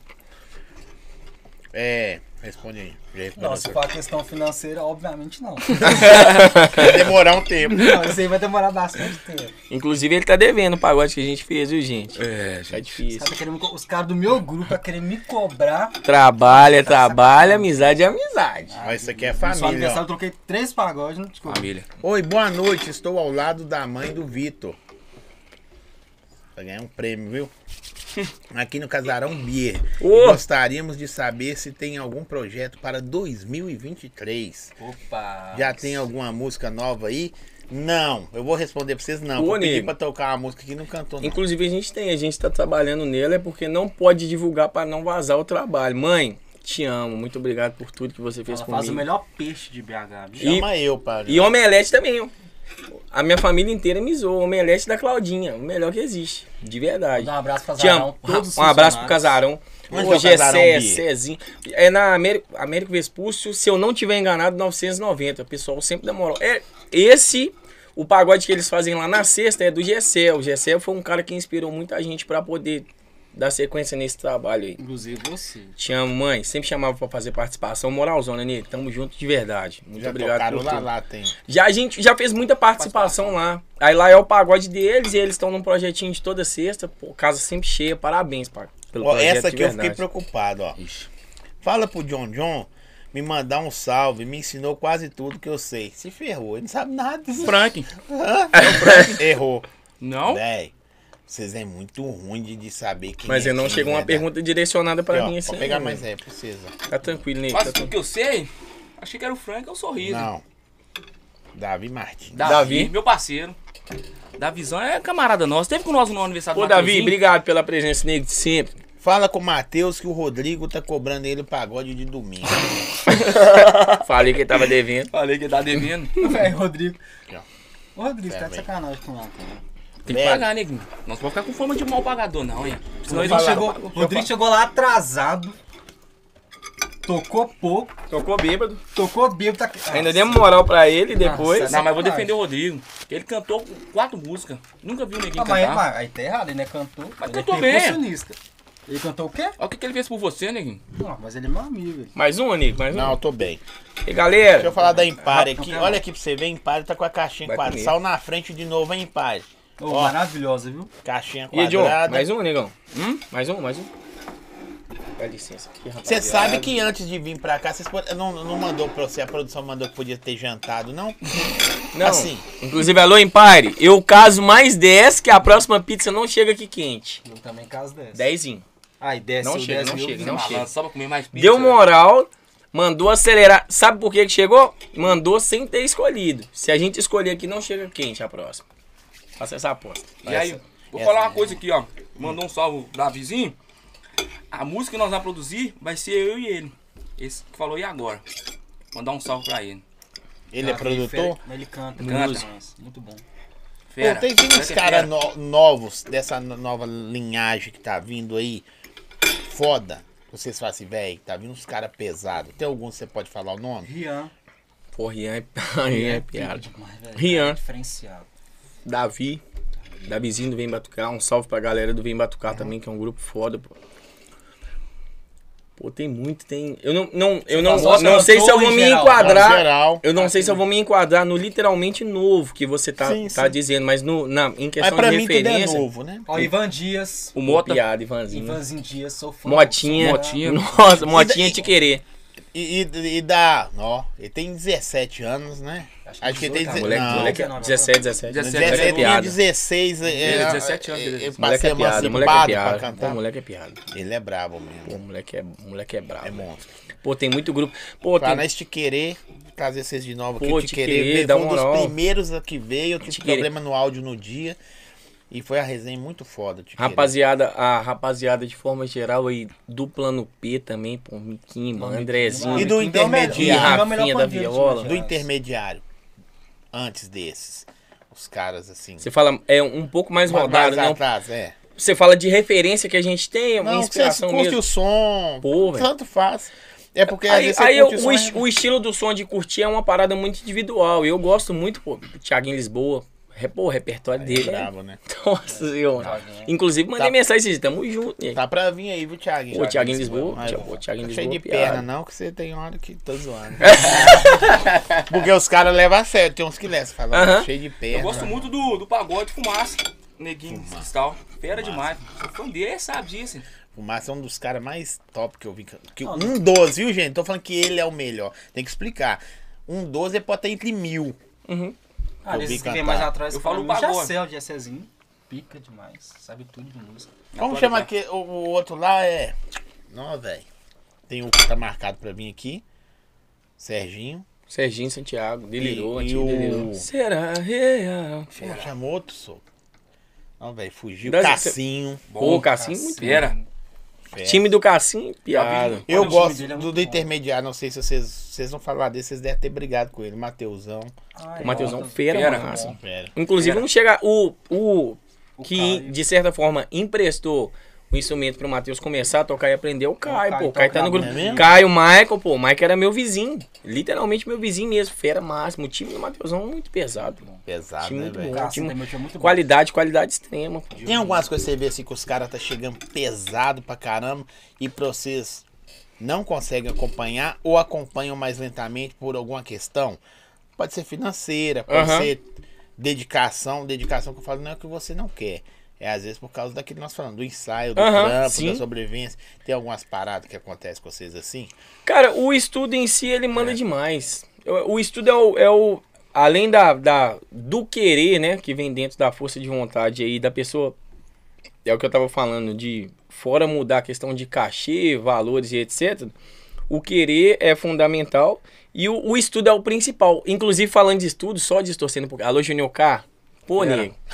Speaker 2: Responde aí. Já recuperou
Speaker 3: Não, se for a questão financeira, obviamente não.
Speaker 2: Vai demorar um tempo.
Speaker 3: Não, isso aí vai demorar bastante tempo.
Speaker 1: Inclusive, ele tá devendo o pagode que a gente fez, viu, gente? Tá
Speaker 3: Os
Speaker 1: difícil.
Speaker 3: caras tá querendo os caras do meu grupo tá querendo me cobrar.
Speaker 1: Trabalha, amizade é amizade.
Speaker 2: Mas isso aqui é
Speaker 3: No seu
Speaker 2: família,
Speaker 3: aniversário
Speaker 2: ó.
Speaker 3: eu troquei 3 pagodes, não desculpa.
Speaker 1: Família.
Speaker 2: Oi, boa noite. Estou ao lado da mãe do Vitor. Vai ganhar um prêmio, viu? Aqui no Casarão Beer.
Speaker 1: Ô!
Speaker 2: Gostaríamos de saber se tem algum projeto para 2023.
Speaker 3: Opa!
Speaker 2: Já tem alguma música nova aí? Não. Eu vou responder pra vocês não.
Speaker 1: Ô,
Speaker 2: Vou pedir
Speaker 1: nego.
Speaker 2: pra tocar uma música que não cantou, não.
Speaker 1: Inclusive, a gente tá trabalhando nela, é porque não pode divulgar pra não vazar o trabalho. Mãe, te amo. Muito obrigado por tudo que você fez
Speaker 3: Ela
Speaker 1: comigo.
Speaker 3: faz o melhor peixe de BH, bicho.
Speaker 2: Chama eu, pai.
Speaker 1: E omelete também, ó. A minha família inteira me zoou. Omelete da Claudinha. O melhor que existe. De verdade.
Speaker 3: Dá um abraço pro
Speaker 1: Te amo.
Speaker 3: Casarão, todos os
Speaker 1: Um abraço pro
Speaker 3: funcionários.
Speaker 1: Casarão.
Speaker 2: Onde
Speaker 1: Hoje
Speaker 2: é
Speaker 1: é
Speaker 2: o Casarão,
Speaker 1: Cé,
Speaker 2: Bia?
Speaker 1: Cezinho. É na Américo Vespúcio, se eu não tiver enganado, 990. O pessoal sempre demorou. O pagode que eles fazem lá na sexta é do Gessé. O Gessé foi um cara que inspirou muita gente pra poder dar sequência nesse trabalho aí.
Speaker 3: Inclusive você.
Speaker 1: Te amo, mãe. Sempre chamava pra fazer participação. Moralzona, Nele. Tamo junto de verdade. Muito
Speaker 2: Já
Speaker 1: obrigado
Speaker 2: tocaram
Speaker 1: por
Speaker 2: lá,
Speaker 1: tudo.
Speaker 2: lá tem.
Speaker 1: A gente já fez muita participação lá. Aí lá é o pagode deles e eles estão num projetinho de toda sexta. Pô, casa sempre cheia. Parabéns, pai. Pelo
Speaker 2: Ó,
Speaker 1: projeto
Speaker 2: essa
Speaker 1: de
Speaker 2: aqui eu fiquei
Speaker 1: verdade.
Speaker 2: preocupado, ó.
Speaker 1: Ixi.
Speaker 2: Fala pro John me mandar um salve. Me ensinou quase tudo que eu sei. Se ferrou, ele não sabe nada.
Speaker 4: Frank.
Speaker 2: Errou.
Speaker 4: Não?
Speaker 2: Véi, vocês é muito ruim de saber quem
Speaker 1: Mas
Speaker 2: é
Speaker 1: não
Speaker 2: quem,
Speaker 1: chegou uma
Speaker 2: né?
Speaker 1: pergunta direcionada pra
Speaker 2: Aqui, ó,
Speaker 1: mim assim.
Speaker 2: Pode pegar
Speaker 1: não,
Speaker 2: mais
Speaker 1: velho.
Speaker 2: precisa.
Speaker 1: Tá tranquilo, Ney.
Speaker 4: Mas
Speaker 1: Tá
Speaker 4: o que eu sei, achei que era o Frank, é o sorriso.
Speaker 2: Não. Davi Martins.
Speaker 1: Davi.
Speaker 4: Meu parceiro. Davizão é camarada nosso. Teve com nós no aniversário
Speaker 1: Ô,
Speaker 4: do
Speaker 1: Davi,
Speaker 4: Mateuzinho.
Speaker 1: obrigado pela presença, Ney, de sempre.
Speaker 2: Fala com o Matheus que o Rodrigo tá cobrando ele o pagode de domingo.
Speaker 1: Falei que ele tava devendo.
Speaker 4: Falei que ele tá devendo.
Speaker 3: Velho, Rodrigo.
Speaker 2: Aqui, ó.
Speaker 3: Ô, Rodrigo,
Speaker 2: É,
Speaker 3: tá de
Speaker 2: velho.
Speaker 3: sacanagem com ela, cara.
Speaker 4: Tem que
Speaker 2: Velho.
Speaker 4: pagar, neguinho. Nós vamos ficar com fama de mal pagador, não, hein? Senão ele
Speaker 3: Rodrigo
Speaker 4: não
Speaker 3: chegou,
Speaker 4: chegou.
Speaker 3: Rodrigo chegou lá atrasado. Tocou pouco.
Speaker 1: Tocou bêbado.
Speaker 3: Tocou bêbado. Tá...
Speaker 1: Ainda demos moral pra ele depois.
Speaker 3: Nossa,
Speaker 4: Não, mas eu vou defender o Rodrigo. Ele cantou 4 músicas. Nunca vi o neguinho
Speaker 3: Ah, mas,
Speaker 4: cantar.
Speaker 3: mas aí tá errado, ele não é cantor.
Speaker 4: Mas
Speaker 3: ele
Speaker 4: cantou
Speaker 3: é
Speaker 4: bem.
Speaker 3: percussionista. Ele cantou o quê?
Speaker 4: Olha o que ele fez por você, neguinho.
Speaker 3: Não, mas ele é meu amigo. Velho.
Speaker 1: Mais um, Nico, mais um.
Speaker 2: Não, eu tô bem.
Speaker 1: E galera,
Speaker 2: Deixa eu falar da Empire aqui.
Speaker 3: não,
Speaker 2: Olha aqui pra você ver, Empire tá com a caixinha
Speaker 1: Vai
Speaker 2: quadrada.
Speaker 1: comer.
Speaker 2: Saiu na frente de novo, hein, Empire?
Speaker 3: Ô,
Speaker 2: Ó.
Speaker 3: maravilhosa, viu?
Speaker 2: Caixinha
Speaker 1: e John,
Speaker 2: quadrada.
Speaker 1: mais um, negão. Mais um. Dá licença aqui, rapaz.
Speaker 2: Você sabe que antes de vir pra cá, vocês não mandou pra você, a produção mandou que podia ter jantado, não?
Speaker 1: Não,
Speaker 2: Assim.
Speaker 1: inclusive, alô, Empire, eu caso mais 10 que a próxima pizza não chega aqui quente.
Speaker 3: Eu também caso dessa.
Speaker 1: 10.
Speaker 3: Aí desce
Speaker 1: Não
Speaker 3: o
Speaker 1: chega,
Speaker 3: 10
Speaker 1: não
Speaker 3: mil,
Speaker 1: chega,
Speaker 3: viu?
Speaker 1: não
Speaker 4: Malandro,
Speaker 1: chega.
Speaker 4: só pra comer mais pizza.
Speaker 1: Deu moral, mandou acelerar. Sabe por que chegou? Mandou sem ter escolhido. Se a gente escolher aqui, não chega quente a próxima. Faça essa aposta.
Speaker 4: E aí, vou falar uma coisa aqui, ó. Mandou um salve pro Davizinho. A música que nós vamos produzir vai ser eu e ele. Esse que falou e agora. Mandar um salve pra ele.
Speaker 2: Ele é
Speaker 3: Davi,
Speaker 2: produtor?
Speaker 3: fera, mas ele canta.
Speaker 4: Canta.
Speaker 3: Mas muito bom.
Speaker 4: Fera.
Speaker 2: Pô, tem
Speaker 4: Fera
Speaker 2: uns
Speaker 4: que é
Speaker 2: caras
Speaker 4: fera.
Speaker 2: novos, dessa nova linhagem que tá vindo aí, foda. Vocês falam assim, velho, tá vindo uns caras pesados. Tem algum que você pode falar o nome?
Speaker 3: Rian.
Speaker 1: Pô, Rian é piada.
Speaker 3: Demais, velho.
Speaker 1: Rian.
Speaker 3: É diferenciado.
Speaker 1: Davi. Davizinho do Vem Batucar. Um salve pra galera do Vem Batucar também, que é um grupo foda, pô. Pô, tem muito, tem... Eu não sei se eu vou me
Speaker 3: Em geral,
Speaker 1: enquadrar...
Speaker 2: Em geral.
Speaker 1: Eu não sei se eu vou me enquadrar no literalmente novo que você tá
Speaker 2: Sim,
Speaker 1: tá
Speaker 2: sim.
Speaker 1: dizendo, mas em
Speaker 2: Mas
Speaker 1: questão
Speaker 2: pra
Speaker 1: de
Speaker 2: mim tudo é
Speaker 1: referência...
Speaker 2: novo, né?
Speaker 3: Ó, Ivan Dias.
Speaker 4: O Mota.
Speaker 1: Piada, Ivanzinho.
Speaker 3: Ivanzinho Dias, sou fã.
Speaker 1: Motinha.
Speaker 4: Motinha.
Speaker 1: Nossa, Motinha te querer.
Speaker 2: E dá. Ó, ele tem 17 anos, né? Acho que ele tem
Speaker 3: 18,
Speaker 1: Moleque,
Speaker 2: não,
Speaker 1: moleque, 17.
Speaker 4: 17
Speaker 1: Moleque é
Speaker 2: tinha
Speaker 1: piada.
Speaker 2: 16.
Speaker 4: Ele, 17 anos, ele-
Speaker 2: Ele
Speaker 1: Moleque
Speaker 2: passei
Speaker 1: é piada, moleque é
Speaker 2: emancipado pra
Speaker 1: piada. Pô,
Speaker 2: cantar.
Speaker 1: moleque é piada.
Speaker 2: Ele é brabo
Speaker 1: Pô,
Speaker 2: mesmo.
Speaker 1: moleque é brabo.
Speaker 2: É monstro.
Speaker 1: Pô, tem muito grupo. Pô,
Speaker 2: Pra
Speaker 1: tem...
Speaker 2: nós te querer, trazer vocês de novo aqui.
Speaker 1: Pô,
Speaker 2: Te
Speaker 1: Te
Speaker 2: querer,
Speaker 1: Querer,
Speaker 2: foi
Speaker 1: dá
Speaker 2: um dos
Speaker 1: moral.
Speaker 2: primeiros que veio. Eu tive
Speaker 1: Te Querer.
Speaker 2: problema no áudio no dia. E foi a resenha muito foda. Te Querer.
Speaker 1: Rapaziada, a rapaziada de forma geral aí do plano P também, pô, Miquinho, Andrezinho.
Speaker 2: E do
Speaker 3: Quem deu o melhor-
Speaker 2: intermediário.
Speaker 3: quem deu o melhor
Speaker 1: Rafinha da
Speaker 3: pandeiro de
Speaker 1: Viola.
Speaker 3: Minas
Speaker 2: Do
Speaker 3: Gerais.
Speaker 2: intermediário. Antes desses. Os caras assim.
Speaker 1: Você fala, é um pouco mais rodado,
Speaker 2: mais
Speaker 1: não?
Speaker 2: atrás, é.
Speaker 1: Você fala de referência que a gente tem, uma
Speaker 2: Não, você
Speaker 1: inspiração
Speaker 2: curte
Speaker 1: mesmo.
Speaker 2: o som.
Speaker 1: Pô, velho.
Speaker 2: Tanto faz. É porque às
Speaker 1: Aí,
Speaker 2: vezes você
Speaker 1: aí
Speaker 2: curte o som.
Speaker 1: o estilo do som de curtir é uma parada muito individual. Eu gosto muito, pô, do Thiaguinho Lisboa. Pô, o repertório
Speaker 2: É
Speaker 1: dele.
Speaker 2: brabo, né?
Speaker 1: Nossa senhora.
Speaker 3: Thiaguinho.
Speaker 1: Inclusive, mandei
Speaker 2: Tá.
Speaker 1: mensagem esses dias, tamo junto. Né?
Speaker 2: Tá pra vir aí, viu, Thiaguinho?
Speaker 1: Pô, Thiaguinho Lisboa.
Speaker 2: Aí,
Speaker 1: Pô, Thiaguinho
Speaker 2: tá cheio
Speaker 1: Lisboa,
Speaker 2: de
Speaker 1: piada.
Speaker 2: perna, não, que você tem hora que tô zoando. Porque os caras levam a sério, tem uns que levam. Você fala,
Speaker 1: Aham.
Speaker 2: cheio de perna.
Speaker 4: Eu gosto muito do pagode Fumaça. Neguinho Cristal. Fera demais. Sou fã dele, sabe disso.
Speaker 2: O Márcio é um dos caras mais top que eu vi. Um 12, viu, gente? Tô falando que ele é o melhor. Tem que explicar. Um 12 pode estar entre 1000.
Speaker 3: Ah,
Speaker 2: Eu vi
Speaker 3: desses que vem
Speaker 2: cantar.
Speaker 3: mais atrás.
Speaker 4: Eu
Speaker 3: pra
Speaker 4: falo
Speaker 3: mim,
Speaker 4: pagode.
Speaker 3: Jacé, o Jacézinho. Pica demais. Sabe tudo de música.
Speaker 2: Como chama aqui? O outro lá é. Não, velho. Tem o que tá marcado pra mim aqui. Serginho.
Speaker 1: Serginho Santiago, delirou,
Speaker 2: E
Speaker 1: antigo
Speaker 2: o-
Speaker 1: delirou. Será real?
Speaker 2: Como chama outro, sou? Não, velho, fugiu.
Speaker 1: Das-
Speaker 2: Cassinho.
Speaker 1: Pô, Cassinho, muito
Speaker 4: Fera.
Speaker 1: Time do Cassim, piada.
Speaker 2: Eu
Speaker 3: O time
Speaker 2: gosto
Speaker 3: dele é muito
Speaker 2: do
Speaker 3: bom.
Speaker 2: intermediário, não sei se vocês vão falar desse, vocês devem ter brigado com ele, Mateusão.
Speaker 1: O Mateusão fera,
Speaker 4: Fera,
Speaker 1: massa.
Speaker 2: Pera.
Speaker 1: Inclusive,
Speaker 4: Fera.
Speaker 1: vamos chegar. O que,
Speaker 3: Caio.
Speaker 1: de certa forma, emprestou o instrumento pro Matheus começar a tocar e aprender é o Caio,
Speaker 3: Caio
Speaker 1: pô. O Caio tá no
Speaker 3: toca
Speaker 1: grupo.
Speaker 2: é mesmo?
Speaker 1: Caio, Michael, pô. O Michael era meu vizinho. Literalmente meu vizinho mesmo. Fera máximo. O time do Matheusão é muito pesado.
Speaker 2: Pesado,
Speaker 1: Time
Speaker 2: né,
Speaker 1: muito
Speaker 2: velho?
Speaker 1: bom.
Speaker 3: Cara,
Speaker 1: time-
Speaker 3: também tinha muito bom.
Speaker 1: Qualidade extrema. Pô.
Speaker 2: Tem algumas coisas que você vê assim que os caras tá chegando pesado pra caramba e pra vocês não conseguem acompanhar ou acompanham mais lentamente por alguma questão? Pode ser financeira, pode
Speaker 1: Aham.
Speaker 2: ser dedicação. Dedicação que eu falo não é o que você não quer. É às vezes por causa daquilo que nós falamos, do ensaio, do
Speaker 1: Aham,
Speaker 2: trampo,
Speaker 1: sim.
Speaker 2: da sobrevivência. Tem algumas paradas que acontecem com vocês assim?
Speaker 1: Cara, o estudo em si, ele manda demais. O estudo é o além do querer, né, que vem dentro da força de vontade aí da pessoa, é o que eu tava falando, de fora mudar a questão de cachê, valores e etc. O querer é fundamental e o estudo é o principal. Inclusive, falando de estudo, só distorcendo um pouco. Alô, Junior K. Pô,
Speaker 4: Fera.
Speaker 1: nego.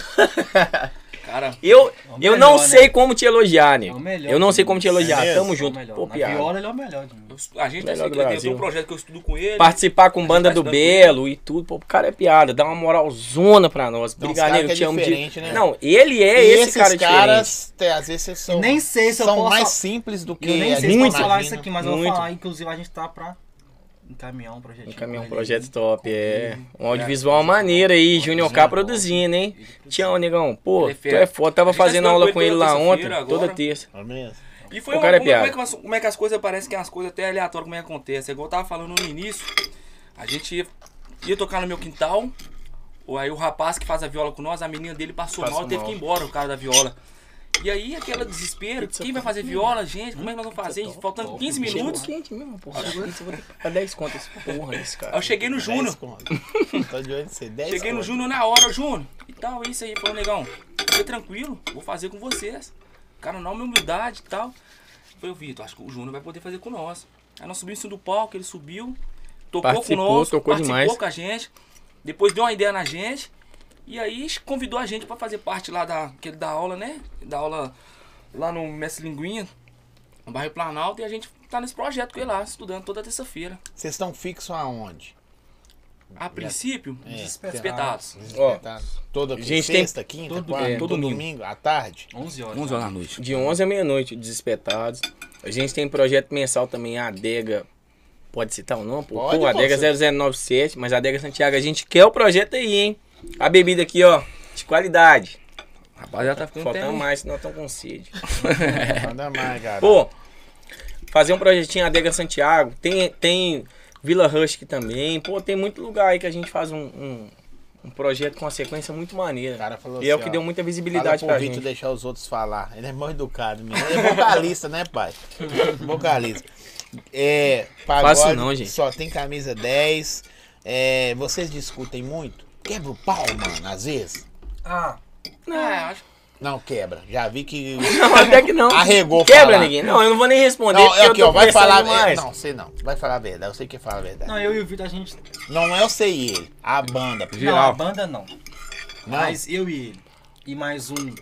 Speaker 4: Cara,
Speaker 1: Eu
Speaker 3: melhor,
Speaker 1: não
Speaker 3: né?
Speaker 1: sei como te elogiar,
Speaker 3: É
Speaker 1: nego.
Speaker 3: o melhor
Speaker 1: Eu não sei
Speaker 3: de
Speaker 1: como te
Speaker 3: nós.
Speaker 1: elogiar.
Speaker 2: É mesmo?
Speaker 1: Tamo
Speaker 3: É o
Speaker 1: junto.
Speaker 3: melhor.
Speaker 1: Pô,
Speaker 3: Na
Speaker 1: piada.
Speaker 3: viola ele é o melhor de nós.
Speaker 4: a gente
Speaker 1: Melhor do
Speaker 4: tem
Speaker 1: Brasil.
Speaker 4: um projeto que eu estudo com ele.
Speaker 1: Participar com banda
Speaker 4: vai
Speaker 1: do
Speaker 4: estudando
Speaker 1: Belo e tudo, pô, o cara é piada, dá uma moralzona pra nós.
Speaker 2: Não, os
Speaker 1: Brigadeiro,
Speaker 2: caras que é
Speaker 1: te amo de...
Speaker 2: diferente, né?
Speaker 1: Não, ele é
Speaker 2: E
Speaker 1: esse
Speaker 2: esses
Speaker 1: cara diferente.
Speaker 2: caras, às vezes, são,
Speaker 3: Nem sei se eu
Speaker 2: são
Speaker 3: posso-
Speaker 2: mais simples do que
Speaker 3: Eu nem
Speaker 2: a
Speaker 3: sei
Speaker 2: gente
Speaker 3: se
Speaker 1: muito.
Speaker 3: posso falar
Speaker 2: imagina.
Speaker 3: isso aqui, mas eu
Speaker 1: Muito.
Speaker 3: vou falar. Inclusive, a gente tá pra encaminhar um projetinho.
Speaker 1: Encaminhar um
Speaker 3: com ele
Speaker 1: projeto
Speaker 3: aí.
Speaker 1: top, é. Um audiovisual maneiro aí, Junior K produzindo, hein? Tchau, negão. Pô,
Speaker 4: Ele é
Speaker 1: tu
Speaker 4: fera.
Speaker 1: é foda. Tava
Speaker 4: A gente tá
Speaker 1: fazendo
Speaker 4: estudando
Speaker 1: aula
Speaker 4: com
Speaker 1: com
Speaker 4: ele
Speaker 1: ele
Speaker 4: toda
Speaker 1: lá ontem,
Speaker 4: terça-feira
Speaker 1: toda
Speaker 4: agora.
Speaker 1: terça.
Speaker 2: É mesmo?
Speaker 4: E foi
Speaker 1: O cara é
Speaker 4: como,
Speaker 1: piada.
Speaker 4: como é que as coisas parecem que as coisas até aleatórias, como é que acontece. É igual eu tava falando no início, a gente ia tocar no meu quintal, aí o rapaz que faz a viola com nós, a menina dele passou mal e teve que ir embora, o cara da viola. E aí, aquele desespero, quem vai fazer viola, gente? Como é que nós vamos fazer? Faltando 15 minutos.
Speaker 1: Quente mesmo, porra. Eu vou ter que pagar 10 contas, porra, desse cara.
Speaker 4: Aí eu cheguei no Júnior.
Speaker 2: 10 conto. Tô de olho em você, 10
Speaker 4: Cheguei no
Speaker 2: conto.
Speaker 4: Júnior na hora, Júnior. E tal, isso aí. Falou, negão, fica tranquilo, vou fazer com vocês. Cara, não, minha humildade e tal. Falei, Vitor, acho que o Júnior vai poder fazer com nós. Aí nós subimos em cima do palco, ele subiu, tocou
Speaker 1: Participou,
Speaker 4: com nós,
Speaker 1: tocou
Speaker 4: participou
Speaker 1: demais.
Speaker 4: com a gente. Depois deu uma ideia na gente. E aí convidou a gente pra fazer parte lá que ele dá aula, né? Da aula lá no Mestre Linguinha, no bairro Planalto. E a gente tá nesse projeto com ele lá, estudando toda terça-feira.
Speaker 2: Vocês estão fixos aonde?
Speaker 4: A princípio,
Speaker 2: É,
Speaker 4: desespetados.
Speaker 1: Ó,
Speaker 2: Toda
Speaker 1: gente tem-
Speaker 2: sexta, quinta,
Speaker 3: todo-
Speaker 2: quarta,
Speaker 1: é,
Speaker 2: todo
Speaker 1: todo
Speaker 2: domingo, à tarde?
Speaker 3: 11 horas.
Speaker 4: 11 horas da noite.
Speaker 1: de 11 à meia-noite, desespetados. A gente tem projeto mensal também, a Adega. Pode citar o nome? Pô,
Speaker 2: Pode,
Speaker 1: pô, Adega
Speaker 2: você.
Speaker 1: 0097, mas a Adega Santiago, a gente quer o projeto aí, hein? A bebida aqui, ó, de qualidade.
Speaker 4: Rapaz, já tá ficando
Speaker 1: Faltando
Speaker 4: até-
Speaker 1: mais, senão estão com sede.
Speaker 2: Manda mais, cara.
Speaker 1: Pô, fazer um projetinho Adega Santiago, tem Vila Rush também, pô, tem muito lugar aí que a gente faz um projeto com uma sequência muito maneira.
Speaker 2: O cara falou
Speaker 1: E é o
Speaker 2: assim,
Speaker 1: que
Speaker 2: ó,
Speaker 1: deu muita
Speaker 2: fala
Speaker 1: visibilidade
Speaker 2: pro
Speaker 1: pra
Speaker 2: Vitor
Speaker 1: gente.
Speaker 2: deixar os outros falar. Ele é mal educado mesmo. Ele é vocalista, né, pai? Vocalista. É, pagode,
Speaker 1: Fácil não, gente.
Speaker 2: só tem camisa 10. É, vocês discutem muito? Quebra o pau, mano, às vezes?
Speaker 3: Ah,
Speaker 4: acho
Speaker 2: Não quebra. Já vi que
Speaker 1: Não, até que não.
Speaker 2: arregou
Speaker 1: Quebra,
Speaker 2: falar.
Speaker 1: ninguém. Não, eu não vou nem responder,
Speaker 2: Não,
Speaker 1: porque
Speaker 2: é
Speaker 1: eu
Speaker 2: aqui,
Speaker 1: tô
Speaker 2: ó, vai
Speaker 1: conversando
Speaker 2: falar.
Speaker 1: demais.
Speaker 2: Não, sei não. Vai falar a verdade. Eu sei que fala a verdade.
Speaker 3: não, eu e o Vitor, a gente...
Speaker 2: Não é eu sei ele. A banda.
Speaker 3: Não, a banda não.
Speaker 2: Não?
Speaker 3: Mas eu e ele. E mais um...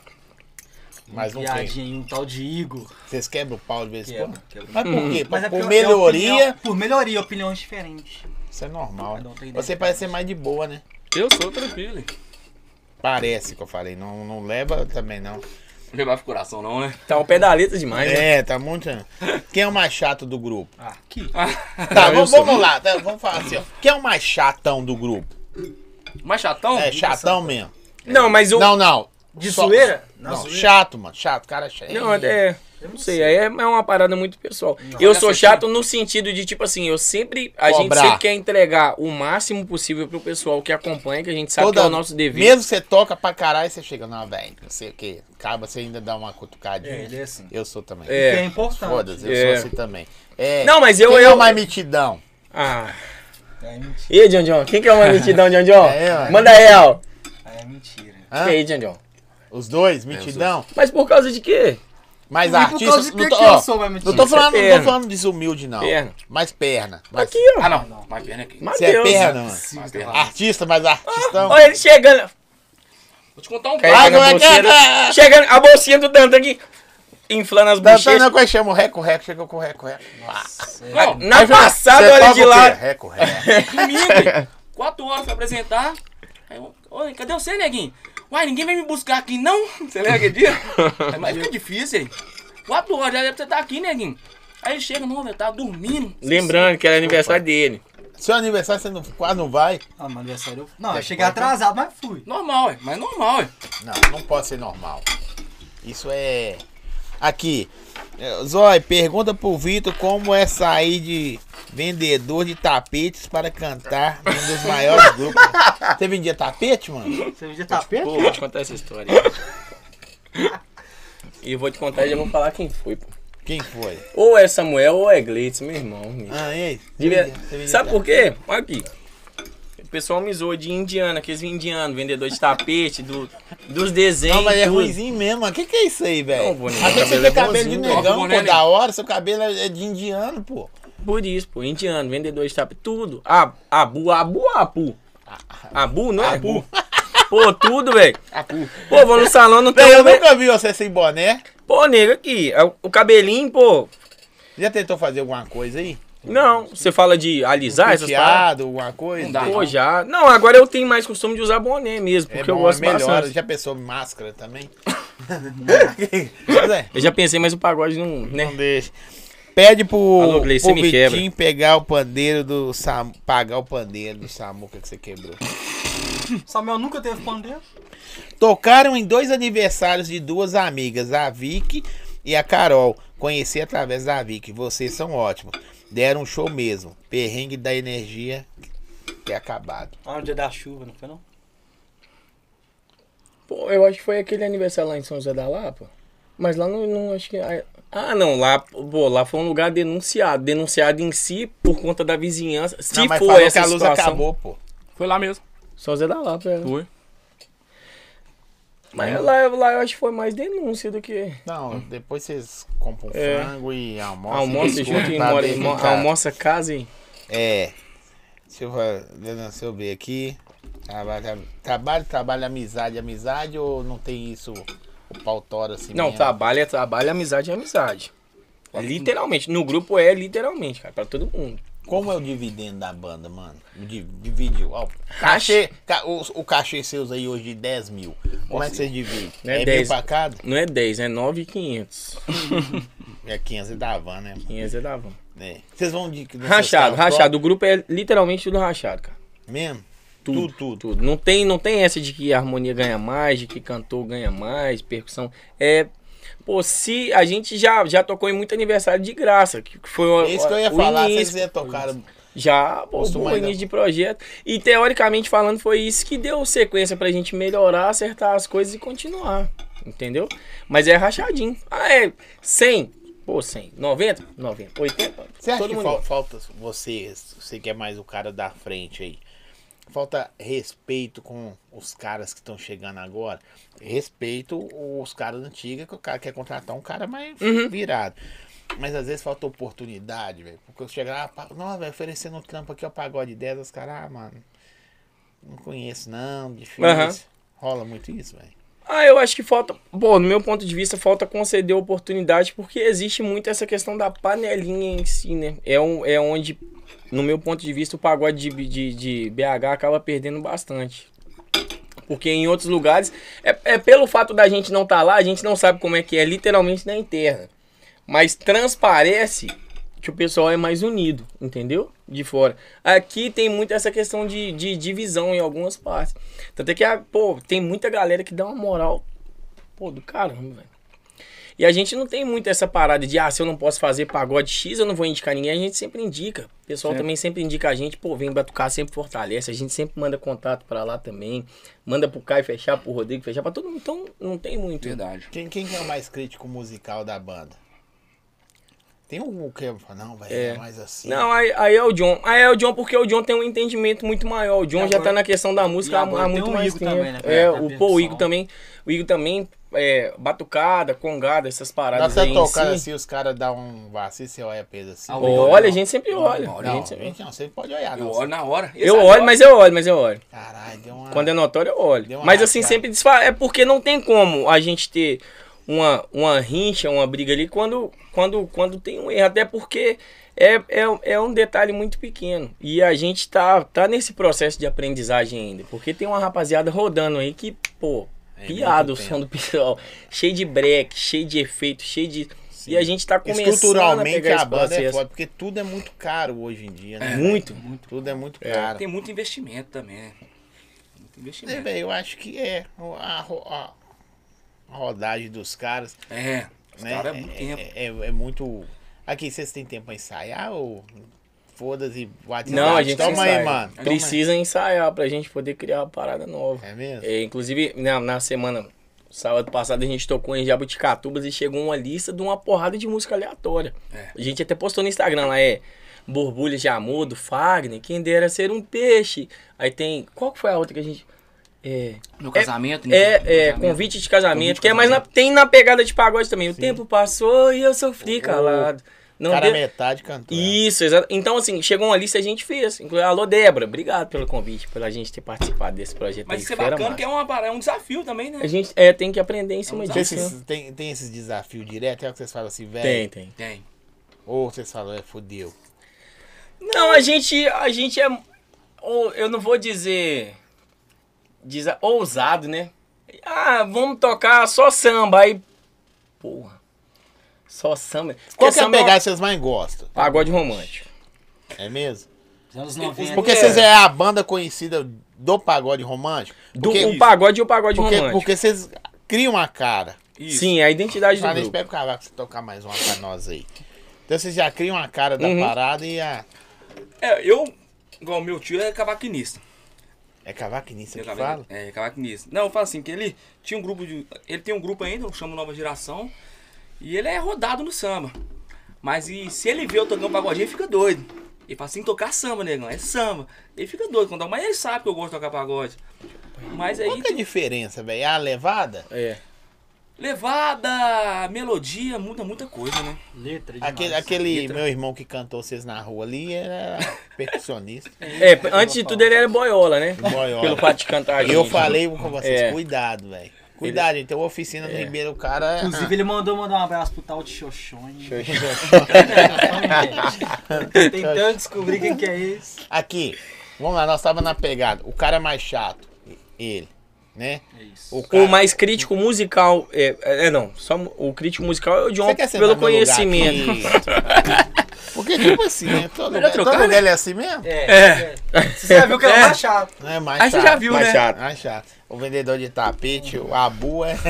Speaker 2: Mais um quem?
Speaker 3: piadinha e um tal de Igor.
Speaker 2: Vocês quebram o pau de vez em
Speaker 3: Quebra,
Speaker 2: quando?
Speaker 3: quebra.
Speaker 2: Mas por quê?
Speaker 3: Mas é
Speaker 2: Por
Speaker 3: porque
Speaker 2: melhoria.
Speaker 3: é opinião- por melhoria, opiniões diferentes.
Speaker 2: Isso é normal.
Speaker 3: Cada um tem ideia.
Speaker 2: Você parece ser mais de boa, né?
Speaker 4: eu sou tranquilo.
Speaker 2: Parece que eu falei. Não leva também, não.
Speaker 4: Não levar pro coração, não, né?
Speaker 1: Tá um pedaleta demais, né?
Speaker 2: É, tá muito. Quem é o mais chato do grupo?
Speaker 3: Ah, aqui.
Speaker 2: Tá, vamos lá. Tá, vamos falar assim, ó. Quem é o mais chatão do grupo?
Speaker 4: Mais chatão?
Speaker 2: É, chatão mesmo.
Speaker 1: Não, mas o...
Speaker 2: Não.
Speaker 3: De
Speaker 2: Só-
Speaker 3: zoeira?
Speaker 2: Não,
Speaker 3: zoeira.
Speaker 2: chato, mano. Chato, cara chato.
Speaker 1: Não, até... Eu não sei, aí é uma parada muito pessoal.
Speaker 4: Olha
Speaker 1: Eu sou
Speaker 4: essa
Speaker 1: chato no sentido de, tipo assim, a gente
Speaker 2: Cobrar.
Speaker 1: sempre quer entregar o máximo possível pro pessoal que acompanha, que a gente sabe que é o nosso dever.
Speaker 2: Mesmo que você toca pra caralho, você chega, não, velho, não sei o que. Acaba, você ainda dá uma cutucadinha.
Speaker 3: É, ele é assim.
Speaker 2: Eu sou também.
Speaker 1: É.
Speaker 3: Que é importante.
Speaker 2: Foda-se, eu
Speaker 1: É.
Speaker 2: sou assim também. É,
Speaker 1: Não, mas eu-
Speaker 2: quem é
Speaker 1: eu-
Speaker 2: o mais mitidão?
Speaker 1: Ah.
Speaker 3: É mentira.
Speaker 1: E aí, John John? Quem que é o mais mitidão, John John?
Speaker 2: É, ué.
Speaker 1: Manda real.
Speaker 3: É mentira.
Speaker 2: Hã?
Speaker 1: E aí, John John?
Speaker 2: Os dois, mitidão?
Speaker 1: Mas por causa de quê?
Speaker 2: Mas
Speaker 3: E por
Speaker 2: artistas.
Speaker 3: causa de
Speaker 2: Não
Speaker 3: que
Speaker 2: tô,
Speaker 3: que eu
Speaker 2: ó,
Speaker 3: sou mais
Speaker 2: não
Speaker 3: metido?
Speaker 2: tô falando,
Speaker 1: Você é
Speaker 2: não tô
Speaker 1: perna.
Speaker 2: falando desumilde, não.
Speaker 1: Perna.
Speaker 2: Mais perna. Mais,
Speaker 1: Aqui, ó.
Speaker 4: Ah, não. Mais perna aqui.
Speaker 2: você é
Speaker 1: Matheus.
Speaker 2: perna, mano.
Speaker 4: Mais perna.
Speaker 2: Artista, mas artistão.
Speaker 1: Olha ele chegando.
Speaker 4: Vou te contar um
Speaker 2: Vai,
Speaker 1: Carregando
Speaker 2: como
Speaker 1: a
Speaker 2: é que
Speaker 1: bolsinha
Speaker 2: é?
Speaker 1: do- Chegando, a bolsinha do Dante aqui. inflando as
Speaker 2: Tá,
Speaker 1: bochechas.
Speaker 2: não, quando chama o reco-reco, chegou com o reco-reco.
Speaker 1: Ó, na passada,
Speaker 2: Você
Speaker 1: olha
Speaker 2: toca
Speaker 1: de
Speaker 2: o quê?
Speaker 1: lá.
Speaker 2: Reco-reco.
Speaker 4: Domingo, 4 horas pra apresentar. Aí eu, oi, cadê você, neguinho? Uai, ninguém vai me buscar aqui, não? Você lembra aquele dia? Mas fica difícil, aí. 4 horas, já deve você estar aqui, neguinho. Aí ele chega, não, eu tava dormindo.
Speaker 1: Lembrando que era aniversário dele.
Speaker 2: Seu aniversário você quase não vai?
Speaker 3: Ah, mas aniversário eu... Não, eu cheguei atrasado, mas fui.
Speaker 4: Normal, ué, mas normal, ué.
Speaker 2: Não pode ser normal. Isso é... Aqui. Zói, pergunta pro Vitor como é sair de vendedor de tapetes para cantar em um dos maiores grupos. Você vendia tapete, mano?
Speaker 3: Você vendia tapete?
Speaker 1: Pô, vou te contar essa história. E eu vou te contar e já vou falar quem foi, pô.
Speaker 2: Quem foi?
Speaker 1: Ou é Samuel ou é Gleitz, meu irmão. Amigo.
Speaker 2: Ah, ei.
Speaker 1: Sabe por quê? Olha aqui. O pessoal me zoou de indiano, aqueles indianos, vendedor de tapete, dos desenhos.
Speaker 2: Não, mas é
Speaker 1: tudo.
Speaker 2: ruimzinho mesmo. O que é isso aí, velho?
Speaker 1: Não, boné,
Speaker 2: Até você
Speaker 1: cabelo
Speaker 2: tem
Speaker 1: é
Speaker 2: cabelo de
Speaker 1: bonzinho.
Speaker 2: negão,
Speaker 4: Boné,
Speaker 2: pô,
Speaker 4: né?
Speaker 2: da hora. Seu cabelo é de indiano, pô.
Speaker 1: Por isso, pô, indiano, vendedor de tapete, tudo. Abu, não é? Abu. Pô, tudo, velho. Pô, vou no salão, não tem
Speaker 2: Eu
Speaker 1: um...
Speaker 2: nunca vi você sem boné.
Speaker 1: Pô, nega, aqui, o cabelinho, pô...
Speaker 2: Já tentou fazer alguma coisa aí?
Speaker 1: Não, você fala de alisar essas paradas?
Speaker 2: Penteado, alguma coisa?
Speaker 4: Não dá.
Speaker 1: Pô, já. Não, agora eu tenho mais costume de usar boné mesmo, porque eu gosto
Speaker 2: melhor.
Speaker 1: bastante.
Speaker 2: Já pensou em máscara também?
Speaker 1: Eu já pensei, mas o pagode não, né?
Speaker 2: Não deixa. Pede pro,
Speaker 1: Alô, Gleice,
Speaker 2: pro
Speaker 1: você me quebra.
Speaker 2: Vitinho pegar o pandeiro do Samu, pagar o pandeiro do Samuca que você quebrou.
Speaker 3: Samuel nunca teve pandeiro.
Speaker 2: Tocaram em 2 aniversários de 2 amigas, a Vicky e a Carol. Conheci através da Vicky. Vocês são ótimos. Deram um show mesmo. Perrengue da energia que é acabado.
Speaker 3: Ah, no dia da chuva, não foi não?
Speaker 1: Pô, eu acho que foi aquele aniversário lá em São José da Lapa. Mas lá não acho que... Ah, não, lá foi um lugar denunciado. Denunciado em si por conta da vizinhança. Se
Speaker 2: Não, mas
Speaker 1: for
Speaker 2: falou
Speaker 1: essa
Speaker 2: que a luz
Speaker 1: situação...
Speaker 2: acabou, pô.
Speaker 4: Foi lá mesmo.
Speaker 1: São José da Lapa, é.
Speaker 4: Foi.
Speaker 1: Mas lá eu acho que foi mais denúncia do que...
Speaker 2: Não, depois vocês compram frango e almoçam.
Speaker 1: Almoça junto e almoça casa e...
Speaker 2: É. Deixa eu ver aqui. Trabalho, amizade ou não tem isso? O pau tora assim
Speaker 1: Não,
Speaker 2: mesmo?
Speaker 1: trabalho, amizade é amizade. Literalmente. No grupo é literalmente, cara, pra todo mundo.
Speaker 2: Como é o dividendo da banda, mano? Divide. Ó, cachê, o cachê seus aí hoje de 10 mil. Como é que vocês dividem?
Speaker 1: Não é
Speaker 2: 10
Speaker 1: 10.
Speaker 2: mil pra cada?
Speaker 1: Não é 10, é 9.500.
Speaker 2: É 500 e da van, né?
Speaker 1: 500 é da van.
Speaker 2: É. Vocês vão de...
Speaker 1: Rachado. O grupo é literalmente tudo rachado, cara.
Speaker 2: Mesmo?
Speaker 1: Tudo. Não tem essa de que a harmonia ganha mais, de que cantor ganha mais, percussão. Pô, se a gente já tocou em muito aniversário de graça, que foi
Speaker 2: É isso que eu ia
Speaker 1: o
Speaker 2: falar,
Speaker 1: início.
Speaker 2: vocês iam tocar.
Speaker 1: Já, pô,
Speaker 2: Costuma
Speaker 1: o
Speaker 2: ainda.
Speaker 1: início de projeto. E teoricamente falando, foi isso que deu sequência pra gente melhorar, acertar as coisas e continuar. Entendeu? Mas é rachadinho. Ah, é 100. Pô, 100. 90? 90. 80?
Speaker 2: Você acha
Speaker 1: todo
Speaker 2: que
Speaker 1: mundo.
Speaker 2: falta você que é mais o cara da frente aí, falta respeito com os caras que estão chegando agora? Respeito os caras antigos, que o cara quer contratar um cara mais virado. Mas às vezes falta oportunidade, velho. Porque eu chegar lá, não, velho, oferecendo um trampo aqui, eu pagode 10, os caras, mano, não conheço não, difícil. Rola muito isso, velho.
Speaker 1: Eu acho que falta, no meu ponto de vista, falta conceder oportunidade, porque existe muito essa questão da panelinha em si, né? É onde, no meu ponto de vista, o pagode de BH acaba perdendo bastante. Porque em outros lugares, pelo fato da gente não estar lá, a gente não sabe como é que é literalmente na interna. Mas transparece que o pessoal é mais unido, entendeu? De fora. Aqui tem muito essa questão de divisão em algumas partes. Tanto é que, tem muita galera que dá uma moral, do caramba, velho. E a gente não tem muito essa parada de, se eu não posso fazer pagode X, eu não vou indicar ninguém. A gente sempre indica. O pessoal também sempre indica a gente. Vem Batucar, sempre fortalece. A gente sempre manda contato pra lá também. Manda pro Caio fechar, pro Rodrigo fechar, pra todo mundo. Então, não tem muito.
Speaker 4: Verdade.
Speaker 2: Quem é o mais crítico musical da banda? Tem um que não, vai é mais assim.
Speaker 1: Não, aí é o John. Aí é o John porque o John tem um entendimento muito maior. O John já tá na questão da música há muito mais tempo.
Speaker 3: Também, né?
Speaker 1: O Igor também. O Igor também, batucada, congada, essas paradas
Speaker 2: dá
Speaker 1: aí.
Speaker 2: Você tocar assim, os caras dão um vacilo, você olha peso assim.
Speaker 1: Olha, a gente sempre olha.
Speaker 2: Não, você pode olhar, não.
Speaker 4: Eu olho na hora.
Speaker 1: Eu olho.
Speaker 2: Caralho, deu uma...
Speaker 1: Quando é notório, eu olho.
Speaker 2: Deu uma
Speaker 1: Mas assim,
Speaker 2: rasgada.
Speaker 1: sempre é porque não tem como a gente ter uma rincha, uma briga ali quando tem um erro. Até porque é um detalhe muito pequeno. E a gente tá nesse processo de aprendizagem ainda. Porque tem uma rapaziada rodando aí que, pô, piada o som do pessoal. Cheio de break, cheio de efeito, cheio de... Sim. E a gente tá começando
Speaker 2: estruturalmente
Speaker 1: a pegar
Speaker 2: a banda
Speaker 1: processo.
Speaker 2: é foda, porque tudo é muito caro hoje em dia, né?
Speaker 1: Muito.
Speaker 2: Tudo é muito caro.
Speaker 4: Tem muito investimento também, né? Muito investimento.
Speaker 2: Véio, eu acho que a rodagem dos caras...
Speaker 4: Os
Speaker 2: né?
Speaker 4: caras é muito tempo.
Speaker 2: É muito... Aqui, vocês têm tempo pra ensaiar ou... Foda-se, WhatsApp?
Speaker 1: Não, a gente
Speaker 2: Toma
Speaker 1: ensaia.
Speaker 2: aí, mano.
Speaker 1: Precisa ensaiar pra gente poder criar uma parada nova.
Speaker 2: É mesmo?
Speaker 1: Inclusive, na semana... Sábado passado a gente tocou em Jabuticatubas e chegou uma lista de uma porrada de música aleatória. A gente até postou no Instagram lá, Borbulhas de Amor, do Fagner, Quem Dera Ser um Peixe. Aí tem... Qual que foi a outra que a gente...
Speaker 4: Meu casamento.
Speaker 1: Convite de Casamento, que é mais tem na pegada de pagode também.
Speaker 2: Sim.
Speaker 1: O tempo passou e eu sofri calado. Não
Speaker 2: Cara,
Speaker 1: deu...
Speaker 2: metade cantou.
Speaker 1: Isso, exato. Então, assim, chegou uma lista e a gente fez. Alô, Débora, obrigado pelo convite, pela gente ter participado desse projeto.
Speaker 4: Mas
Speaker 1: aí,
Speaker 4: isso é
Speaker 1: fera
Speaker 4: bacana,
Speaker 1: massa.
Speaker 4: que é um desafio também, né?
Speaker 1: A gente tem que aprender em cima disso.
Speaker 2: Tem esses desafios direto? É o que vocês falam assim, velho?
Speaker 1: Tem.
Speaker 2: Ou vocês falam, fodeu.
Speaker 1: Não, a gente é... Eu não vou dizer ousado, né? Vamos tocar só samba. Aí, porra. Só samba.
Speaker 2: Qual que é a pegada que vocês mais gostam?
Speaker 1: Pagode romântico.
Speaker 2: É mesmo?
Speaker 3: Anos 90.
Speaker 2: Porque vocês é a banda conhecida do pagode romântico?
Speaker 1: O pagode e o pagode romântico.
Speaker 2: Porque vocês criam a cara.
Speaker 4: Isso.
Speaker 1: Sim, é a identidade do
Speaker 2: Deixa
Speaker 1: grupo.
Speaker 2: pega o cavaco pra você tocar mais uma pra nós aí. Então vocês já criam a cara da parada e a...
Speaker 4: Igual meu tio é cavaquinista.
Speaker 2: É cavaquinista que fala?
Speaker 4: É, cavaquinista. Não, eu falo assim, que ele tinha um grupo ele tem um grupo ainda, chama Nova Geração. E ele é rodado no samba. Mas se ele vê eu tocando pagodinho, ele fica doido. Ele fala assim, tocar samba, negão, é samba. Ele fica doido, mas ele sabe que eu gosto de tocar pagode. Mas aí...
Speaker 2: Qual que é a diferença, velho? É a levada?
Speaker 4: Levada, melodia, muda muita coisa, né?
Speaker 3: Letra demais.
Speaker 2: Aquele meu irmão que cantou vocês na rua ali era percussionista.
Speaker 1: Antes de tudo ele era boiola, né?
Speaker 2: Boiola.
Speaker 1: Pelo fato de cantar.
Speaker 2: E eu falei com vocês,
Speaker 1: É.
Speaker 2: cuidado, velho. Cuidado, gente. Tem uma oficina do Ribeiro, o cara...
Speaker 3: Inclusive, ele mandou mandar um abraço pro tal de Xoxone. Tentando descobrir quem que é esse.
Speaker 2: Aqui, vamos lá, nós tava na pegada. O cara mais chato, ele, né?
Speaker 3: É isso.
Speaker 1: O mais crítico musical. Não, só o crítico musical é o John
Speaker 2: Você quer sentar
Speaker 1: pelo
Speaker 2: no meu lugar
Speaker 1: conhecimento.
Speaker 2: aqui? Porque, tipo assim, né? Todo
Speaker 4: Melhor trocar,
Speaker 2: lugar
Speaker 4: né?
Speaker 2: ele é assim mesmo?
Speaker 3: Você já viu que ela é mais chato.
Speaker 2: Não é mais
Speaker 4: Aí
Speaker 2: chato.
Speaker 4: você já viu,
Speaker 1: mais
Speaker 4: né?
Speaker 1: chato.
Speaker 2: Mais chato. O vendedor de tapete, o Abu é...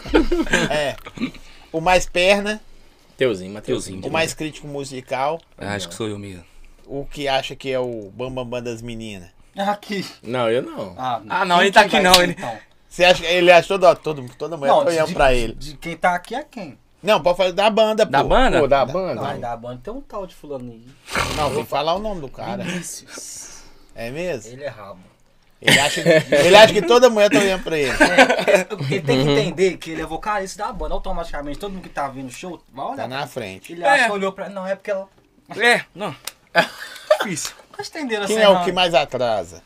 Speaker 2: O mais perna,
Speaker 1: Mateuzinho.
Speaker 2: o mais crítico musical,
Speaker 4: Acho que sou eu mesmo.
Speaker 2: o que acha que é o bambambam das meninas.
Speaker 3: Aqui.
Speaker 1: Não, eu não.
Speaker 4: Não, ele tá aqui não, ele...
Speaker 3: Então.
Speaker 2: Você acha que ele acha toda mulher olhando pra ele?
Speaker 3: De quem tá aqui é quem?
Speaker 2: Não, pode falar da banda, pô.
Speaker 4: Da banda?
Speaker 1: Pô, da banda.
Speaker 3: Não, da banda tem um tal de fulano aí.
Speaker 2: Não, tem que falar o nome do cara.
Speaker 3: Vinícius.
Speaker 2: É mesmo?
Speaker 3: Ele é rabo.
Speaker 2: Ele acha que toda mulher tá olhando pra ele.
Speaker 3: Ele tem que entender que ele é vocalista da banda. Automaticamente, todo mundo que tá vendo o show vai olhar.
Speaker 2: Tá na frente.
Speaker 3: Ele acha que olhou pra... Não, é porque ela...
Speaker 4: Não. Difícil.
Speaker 3: Tá entendendo
Speaker 2: Quem
Speaker 3: assim,
Speaker 2: é o
Speaker 3: não?
Speaker 2: que mais atrasa?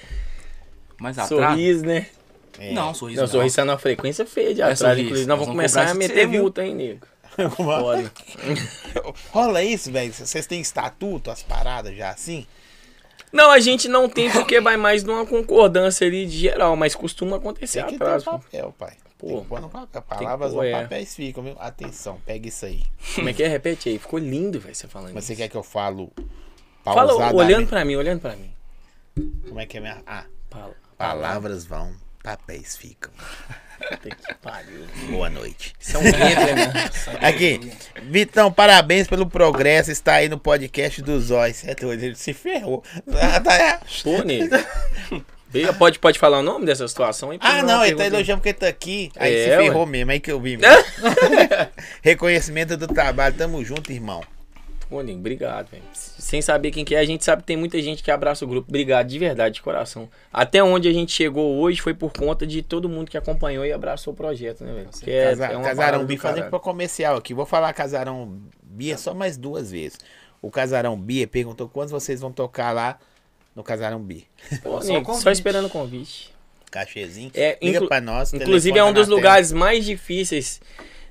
Speaker 4: Mas atrás...
Speaker 1: Sorriso, né?
Speaker 2: É.
Speaker 4: Não, sorriso
Speaker 1: Não, sorriso tá na frequência feia de atrás.
Speaker 4: sorriso.
Speaker 1: Inclusive, nós vamos
Speaker 4: Nós
Speaker 1: começar
Speaker 4: vamos
Speaker 1: a
Speaker 4: cobrar
Speaker 1: meter
Speaker 4: você, viu?
Speaker 1: multa, hein, nego? Foda.
Speaker 2: Rola isso, velho? Vocês têm estatuto, as paradas já assim?
Speaker 1: Não, a gente não tem porque vai mais numa concordância ali de geral, mas costuma acontecer
Speaker 2: Tem que ter
Speaker 1: atrás.
Speaker 2: papel, pai.
Speaker 1: Pô,
Speaker 2: Tem que pôr no papel. Palavras
Speaker 1: pôr,
Speaker 2: no papéis ficam, viu? Atenção, pega isso aí.
Speaker 1: Como é que é? Repete aí. Ficou lindo, velho, você falando
Speaker 2: Mas você
Speaker 1: isso.
Speaker 2: quer que eu falo
Speaker 1: Fala
Speaker 2: pausadamente?
Speaker 1: olhando pra mim.
Speaker 2: Como é que é minha...
Speaker 1: Fala.
Speaker 2: Palavras vão, papéis ficam.
Speaker 1: Puta que pariu.
Speaker 2: Boa noite.
Speaker 1: Isso é um vento, né, mano?
Speaker 2: Aqui, Vitão, parabéns pelo progresso. Está aí no podcast do Zóis. É doido, ele se ferrou.
Speaker 1: Pô, nego. Pode falar o nome dessa situação aí?
Speaker 2: Não, ele tá elogiando porque tá aqui. Aí se
Speaker 1: É,
Speaker 2: ferrou mesmo, aí que eu vi mesmo. Reconhecimento do trabalho, tamo junto, irmão.
Speaker 1: Pô, nego, obrigado, velho. Sem saber quem que é, a gente sabe que tem muita gente que abraça o grupo. Obrigado, de verdade, de coração. Até onde a gente chegou hoje foi por conta de todo mundo que acompanhou e abraçou o projeto, né, velho? Que é uma
Speaker 2: Casarão
Speaker 1: parada
Speaker 2: Bi,
Speaker 1: do
Speaker 2: fazendo
Speaker 1: caralho.
Speaker 2: pra comercial aqui. Vou falar Casarão Bia só mais 2 vezes. O Casarão Bia perguntou quantos vocês vão tocar lá no Casarão Bia.
Speaker 1: Pô,
Speaker 3: Só
Speaker 1: nego,
Speaker 3: convite.
Speaker 1: só esperando o convite.
Speaker 2: Cachezinho.
Speaker 1: É,
Speaker 2: Liga pra nós.
Speaker 1: Inclusive
Speaker 2: telefone
Speaker 1: é um
Speaker 2: tá
Speaker 1: dos
Speaker 2: na tela.
Speaker 1: lugares mais difíceis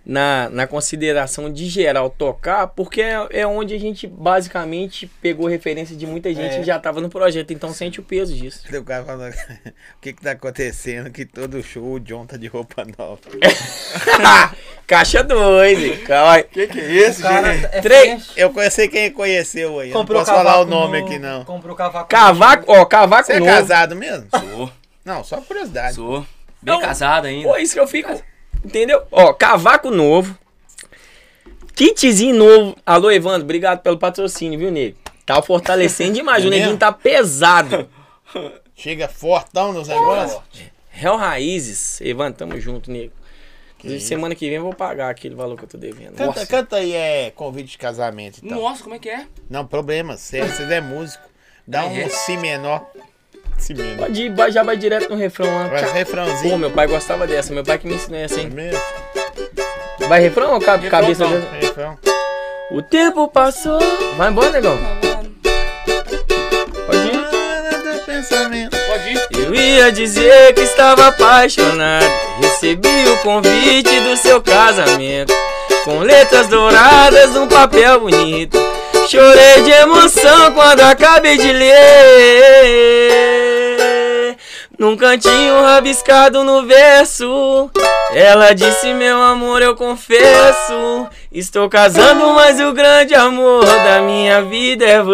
Speaker 1: na consideração de geral tocar, porque é onde a gente basicamente pegou referência de muita gente que já tava no projeto, então sente o peso disso.
Speaker 2: O cara falando, o que tá acontecendo? Que todo show o John tá de roupa nova.
Speaker 1: Caixa 2, calma.
Speaker 2: Que é isso,
Speaker 3: Cara,
Speaker 2: gente?
Speaker 3: é
Speaker 1: Três.
Speaker 3: fresh.
Speaker 2: Eu conheci quem conheceu aí. Eu não
Speaker 3: Comprou
Speaker 2: posso falar o
Speaker 3: cavaco
Speaker 2: nome
Speaker 3: no-
Speaker 2: aqui, não.
Speaker 3: Comprou cavaco.
Speaker 1: Cavaco
Speaker 2: Você é
Speaker 1: novo.
Speaker 2: casado mesmo?
Speaker 4: Sou,
Speaker 2: Não, só curiosidade.
Speaker 4: sou. Bem
Speaker 1: Não.
Speaker 4: casado ainda.
Speaker 1: Pô, isso que eu fico. Entendeu? Ó, cavaco novo. Kitzinho novo. Alô, Evandro, obrigado pelo patrocínio, viu, nego? Tá fortalecendo demais.
Speaker 2: É
Speaker 1: O neguinho
Speaker 2: mesmo?
Speaker 1: tá pesado.
Speaker 2: Chega fortão nos negócios.
Speaker 1: Real Raízes. Evandro, tamo junto, nego. Inclusive, semana que vem eu vou pagar aquele valor que eu tô devendo.
Speaker 2: Canta aí, convite de casamento e tal.
Speaker 4: Nossa, como é que é?
Speaker 2: Não, problema. Você é músico. Dá um si menor. Si menor.
Speaker 1: Pode ir, já vai direto no refrão lá.
Speaker 2: Vai
Speaker 1: Pô,
Speaker 2: refrãozinho.
Speaker 1: meu pai gostava dessa. Meu pai que me ensinou essa,
Speaker 2: É
Speaker 1: hein?
Speaker 2: mesmo?
Speaker 1: Vai refrão ou cabeça
Speaker 4: não.
Speaker 1: dessa?
Speaker 2: Refrão.
Speaker 1: O tempo passou. Vai embora, negão. Pode ir.
Speaker 2: Do pensamento.
Speaker 4: Pode ir.
Speaker 1: Eu ia dizer que estava apaixonado. Recebi o convite do seu casamento, com letras douradas num papel bonito. Chorei de emoção quando acabei de ler. Num cantinho rabiscado no verso, ela disse: meu amor, eu confesso, estou casando, mas o grande amor da minha vida é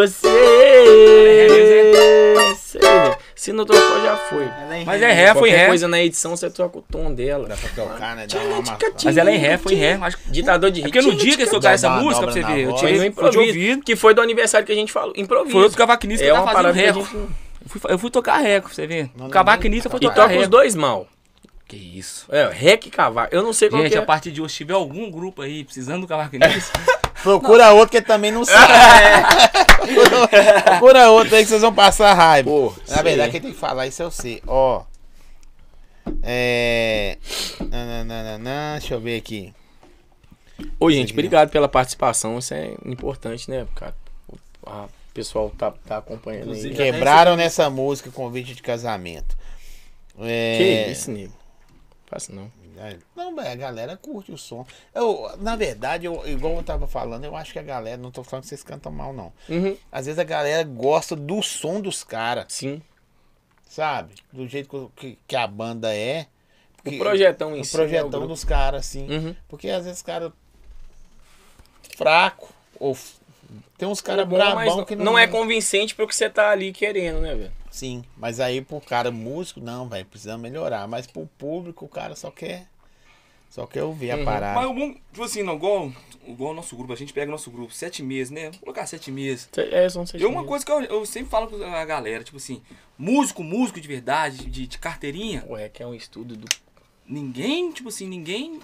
Speaker 1: você. Sei, né? Se não tocou, já foi.
Speaker 4: Mas é ré, foi
Speaker 1: Qualquer
Speaker 4: ré.
Speaker 1: coisa na edição, você troca o tom dela.
Speaker 2: Dá pra tocar, né? Dá uma amassada.
Speaker 4: Mas ela é em ré, foi em ré. Acho que...
Speaker 1: Ditador de
Speaker 4: É porque no dia que eles tocaram essa
Speaker 2: Dá uma
Speaker 4: música, pra
Speaker 2: dobra
Speaker 4: você
Speaker 2: na
Speaker 4: ver, eu
Speaker 2: voz.
Speaker 1: Foi no
Speaker 4: tirei foi de
Speaker 1: improviso,
Speaker 4: ouvido.
Speaker 1: que foi do aniversário que a gente falou. Improviso.
Speaker 4: Foi outro cavaquinista que
Speaker 1: É
Speaker 4: tá
Speaker 1: uma
Speaker 4: fazendo
Speaker 1: parada que
Speaker 4: ré.
Speaker 1: a gente...
Speaker 4: Eu fui tocar ré, pra você ver.
Speaker 2: Não,
Speaker 4: O cavaquinista foi
Speaker 1: E
Speaker 4: tocar
Speaker 1: toca
Speaker 4: ré.
Speaker 1: os dois mal.
Speaker 4: Que isso.
Speaker 1: É, ré que cavaco. Eu não sei qual
Speaker 4: Gente,
Speaker 1: que é.
Speaker 4: a partir de hoje, se tiver algum grupo aí precisando do cavaquinista,
Speaker 2: Procura outro que também não sabe. Procura outro aí que vocês vão passar raiva.
Speaker 1: Pô,
Speaker 2: Na verdade, quem tem que falar isso é você. Ó. Deixa eu ver aqui.
Speaker 1: Ô, gente, obrigado pela participação. Isso é importante, né, cara? O pessoal tá acompanhando aí.
Speaker 3: Inclusive,
Speaker 2: Quebraram nessa música convite de casamento.
Speaker 1: Que isso, nego? Faço não.
Speaker 2: Não, mas a galera curte o som. Na verdade, igual eu tava falando, eu acho que a galera, não tô falando que vocês cantam mal, não.
Speaker 1: Uhum.
Speaker 2: Às vezes a galera gosta do som dos caras,
Speaker 1: Sim.
Speaker 2: sabe? Do jeito que a banda é.
Speaker 1: O projetão em
Speaker 2: O
Speaker 1: si. né, o
Speaker 2: projetão
Speaker 1: grupo.
Speaker 2: dos caras, assim.
Speaker 1: Uhum.
Speaker 2: Porque às vezes os caras fraco ou tem uns caras
Speaker 1: Bom, mas
Speaker 2: brabão que
Speaker 1: não é convincente pro que você tá ali querendo, né, velho?
Speaker 2: Sim, mas aí pro cara músico, não, velho, precisa melhorar. Mas pro público, o cara só quer ouvir a parada.
Speaker 4: mas o bom, tipo assim, não, igual o nosso grupo, a gente pega o nosso grupo, 7 meses, né? Vou colocar 7 meses.
Speaker 1: São
Speaker 4: E uma coisa que eu sempre falo com a galera, tipo assim, músico de verdade, de carteirinha,
Speaker 1: Ué, que é um estudo
Speaker 4: ninguém, tipo assim, ninguém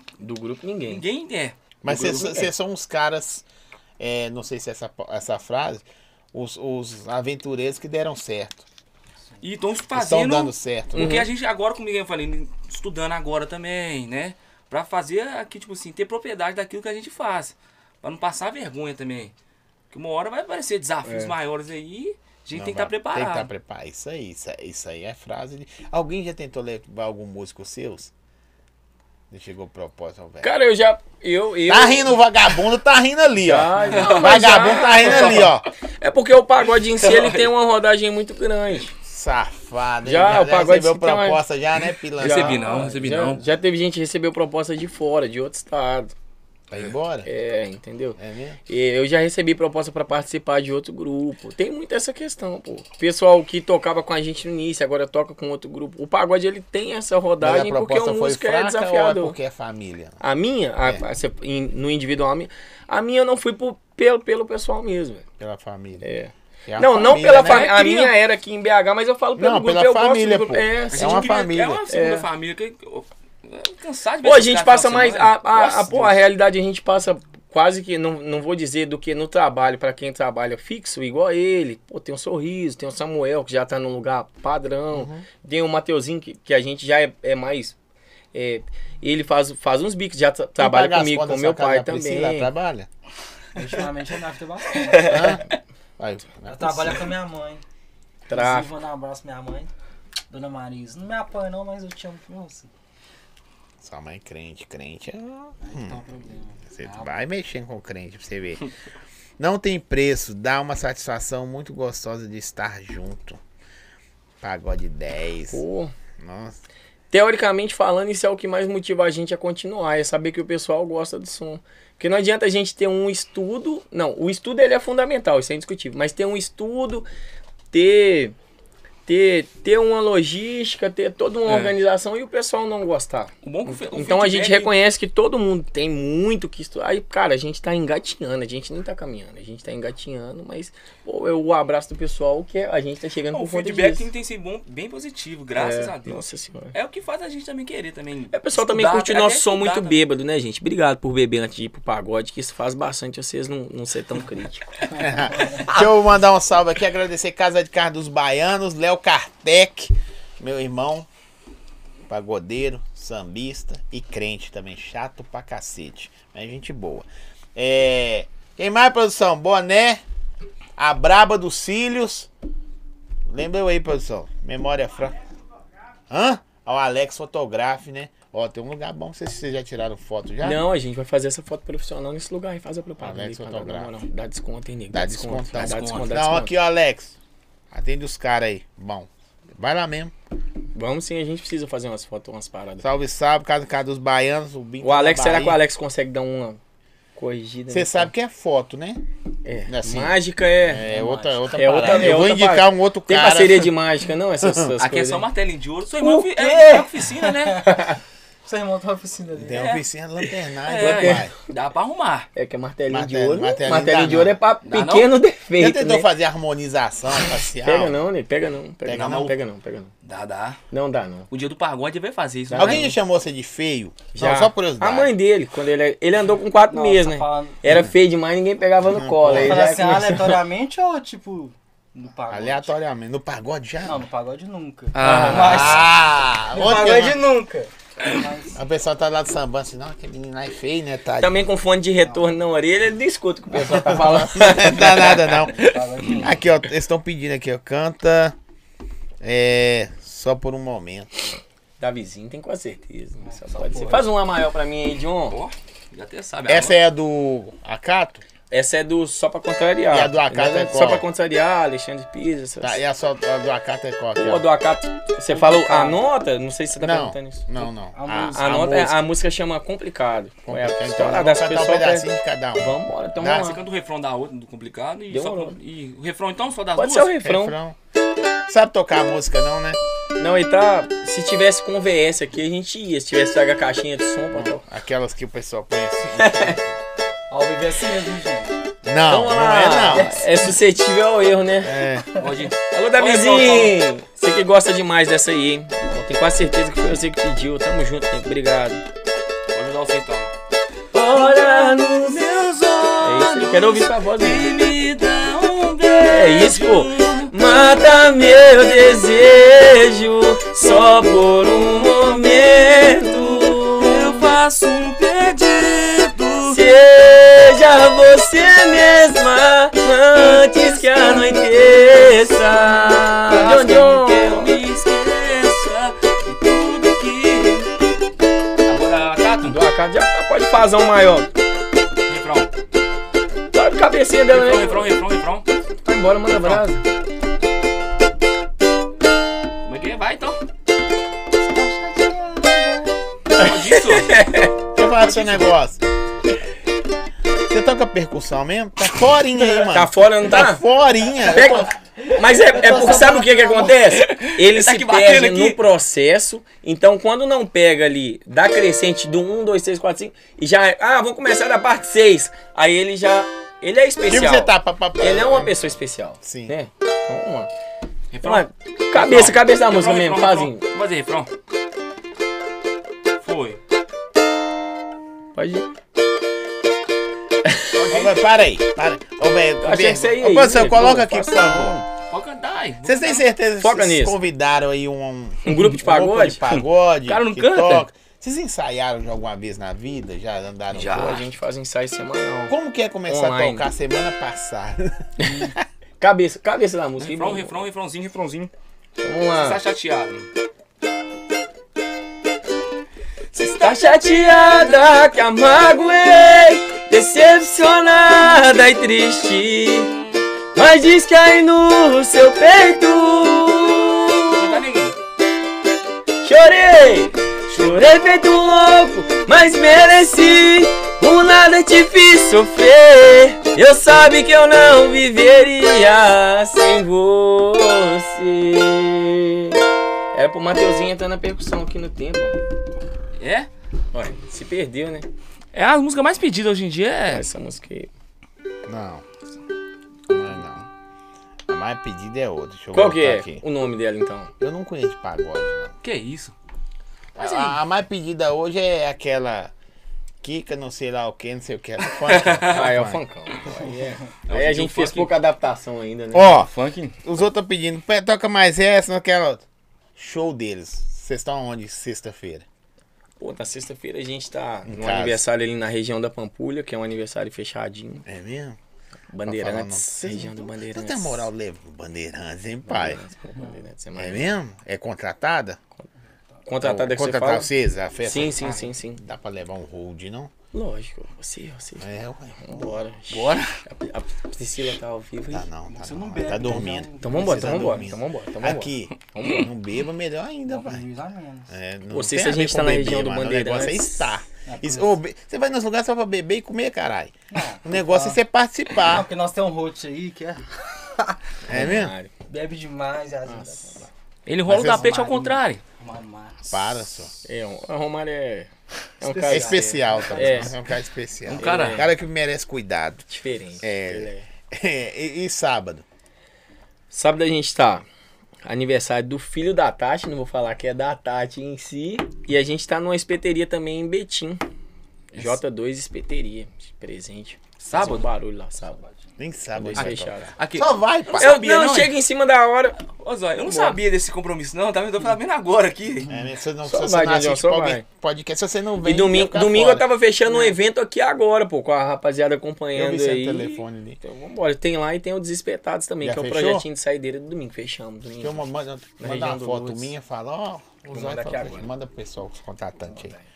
Speaker 4: é.
Speaker 2: Mas
Speaker 1: do grupo,
Speaker 2: vocês são uns caras, não sei se essa frase, os aventureiros que deram certo.
Speaker 4: E estão
Speaker 2: Estão
Speaker 4: fazendo,
Speaker 2: dando certo.
Speaker 4: porque a gente agora, como eu falei, estudando agora também, né? Pra fazer aqui, tipo assim, ter propriedade daquilo que a gente faz. Pra não passar vergonha também. Porque uma hora vai aparecer desafios maiores aí, a gente tem que estar preparado.
Speaker 2: Tem que estar preparado. Isso aí é frase de... Alguém já tentou levar algum músico seus? Chegou proposta, velho.
Speaker 1: Cara, eu já.
Speaker 2: Tá rindo o vagabundo, tá rindo ali, ó.
Speaker 1: Já,
Speaker 2: O vagabundo tá rindo ali, ó.
Speaker 1: É porque o pagode em si ele tem uma rodagem muito grande.
Speaker 2: Safado.
Speaker 1: Já, o pagode
Speaker 2: recebeu
Speaker 1: tem uma-
Speaker 2: proposta já, né, pilantra?
Speaker 4: Recebi não.
Speaker 1: Já teve gente que recebeu proposta de fora, de outro estado.
Speaker 2: Vai embora?
Speaker 1: É, entendeu?
Speaker 2: É mesmo?
Speaker 1: E eu já recebi proposta pra participar de outro grupo. Tem muito essa questão, pô. O pessoal que tocava com a gente no início, agora toca com outro grupo. O pagode, ele tem essa
Speaker 2: Mas a
Speaker 1: rodagem porque
Speaker 2: proposta
Speaker 1: o
Speaker 2: foi
Speaker 1: músico é
Speaker 2: fraca ou é
Speaker 1: desafiador.
Speaker 2: porque é família?
Speaker 1: A minha, no individual, a minha eu não fui pelo pessoal mesmo. Velho.
Speaker 2: Pela família.
Speaker 1: É.
Speaker 2: É
Speaker 1: Não,
Speaker 2: uma
Speaker 1: não pela
Speaker 2: né?
Speaker 1: família. A minha era aqui em BH, mas eu falo pelo
Speaker 2: Não,
Speaker 1: grupo.
Speaker 2: pela
Speaker 1: Eu gosto
Speaker 2: família,
Speaker 1: do grupo.
Speaker 2: pô.
Speaker 1: É,
Speaker 2: É
Speaker 1: assim,
Speaker 2: uma família.
Speaker 4: É uma segunda família. Cansado de ver
Speaker 1: Pô, a
Speaker 4: esses
Speaker 1: gente
Speaker 4: caras
Speaker 1: passa
Speaker 4: final
Speaker 1: mais.
Speaker 4: de semana. Nossa,
Speaker 1: A
Speaker 4: Deus.
Speaker 1: realidade a gente passa quase que, não vou dizer do que no trabalho, pra quem trabalha fixo, igual ele. Pô, tem o Sorriso, tem o Samuel, que já tá num lugar padrão. Tem o Mateuzinho, que a gente já é mais. Ele faz uns bicos, já trabalha
Speaker 2: paga as
Speaker 1: comigo,
Speaker 2: contas
Speaker 1: com
Speaker 2: da
Speaker 1: meu
Speaker 2: sua casa,
Speaker 1: pai
Speaker 2: a Priscila, ela
Speaker 1: também.
Speaker 2: trabalha?
Speaker 3: Ultimamente eu gasto bastante.
Speaker 2: Vai,
Speaker 3: Ela trabalha com a minha mãe.
Speaker 1: Tráfico.
Speaker 3: Inclusive, um abraço à minha mãe, Dona Marisa. Não me apoia não, mas eu te amo por você.
Speaker 2: Sua mãe é crente. Crente é...
Speaker 3: Aí tá um problema.
Speaker 2: Você vai mexendo com crente pra você ver. Não tem preço, dá uma satisfação muito gostosa de estar junto. Pagode 10.
Speaker 1: Pô,
Speaker 2: Nossa.
Speaker 1: teoricamente falando, isso é o que mais motiva a gente a continuar, é saber que o pessoal gosta do som. Porque não adianta a gente ter um estudo... Não, o estudo ele é fundamental, isso é indiscutível. Mas ter um estudo, ter uma logística, ter toda uma organização e o pessoal não gostar.
Speaker 4: O bom que
Speaker 1: Então a gente reconhece que todo mundo tem muito que estudar. Aí, cara, a gente tá engatinhando, a gente nem tá caminhando, a gente tá engatinhando, mas pô, o abraço do pessoal que a gente tá chegando
Speaker 4: o
Speaker 1: por conta
Speaker 4: feedback
Speaker 1: disso.
Speaker 4: tem sido bom, bem positivo, graças a Deus.
Speaker 1: Nossa senhora.
Speaker 4: É o que faz a gente também querer também.
Speaker 1: O pessoal também curte o
Speaker 4: até
Speaker 1: nosso som
Speaker 4: estudar
Speaker 1: muito
Speaker 4: também.
Speaker 1: bêbado, né, gente? Obrigado por beber antes de ir pro pagode, que isso faz bastante vocês não ser tão críticos.
Speaker 2: Deixa eu mandar um salve aqui, agradecer Casa de Carro dos Baianos, Léo Kartek, meu irmão, pagodeiro, sambista e crente também, chato pra cacete, mas gente boa. Quem mais, produção? Boné, a Braba dos Cílios, lembra eu aí, produção, memória franca. Hã? O Alex Fotografe, né? Ó, tem um lugar bom, não sei se vocês já tiraram foto já.
Speaker 1: Não, a gente vai fazer essa foto profissional nesse lugar e faz a propaganda.
Speaker 2: Alex
Speaker 1: aí,
Speaker 2: Fotografa.
Speaker 1: não, dá desconto, hein, nego?
Speaker 2: Dá desconto,
Speaker 1: Dá
Speaker 2: dá
Speaker 1: desconto.
Speaker 2: Não, aqui, ó, Alex, atende os caras aí, bom. Vai lá mesmo.
Speaker 1: Vamos sim, a gente precisa fazer umas fotos, umas paradas.
Speaker 2: Salve, salve, Casa dos Baianos.
Speaker 1: O Alex, será que o Alex consegue dar uma corrigida?
Speaker 2: Você sabe que é foto, né?
Speaker 1: É,
Speaker 2: assim,
Speaker 1: mágica é...
Speaker 2: É outra
Speaker 1: É
Speaker 2: parada.
Speaker 1: outra- é
Speaker 2: Eu vou
Speaker 1: outra
Speaker 2: indicar
Speaker 1: parada.
Speaker 2: um outro
Speaker 1: Tem
Speaker 2: cara.
Speaker 1: parceria de mágica, não? Essas
Speaker 4: Aqui
Speaker 1: coisas
Speaker 4: é só
Speaker 1: aí.
Speaker 4: martelinho de ouro. Sua irmã
Speaker 1: quê?
Speaker 4: é oficina, né?
Speaker 3: Seu irmão tem uma oficina ali.
Speaker 2: Tem uma oficina de lanternagem,
Speaker 4: É,
Speaker 2: pai.
Speaker 4: dá pra arrumar.
Speaker 1: É que é martelinho de
Speaker 2: Martelo-
Speaker 1: ouro.
Speaker 2: martelinho
Speaker 1: Martelinho
Speaker 2: dá
Speaker 1: de
Speaker 2: não.
Speaker 1: ouro é pra
Speaker 4: Dá
Speaker 1: pequeno
Speaker 2: Já
Speaker 1: defeito,
Speaker 2: tentou
Speaker 1: né?
Speaker 2: fazer harmonização facial?
Speaker 1: Pega não, né? Pega não. Pega
Speaker 2: Pega
Speaker 1: não,
Speaker 2: não?
Speaker 1: pega não, pega não.
Speaker 4: Dá.
Speaker 1: Não dá, não.
Speaker 4: O dia do pagode vai fazer isso.
Speaker 2: Alguém
Speaker 4: né?
Speaker 2: já chamou você de feio?
Speaker 1: Já.
Speaker 2: Não, só curiosidade.
Speaker 1: A mãe dele, quando ele andou com 4
Speaker 3: Não,
Speaker 1: meses,
Speaker 3: tá
Speaker 1: né?
Speaker 3: falando-
Speaker 1: Era feio demais, ninguém pegava no colo. Aí
Speaker 3: Fala
Speaker 1: já
Speaker 3: assim,
Speaker 1: começou-
Speaker 3: aleatoriamente ou tipo no pagode?
Speaker 2: Aleatoriamente. No pagode já?
Speaker 3: Não, no pagode nunca.
Speaker 2: Ah!
Speaker 3: No
Speaker 2: Onde
Speaker 3: pagode
Speaker 2: que
Speaker 3: nunca. Mas
Speaker 2: a pessoa tá lá do sambando assim, não, aquele menino lá é feio, né? Tá
Speaker 1: Também com fone de retorno na orelha, ele não escuta o que o pessoal tá falando.
Speaker 2: Não dá nada, não.
Speaker 3: pagode nunca.
Speaker 2: Aqui, ó, eles estão pedindo aqui, ó. Canta. Só por um momento.
Speaker 1: Davizinho tem quase certeza. Né? Só pode ser. Faz uma maior pra mim aí, John.
Speaker 4: Pô, já até sabe.
Speaker 2: Essa é a do Acato?
Speaker 1: Essa é do Só Pra Contrariar.
Speaker 2: E a do Acato é qual?
Speaker 1: Só Pra Contrariar, Alexandre Pires. Essas...
Speaker 2: Tá, e a do Acato é qual? Aqui,
Speaker 1: Pô,
Speaker 2: ó?
Speaker 1: a do Acato, você falou a nota? Não sei se você tá
Speaker 2: Não,
Speaker 1: perguntando isso.
Speaker 2: não.
Speaker 3: A
Speaker 1: A nota,
Speaker 2: música.
Speaker 1: a música chama Complicado.
Speaker 2: Então,
Speaker 1: História
Speaker 2: vamos
Speaker 1: das
Speaker 2: cantar um
Speaker 1: pessoas.
Speaker 2: pedacinho de cada um.
Speaker 1: Vamos embora, então
Speaker 2: Dá,
Speaker 1: vamos
Speaker 4: Você
Speaker 1: lá.
Speaker 4: canta o refrão da outra, do complicado, e,
Speaker 1: Demorou.
Speaker 4: e o refrão então só das
Speaker 1: Pode
Speaker 4: duas?
Speaker 1: ser o refrão.
Speaker 2: Refrão. Sabe tocar a música, não, né?
Speaker 1: Não, e tá. Se tivesse com VS aqui, a gente ia. Se tivesse pega a caixinha de som, pra tocar.
Speaker 2: Aquelas que o pessoal conhece.
Speaker 3: Ao viver assim mesmo, gente.
Speaker 2: Não, não é não.
Speaker 1: É suscetível ao erro, né?
Speaker 2: É.
Speaker 4: Pode ir.
Speaker 1: Alô, Davizinho! Você que gosta demais dessa aí, hein? Eu tenho quase certeza que foi você que pediu. Tamo junto, Nico. Obrigado.
Speaker 4: Pode dar o então.
Speaker 1: Olha nos meus olhos. É isso, eu quero ouvir sua voz aí.
Speaker 4: Me dá um beijo.
Speaker 1: É isso, pô. Mata meu desejo só por um momento.
Speaker 4: Eu faço um pedido.
Speaker 1: Seja você mesma antes que anoiteça.
Speaker 4: Faz
Speaker 1: John,
Speaker 4: com que eu
Speaker 1: John.
Speaker 4: me esqueça de tudo que... Agora, Cato,
Speaker 1: Do Acato já pode fazer um maior.
Speaker 4: refrão.
Speaker 1: Tá de cabecinha dela, né?
Speaker 4: Refrão.
Speaker 1: Vai embora, manda brasa.
Speaker 4: Como é que é? Vai então. Pode isso?
Speaker 2: Deixa eu falar do seu negócio. Você toca percussão mesmo? Tá forinha aí, mano.
Speaker 1: Tá fora, não
Speaker 2: Tá
Speaker 1: tá?
Speaker 2: forinha.
Speaker 1: Pega- Mas é porque sabe o que acontece? Ele
Speaker 4: Tá
Speaker 1: se
Speaker 4: aqui batendo
Speaker 1: perde
Speaker 4: aqui.
Speaker 1: no processo. Então, quando não pega ali, dá crescente do 1, 2, 3, 4, 5 e já. Ah, vou começar da parte 6. Aí ele já. Ele é especial.
Speaker 2: Tipo você tá
Speaker 1: Ele é uma pessoa especial.
Speaker 2: Sim.
Speaker 1: Né? Então, vamos lá.
Speaker 4: Refrão.
Speaker 1: Vamos lá. Cabeça da música
Speaker 4: Refrão,
Speaker 1: mesmo,
Speaker 4: refrão.
Speaker 1: fazinho.
Speaker 4: Vamos fazer refrão. Foi.
Speaker 1: Pode ir.
Speaker 2: Para aí. Ô, velho.
Speaker 1: Achei que você ia
Speaker 2: Ô,
Speaker 1: ir,
Speaker 2: produção,
Speaker 1: né?
Speaker 2: coloca
Speaker 1: Pô,
Speaker 2: aqui, por
Speaker 1: faça
Speaker 2: favor.
Speaker 4: Pode cantar aí.
Speaker 2: Vocês têm certeza que
Speaker 1: Foca
Speaker 2: vocês
Speaker 1: nisso.
Speaker 2: convidaram aí um
Speaker 1: grupo de pagode?
Speaker 2: grupo de pagode?
Speaker 1: O cara não
Speaker 2: que
Speaker 1: canta?
Speaker 2: toca? Vocês ensaiaram de alguma vez na vida? Já andaram
Speaker 1: Já,
Speaker 2: por
Speaker 1: a
Speaker 2: aí?
Speaker 1: gente faz ensaio semanal.
Speaker 2: Como que é começar
Speaker 1: Online.
Speaker 2: a tocar semana passada?
Speaker 1: Cabeça da música.
Speaker 4: Refrãozinho.
Speaker 1: Vamos
Speaker 4: Você
Speaker 1: lá.
Speaker 4: tá chateado?
Speaker 2: Você está
Speaker 1: Tá chateada que a magoei, decepcionada e triste, mas diz que aí no seu peito chorei, chorei feito um louco, mas mereci. Por nada te fiz sofrer. Eu sabe que eu não viveria sem você. Era pro Mateuzinho entrar na percussão aqui no tempo.
Speaker 4: É?
Speaker 1: Olha, se perdeu, né?
Speaker 4: É a música mais pedida hoje em dia.
Speaker 1: Essa música aí.
Speaker 2: Não. Não é não. A mais pedida é outra. Deixa eu
Speaker 1: Qual que
Speaker 2: voltar
Speaker 1: é
Speaker 2: aqui.
Speaker 1: o nome dela então?
Speaker 2: Eu não conheço pagode, não.
Speaker 4: Que isso? Mas
Speaker 2: A mais pedida hoje é aquela Kika, não sei lá o que, não sei o que. Funk.
Speaker 1: Ah, é o funkão. Aí a gente fez pouca adaptação ainda, né?
Speaker 2: Ó,
Speaker 4: Funk.
Speaker 2: os outros estão pedindo, toca mais essa, naquela outra. Show deles. Vocês estão onde sexta-feira?
Speaker 1: Pô, na sexta-feira a gente tá
Speaker 2: Em
Speaker 1: no
Speaker 2: casa.
Speaker 1: aniversário ali na região da Pampulha, que é um aniversário fechadinho.
Speaker 2: É mesmo?
Speaker 1: Bandeirantes,
Speaker 2: Tá falando,
Speaker 1: região do
Speaker 2: Você
Speaker 1: Bandeirantes.
Speaker 2: tem moral leve pro Bandeirantes, hein, pai?
Speaker 1: Bandeirantes,
Speaker 2: É
Speaker 1: mais-
Speaker 2: mesmo? É contratada?
Speaker 1: Contratada que você
Speaker 2: Contratar
Speaker 1: fala?
Speaker 2: vocês, a festa?
Speaker 1: Sim, sim,
Speaker 2: Ah,
Speaker 1: sim, sim.
Speaker 2: Dá pra levar um hold, não?
Speaker 1: Lógico, você.
Speaker 2: É, ué.
Speaker 1: Vambora.
Speaker 2: Bora?
Speaker 1: A Priscila tá ao vivo aí.
Speaker 2: Tá não, tá
Speaker 3: Você
Speaker 2: não.
Speaker 3: não
Speaker 2: Ela
Speaker 3: bebe,
Speaker 2: tá
Speaker 3: então
Speaker 2: dormindo.
Speaker 3: não-
Speaker 1: Então vambora,
Speaker 2: Você
Speaker 1: então
Speaker 2: tá
Speaker 1: vambora,
Speaker 2: dormindo.
Speaker 1: então vambora, então vambora.
Speaker 2: Aqui,
Speaker 1: Vambora.
Speaker 2: não beba melhor ainda,
Speaker 3: Dá pra
Speaker 2: pai.
Speaker 3: juiz a menos.
Speaker 2: É, não
Speaker 1: Pô,
Speaker 2: tem
Speaker 1: sexta a
Speaker 2: ver
Speaker 1: gente
Speaker 2: com
Speaker 1: tá na
Speaker 2: beber,
Speaker 1: região do
Speaker 2: mano. O negócio é
Speaker 1: Bandeirantes.
Speaker 2: estar.
Speaker 3: É,
Speaker 2: Isso,
Speaker 3: por
Speaker 2: ô, você vai nos lugares só pra beber e comer, caralho.
Speaker 3: Não,
Speaker 2: O negócio é você
Speaker 3: Não,
Speaker 2: participar.
Speaker 3: porque nós temos um host aí que é...
Speaker 2: É mesmo?
Speaker 1: Romário.
Speaker 3: bebe demais e às vezes
Speaker 1: Nossa.
Speaker 4: Ele rola o
Speaker 2: Mas
Speaker 4: tapete ao
Speaker 3: Marinho.
Speaker 4: contrário.
Speaker 2: Para só.
Speaker 1: O Romário é um
Speaker 2: É
Speaker 1: cara
Speaker 2: especial, tá?
Speaker 1: É.
Speaker 2: É um cara especial.
Speaker 4: Um cara-
Speaker 2: Um cara que merece cuidado.
Speaker 1: diferente.
Speaker 2: É.
Speaker 1: Ele é.
Speaker 2: E sábado?
Speaker 1: Sábado a gente tá aniversário do filho da Tati, não vou falar que é da Tati em si. E a gente tá numa espeteria também em Betim. J2 Espeteria, de presente.
Speaker 4: Sábado?
Speaker 1: Faz um barulho lá, sábado.
Speaker 2: Nem sabe.
Speaker 1: Dois
Speaker 2: onde vai
Speaker 1: fechados.
Speaker 2: tocar.
Speaker 4: Aqui.
Speaker 2: Só vai, pai.
Speaker 1: Eu
Speaker 4: sabia,
Speaker 1: não
Speaker 4: não,
Speaker 1: chega em cima da hora.
Speaker 4: Ô, Zóia, eu não
Speaker 1: Vambora.
Speaker 4: sabia desse compromisso, não, tá? Eu tô sabendo agora aqui.
Speaker 2: É, né? Se não,
Speaker 1: Só
Speaker 2: se
Speaker 1: vai,
Speaker 2: você não
Speaker 1: Daniel,
Speaker 2: assiste
Speaker 1: só
Speaker 2: podcast, se você não vem,
Speaker 1: E domingo,
Speaker 2: vai ficar
Speaker 1: domingo
Speaker 2: fora.
Speaker 1: eu tava fechando um evento aqui agora, pô, com a rapaziada
Speaker 2: Eu
Speaker 1: acompanhando
Speaker 2: vi seu
Speaker 1: aí.
Speaker 2: telefone ali.
Speaker 1: Então vambora. Tem lá e tem o Desespetados também,
Speaker 2: Já
Speaker 1: que é o
Speaker 2: fechou?
Speaker 1: projetinho de saideira do domingo. Fechamos, domingo.
Speaker 2: Deixa eu mandar
Speaker 1: região
Speaker 2: uma
Speaker 1: do
Speaker 2: foto
Speaker 1: Lourdes.
Speaker 2: minha e fala, ó,
Speaker 1: Vou mandar aqui agora.
Speaker 2: manda pro pessoal, os contratantes aí.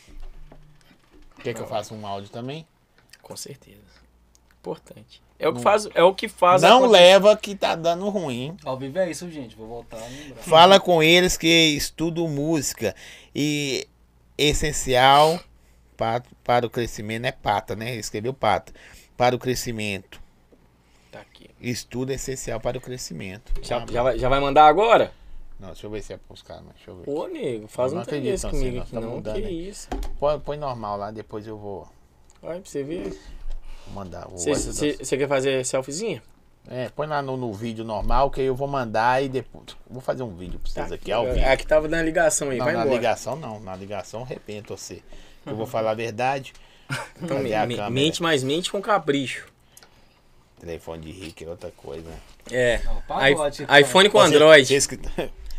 Speaker 2: Quer que eu faça um áudio também?
Speaker 1: Com certeza. Importante. É o que faz
Speaker 2: Não
Speaker 1: acontecer.
Speaker 2: leva que tá dando ruim.
Speaker 3: Ao vivo é isso, gente. Vou voltar a lembrar.
Speaker 2: Fala com eles que estudo música e essencial para o crescimento, é pata, né? Ele escreveu pata. Para o crescimento.
Speaker 1: Tá aqui.
Speaker 2: Estudo é essencial para o crescimento.
Speaker 1: Já vai mandar agora?
Speaker 2: Não, deixa eu ver se é pros caras, mas deixa eu ver.
Speaker 1: Pô, nego, faz
Speaker 2: Eu
Speaker 1: um
Speaker 2: não
Speaker 1: trem
Speaker 2: acredito,
Speaker 1: desse
Speaker 2: não,
Speaker 1: comigo
Speaker 2: senão
Speaker 1: aqui
Speaker 2: tá
Speaker 1: não.
Speaker 2: mudando,
Speaker 1: Que
Speaker 2: né?
Speaker 1: isso?
Speaker 2: Põe normal lá, depois eu vou
Speaker 1: Olha pra você ver.
Speaker 2: mandar.
Speaker 1: Você quer fazer selfiezinha?
Speaker 2: Põe lá no vídeo normal, que aí eu vou mandar e depois. Vou fazer um vídeo pra vocês aqui ao vivo.
Speaker 1: É que tava dando ligação aí,
Speaker 2: Não,
Speaker 1: vai
Speaker 2: na
Speaker 1: embora.
Speaker 2: ligação não. Na ligação arrependo você. Eu vou falar a verdade.
Speaker 1: Então,
Speaker 2: Cadê a câmera?
Speaker 1: mente mais mente com capricho.
Speaker 2: Telefone de rico é outra coisa.
Speaker 1: É.
Speaker 3: Não, pagode,
Speaker 1: iPhone com
Speaker 2: Você-
Speaker 1: Android.
Speaker 2: vocês que-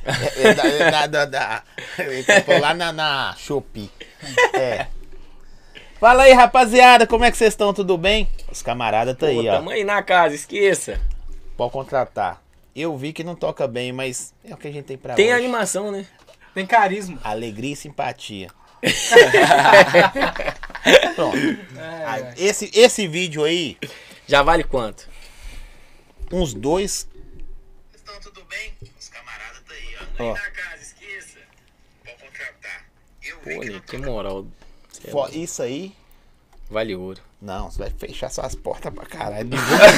Speaker 2: Ele comprou lá na Shopee. É. Fala aí, rapaziada, como é que vocês estão? Tudo bem? Os camaradas tá aí,
Speaker 1: Pô,
Speaker 2: ó.
Speaker 1: tamo aí na casa, esqueça.
Speaker 2: Pode contratar. Eu vi que não toca bem, mas é o que a gente tem pra
Speaker 1: Tem
Speaker 2: hoje.
Speaker 1: animação, né?
Speaker 3: Tem carisma.
Speaker 2: Alegria e simpatia. Pronto. Aí, esse vídeo aí,
Speaker 1: Já vale quanto?
Speaker 2: uns 2. Estão tudo bem? Os camaradas tá aí, ó.
Speaker 1: Ó.
Speaker 2: Na casa, esqueça. Pode contratar. Eu
Speaker 1: Pô, nego, que moral. Cê é
Speaker 2: Isso aí.
Speaker 1: Vale ouro.
Speaker 2: Não, você vai fechar suas portas pra caralho. Divulga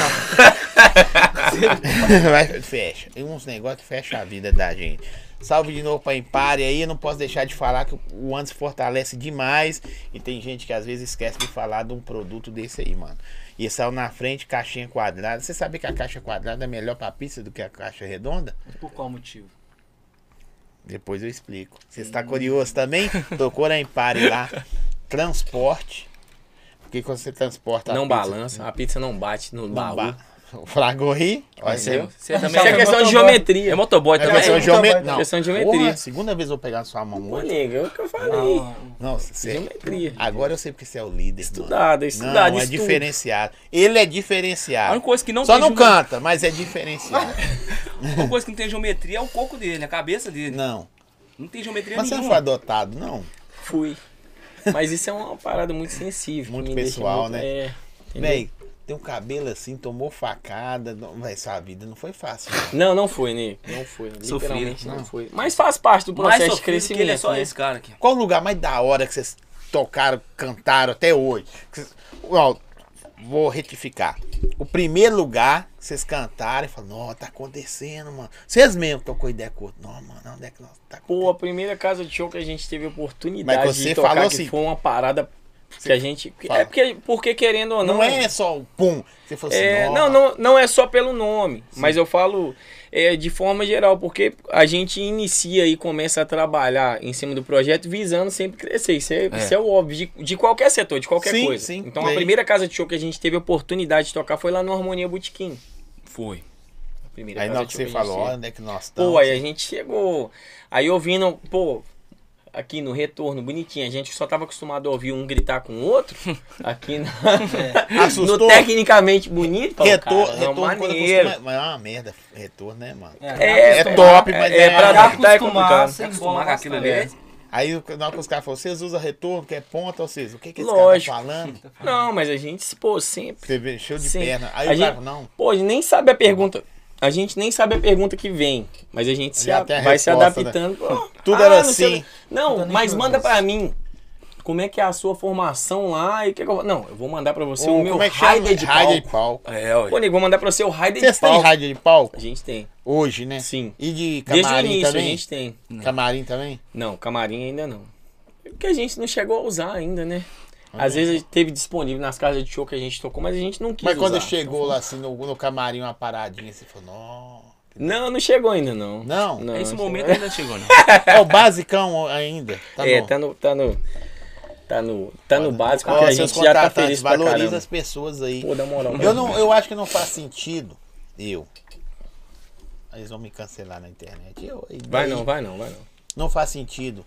Speaker 2: não. Vai, fecha. Tem uns negócios que fecham a vida da gente. Salve de novo pra Empare aí. Eu não posso deixar de falar que o Andes fortalece demais. E tem gente que às vezes esquece de falar de um produto desse aí, mano. E saiu na frente, caixinha quadrada. Você sabe que a caixa quadrada é melhor pra pizza do que a caixa redonda?
Speaker 3: Por qual motivo?
Speaker 2: Depois eu explico. Você está curioso também? Procura a Empare lá. Transporte. Porque quando você transporta a
Speaker 1: Não
Speaker 2: pizza,
Speaker 1: balança, a pizza não bate no baú.
Speaker 2: O Flagorri. Olha,
Speaker 1: Entendeu?
Speaker 2: você
Speaker 1: Isso é questão de geometria.
Speaker 4: É motoboy
Speaker 2: é
Speaker 4: também?
Speaker 2: questão de geometria. Não.
Speaker 1: Questão de geometria.
Speaker 2: Porra, segunda vez eu vou pegar na sua mão
Speaker 1: Pô,
Speaker 2: hoje.
Speaker 1: nego, é o que eu falei.
Speaker 2: Não, você...
Speaker 1: Geometria.
Speaker 2: Agora eu sei porque você é o líder.
Speaker 1: Estudado,
Speaker 2: Não,
Speaker 1: estudado,
Speaker 2: é
Speaker 1: estudo.
Speaker 2: diferenciado. Ele é
Speaker 4: A
Speaker 2: diferenciado.
Speaker 4: única coisa que não
Speaker 2: Só
Speaker 4: tem
Speaker 2: não
Speaker 4: geometria-
Speaker 2: canta, mas é diferenciado.
Speaker 4: A única coisa que não tem geometria é o coco dele, a cabeça dele.
Speaker 2: Não.
Speaker 4: Não tem geometria
Speaker 2: Mas você não
Speaker 4: nenhuma.
Speaker 2: foi adotado, não?
Speaker 1: Fui. Mas isso é uma parada muito sensível.
Speaker 2: Muito
Speaker 1: que me deixa
Speaker 2: pessoal,
Speaker 1: muito-
Speaker 2: né?
Speaker 1: É, entendeu?
Speaker 2: Véi, tem um cabelo assim, tomou facada. Véi, essa vida não foi fácil.
Speaker 1: Não foi, né? Não foi.
Speaker 4: Sofrido.
Speaker 1: Literalmente não foi. Mas faz parte do
Speaker 4: Mais
Speaker 1: processo de
Speaker 4: sofrido que
Speaker 1: crescimento.
Speaker 4: ele é só
Speaker 1: né?
Speaker 4: esse cara aqui.
Speaker 2: Qual o lugar mais da hora que vocês tocaram, cantaram até hoje? Ó, vou retificar. O primeiro lugar que vocês cantaram e falaram, não, tá acontecendo, mano. Vocês mesmos tocou ideia com o outro. Não, mano, onde é que nós tá
Speaker 1: Pô, a primeira casa de show que a gente teve oportunidade
Speaker 2: Mas você
Speaker 1: de tocar,
Speaker 2: falou
Speaker 1: que
Speaker 2: assim-
Speaker 1: foi uma parada que a gente...
Speaker 2: Fala.
Speaker 1: É porque querendo ou não...
Speaker 2: Não é só o pum. Você falou assim,
Speaker 1: É,
Speaker 2: "Nossa."
Speaker 1: não é só pelo nome, mas eu falo de forma geral, porque a gente inicia e começa a trabalhar em cima do projeto visando sempre crescer. Isso é o óbvio, de qualquer setor, de qualquer
Speaker 2: Sim,
Speaker 1: coisa.
Speaker 2: sim.
Speaker 1: Então
Speaker 2: Bem.
Speaker 1: a primeira casa de show que a gente teve a oportunidade de tocar foi lá no Harmonia Botequim.
Speaker 4: Foi.
Speaker 1: A primeira
Speaker 2: Aí
Speaker 1: casa
Speaker 2: na hora
Speaker 1: de
Speaker 2: que
Speaker 1: show
Speaker 2: você
Speaker 1: que a gente
Speaker 2: falou,
Speaker 1: teve.
Speaker 2: onde é que nós estamos?
Speaker 1: Pô, aí a gente chegou. Aí ouvindo, pô, aqui no retorno, bonitinho. A gente só tava acostumado a ouvir um gritar com o outro. Aqui
Speaker 2: Assustou?
Speaker 1: no tecnicamente bonito. Falou,
Speaker 2: Retorno,
Speaker 1: cara,
Speaker 2: retorno quando
Speaker 1: maneiro.
Speaker 2: costuma... Mas é uma merda, retorno, né, mano?
Speaker 1: É
Speaker 2: top, mas é-
Speaker 1: pra
Speaker 3: Já
Speaker 1: adaptar é
Speaker 3: acostumar,
Speaker 1: complicado.
Speaker 3: sem
Speaker 4: Acostumar
Speaker 3: bola
Speaker 4: com aquilo ali.
Speaker 3: bastante.
Speaker 2: Aí na hora que os caras falam, vocês usam retorno, que é ponta, ou seja, o que esse
Speaker 1: Lógico.
Speaker 2: cara tá falando?
Speaker 1: Não, mas a gente, pô, sempre.
Speaker 2: Você vê, cheio de
Speaker 1: Sim.
Speaker 2: perna. Aí
Speaker 1: A
Speaker 2: o cara
Speaker 1: gente-
Speaker 2: fala, não.
Speaker 1: Pô, a gente nem sabe a pergunta. A gente nem sabe a pergunta que vem. Mas a gente
Speaker 2: Já tem a
Speaker 1: vai se
Speaker 2: resposta,
Speaker 1: adaptando. Pô,
Speaker 2: Tudo era
Speaker 1: não sei-
Speaker 2: assim.
Speaker 1: Não,
Speaker 3: nem
Speaker 1: mas
Speaker 3: que
Speaker 1: manda
Speaker 3: eu
Speaker 1: pra mim. Como é que é a sua formação lá e o que eu... Não, eu vou mandar pra você o meu
Speaker 2: Como é que chama?
Speaker 1: rider de
Speaker 2: Rider
Speaker 1: palco.
Speaker 2: de palco.
Speaker 4: É, ué.
Speaker 1: Pô, nego, vou mandar pra você o rider
Speaker 2: Vocês
Speaker 1: de
Speaker 2: têm
Speaker 1: palco.
Speaker 2: rádio de palco?
Speaker 1: A gente tem.
Speaker 2: Hoje, né?
Speaker 1: Sim.
Speaker 2: E de
Speaker 1: Desde o
Speaker 2: camarim
Speaker 1: início
Speaker 2: também?
Speaker 1: a gente tem.
Speaker 2: Camarim também?
Speaker 1: Não, camarim ainda não. Porque a gente não chegou a usar ainda, né? Às vezes teve disponível nas casas de show que a gente tocou, mas a gente não quis
Speaker 2: Mas quando
Speaker 1: usar.
Speaker 2: chegou lá assim no camarim uma paradinha, você falou, não.
Speaker 1: Não chegou ainda não.
Speaker 2: Não?
Speaker 4: Esse
Speaker 1: chegou.
Speaker 4: momento ainda chegou, não.
Speaker 2: É o basicão ainda. Tá
Speaker 1: É,
Speaker 2: bom.
Speaker 1: tá no básico,
Speaker 2: Ó,
Speaker 1: porque a
Speaker 2: seus
Speaker 1: gente já tá
Speaker 2: contratantes,
Speaker 1: feliz pra
Speaker 2: valoriza
Speaker 1: caramba.
Speaker 2: as pessoas aí.
Speaker 1: Pô, dá moral.
Speaker 2: Eu acho que não faz sentido. Eles vão me cancelar na internet.
Speaker 1: Vai
Speaker 2: daí
Speaker 1: não.
Speaker 2: Não faz sentido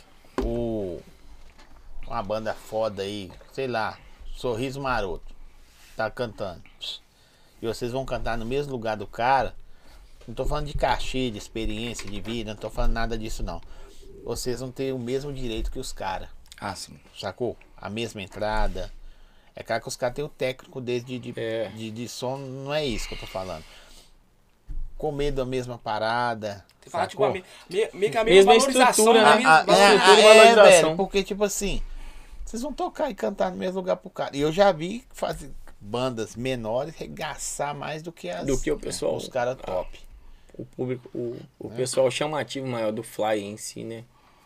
Speaker 2: uma banda foda aí, sei lá, Sorriso Maroto, tá cantando. E vocês vão cantar no mesmo lugar do cara. Não tô falando de cachê, de experiência, de vida, não tô falando nada disso não. Vocês vão ter o mesmo direito que os caras,
Speaker 4: Ah, sim.
Speaker 2: sacou? A mesma entrada. É claro que os caras têm o técnico desde de som, não é isso que eu tô falando. Comer da mesma parada.
Speaker 4: Você fala, tipo,
Speaker 2: sacou?
Speaker 4: meio que a mesma
Speaker 1: Mesma
Speaker 4: valorização,
Speaker 1: estrutura,
Speaker 4: né?
Speaker 1: né?
Speaker 4: Mesma valorização.
Speaker 1: estrutura e valorização.
Speaker 2: velho, porque tipo assim, vocês vão tocar e cantar no mesmo lugar pro cara. E eu já vi fazer bandas menores regaçar mais do que
Speaker 1: Do que o pessoal.
Speaker 2: os caras top.
Speaker 1: O público, o pessoal chamativo maior do Fly em si, né?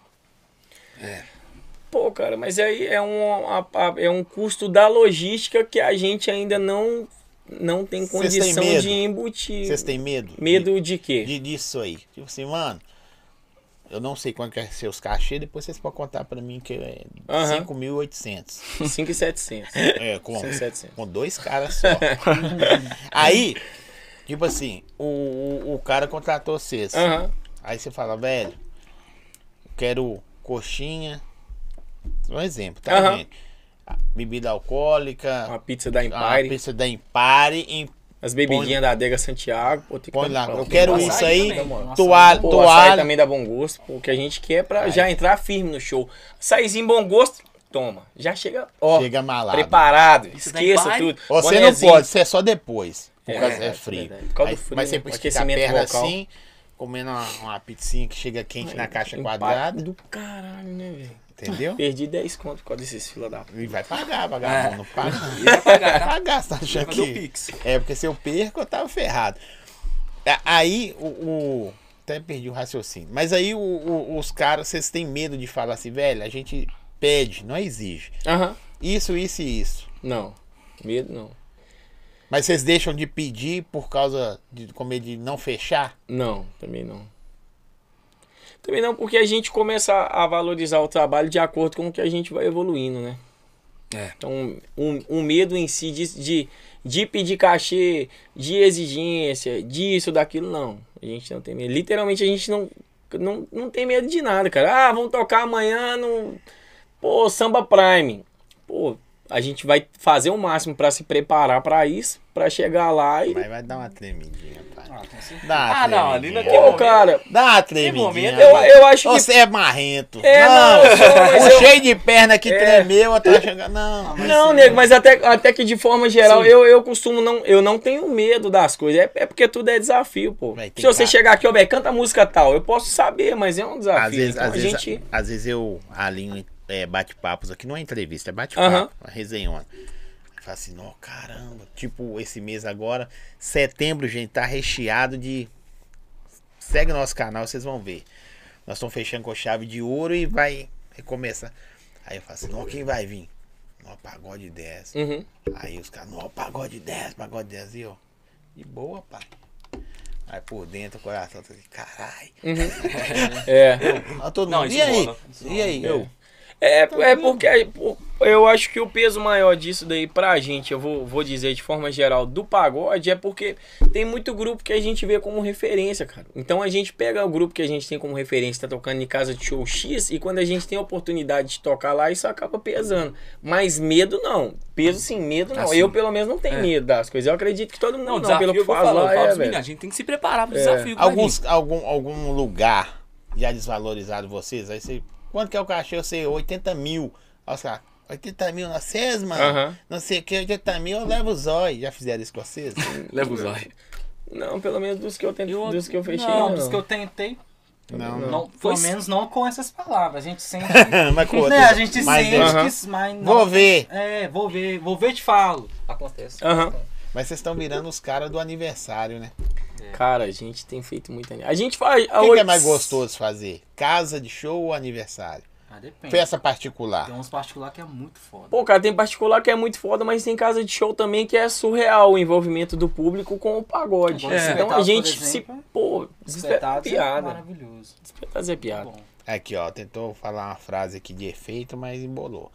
Speaker 1: Pô, cara, mas aí é um custo da logística que a gente ainda não tem
Speaker 2: Vocês têm
Speaker 1: condição
Speaker 2: medo?
Speaker 1: de embutir.
Speaker 2: Vocês têm medo?
Speaker 1: Medo de quê?
Speaker 2: Disso aí. Tipo assim, mano, eu não sei quanto que é seus cachê, depois vocês podem contar pra mim que é
Speaker 1: Aham.
Speaker 2: 5.800.
Speaker 1: 5.700.
Speaker 2: É, com
Speaker 1: 5.700.
Speaker 2: com 2 caras só. Aí, tipo assim, o cara contratou vocês.
Speaker 1: Aham.
Speaker 2: Aí você fala, velho, quero coxinha. Um exemplo, tá,
Speaker 1: Aham.
Speaker 2: gente? Bebida alcoólica,
Speaker 1: Uma pizza da
Speaker 2: a
Speaker 1: Empire.
Speaker 2: pizza da Empire,
Speaker 1: As bebidinhas da Adega Santiago. Pô, tem que
Speaker 2: põe
Speaker 1: dar
Speaker 2: lá.
Speaker 1: pra-
Speaker 2: Eu quero
Speaker 4: Açaí
Speaker 2: isso aí,
Speaker 4: também.
Speaker 2: toalha,
Speaker 1: Pô, açaí
Speaker 2: toalha.
Speaker 1: também dá bom gosto. Pô, o que a gente quer pra já entrar firme no show. Açaizinho bom gosto, toma. Já chega, ó,
Speaker 2: Chega malado.
Speaker 1: preparado.
Speaker 4: Isso daí
Speaker 1: Esqueça
Speaker 4: vai.
Speaker 1: tudo.
Speaker 2: Você não
Speaker 1: Bonezinho.
Speaker 2: pode, você é só depois. Por
Speaker 1: É,
Speaker 2: causa
Speaker 1: verdade,
Speaker 2: é frio.
Speaker 1: verdade. Por causa
Speaker 2: Aí,
Speaker 1: do frio,
Speaker 2: mas você
Speaker 1: o
Speaker 2: pode ficar a
Speaker 1: aquecimento
Speaker 2: perna
Speaker 1: vocal.
Speaker 2: assim, comendo uma pizzinha que chega quente na caixa
Speaker 1: Impacto
Speaker 2: quadrada.
Speaker 1: do caralho, né, velho?
Speaker 2: Entendeu?
Speaker 1: Perdi 10 conto por causa desses fila da...
Speaker 2: E vai pagar, vagabundo. Não paga.
Speaker 4: Ele vai pagar,
Speaker 2: Vai
Speaker 4: tá?
Speaker 2: pagar, você tá achando
Speaker 4: Fazer o
Speaker 2: que...
Speaker 4: Pix.
Speaker 2: É, porque se eu perco, eu tava ferrado. Aí, até perdi o raciocínio. Mas aí, os caras, vocês têm medo de falar assim, velho, a gente pede, não exige.
Speaker 1: Aham.
Speaker 2: Isso, isso e isso.
Speaker 1: Não. Medo não.
Speaker 2: Mas vocês deixam de pedir por causa de comer de não fechar?
Speaker 1: Não, também não. Também não, porque a gente começa a valorizar o trabalho de acordo com o que a gente vai evoluindo, né?
Speaker 4: É.
Speaker 1: Então, o medo em si de pedir cachê, de exigência, disso, daquilo, não. A gente não tem medo. Literalmente, a gente não tem medo de nada, cara. Ah, vamos tocar amanhã no... Pô, Samba Prime. Pô, A gente vai fazer o máximo pra se preparar pra isso, pra chegar lá e...
Speaker 2: Mas vai dar uma tremidinha, pai.
Speaker 3: Ah, com certeza.
Speaker 2: Dá uma
Speaker 4: não, ali
Speaker 2: tremidinha.
Speaker 4: naquele
Speaker 1: Pô, cara,
Speaker 2: Dá uma
Speaker 4: momento,
Speaker 2: tremidinha.
Speaker 1: eu acho que...
Speaker 2: Você é marrento.
Speaker 1: É, não, eu sou, mas
Speaker 2: o
Speaker 1: eu-
Speaker 2: cheio de perna que tremeu, eu tô achando... Não,
Speaker 1: Não, nego, mas até que de forma geral, eu costumo não... Eu não tenho medo das coisas. É porque tudo é desafio, pô.
Speaker 2: Véi, tem
Speaker 1: Se você
Speaker 2: cara-
Speaker 1: chegar aqui, ó, velho, canta música tal, eu posso saber, mas é um desafio.
Speaker 2: Às vezes,
Speaker 1: Então,
Speaker 2: às
Speaker 1: a
Speaker 2: vezes,
Speaker 1: gente...
Speaker 2: às vezes eu alinho bate-papos aqui, não é entrevista, é bate-papo,
Speaker 1: Aham.
Speaker 2: uma resenhona. Eu falo assim, não, caramba, tipo, esse mês agora, setembro, gente, tá recheado de... Segue nosso canal, vocês vão ver. Nós estamos fechando com chave de ouro e vai recomeçar. Aí eu falo assim, não, quem vai vir? Não, pagode 10.
Speaker 1: Uhum.
Speaker 2: Aí os caras, não, pagode 10, pagode 10. E eu, de boa, pai. Aí por dentro o coração tá assim, caralho.
Speaker 1: É.
Speaker 2: Aí todo
Speaker 4: Não,
Speaker 2: mundo,
Speaker 4: isso
Speaker 2: e aí?
Speaker 4: rola, isso
Speaker 2: E aí? Eu,
Speaker 1: É porque eu acho que o peso maior disso daí pra gente, eu vou dizer de forma geral, do pagode, é porque tem muito grupo que a gente vê como referência, cara. Então a gente pega o grupo que a gente tem como referência, tá tocando em casa de show X, e quando a gente tem a oportunidade de tocar lá, isso acaba pesando. Mas medo não. Peso sim, medo não.
Speaker 4: Assim,
Speaker 1: Eu pelo menos não tenho medo das coisas. Eu acredito que todo mundo
Speaker 4: Não,
Speaker 1: não,
Speaker 4: desafio
Speaker 1: pelo que
Speaker 4: eu vou
Speaker 1: faz
Speaker 4: falar,
Speaker 1: lá,
Speaker 4: eu falo
Speaker 1: é,
Speaker 4: pros
Speaker 1: velho.
Speaker 4: meninos, a gente tem que se preparar pro desafio. que vai vir.
Speaker 2: algum lugar já desvalorizado vocês? Aí você, quanto que é o cachê? Eu sei, 80 mil. Aí os caras, 80 mil na CES, mano?
Speaker 1: Aham.
Speaker 2: Não sei o que, 80 mil eu levo o zóio. Já fizeram isso com vocês?
Speaker 4: Leva o zóio.
Speaker 1: Não, pelo menos dos que eu tentei, dos que eu fechei.
Speaker 3: Não,
Speaker 1: Não,
Speaker 3: dos que eu tentei,
Speaker 2: Não,
Speaker 3: não, pelo
Speaker 4: Pois-
Speaker 3: menos não com essas palavras. A gente sente.
Speaker 2: Mas com
Speaker 3: Né, a gente
Speaker 2: mas
Speaker 3: sente
Speaker 1: Aham.
Speaker 3: que. Mas não,
Speaker 2: Vou ver.
Speaker 3: Vou ver e te falo. Acontece.
Speaker 1: Aham.
Speaker 2: Mas vocês estão virando os caras do aniversário, né?
Speaker 1: Cara, a gente tem feito muito. A gente faz.
Speaker 2: O que é mais gostoso fazer? Casa de show ou aniversário?
Speaker 3: Ah, depende.
Speaker 2: Festa particular.
Speaker 3: Tem uns particular que é muito foda.
Speaker 1: Pô, cara, tem particular que é muito foda, mas tem casa de show também que é surreal o envolvimento do público com o pagode.
Speaker 3: Agora,
Speaker 1: Então a
Speaker 3: Espetados,
Speaker 1: gente
Speaker 3: por
Speaker 1: se.
Speaker 3: exemplo,
Speaker 1: Pô,
Speaker 3: Espetados é
Speaker 1: piada.
Speaker 3: maravilhoso.
Speaker 1: Fazer piada.
Speaker 3: Bom.
Speaker 2: Aqui, ó, tentou falar uma frase aqui de efeito, mas embolou.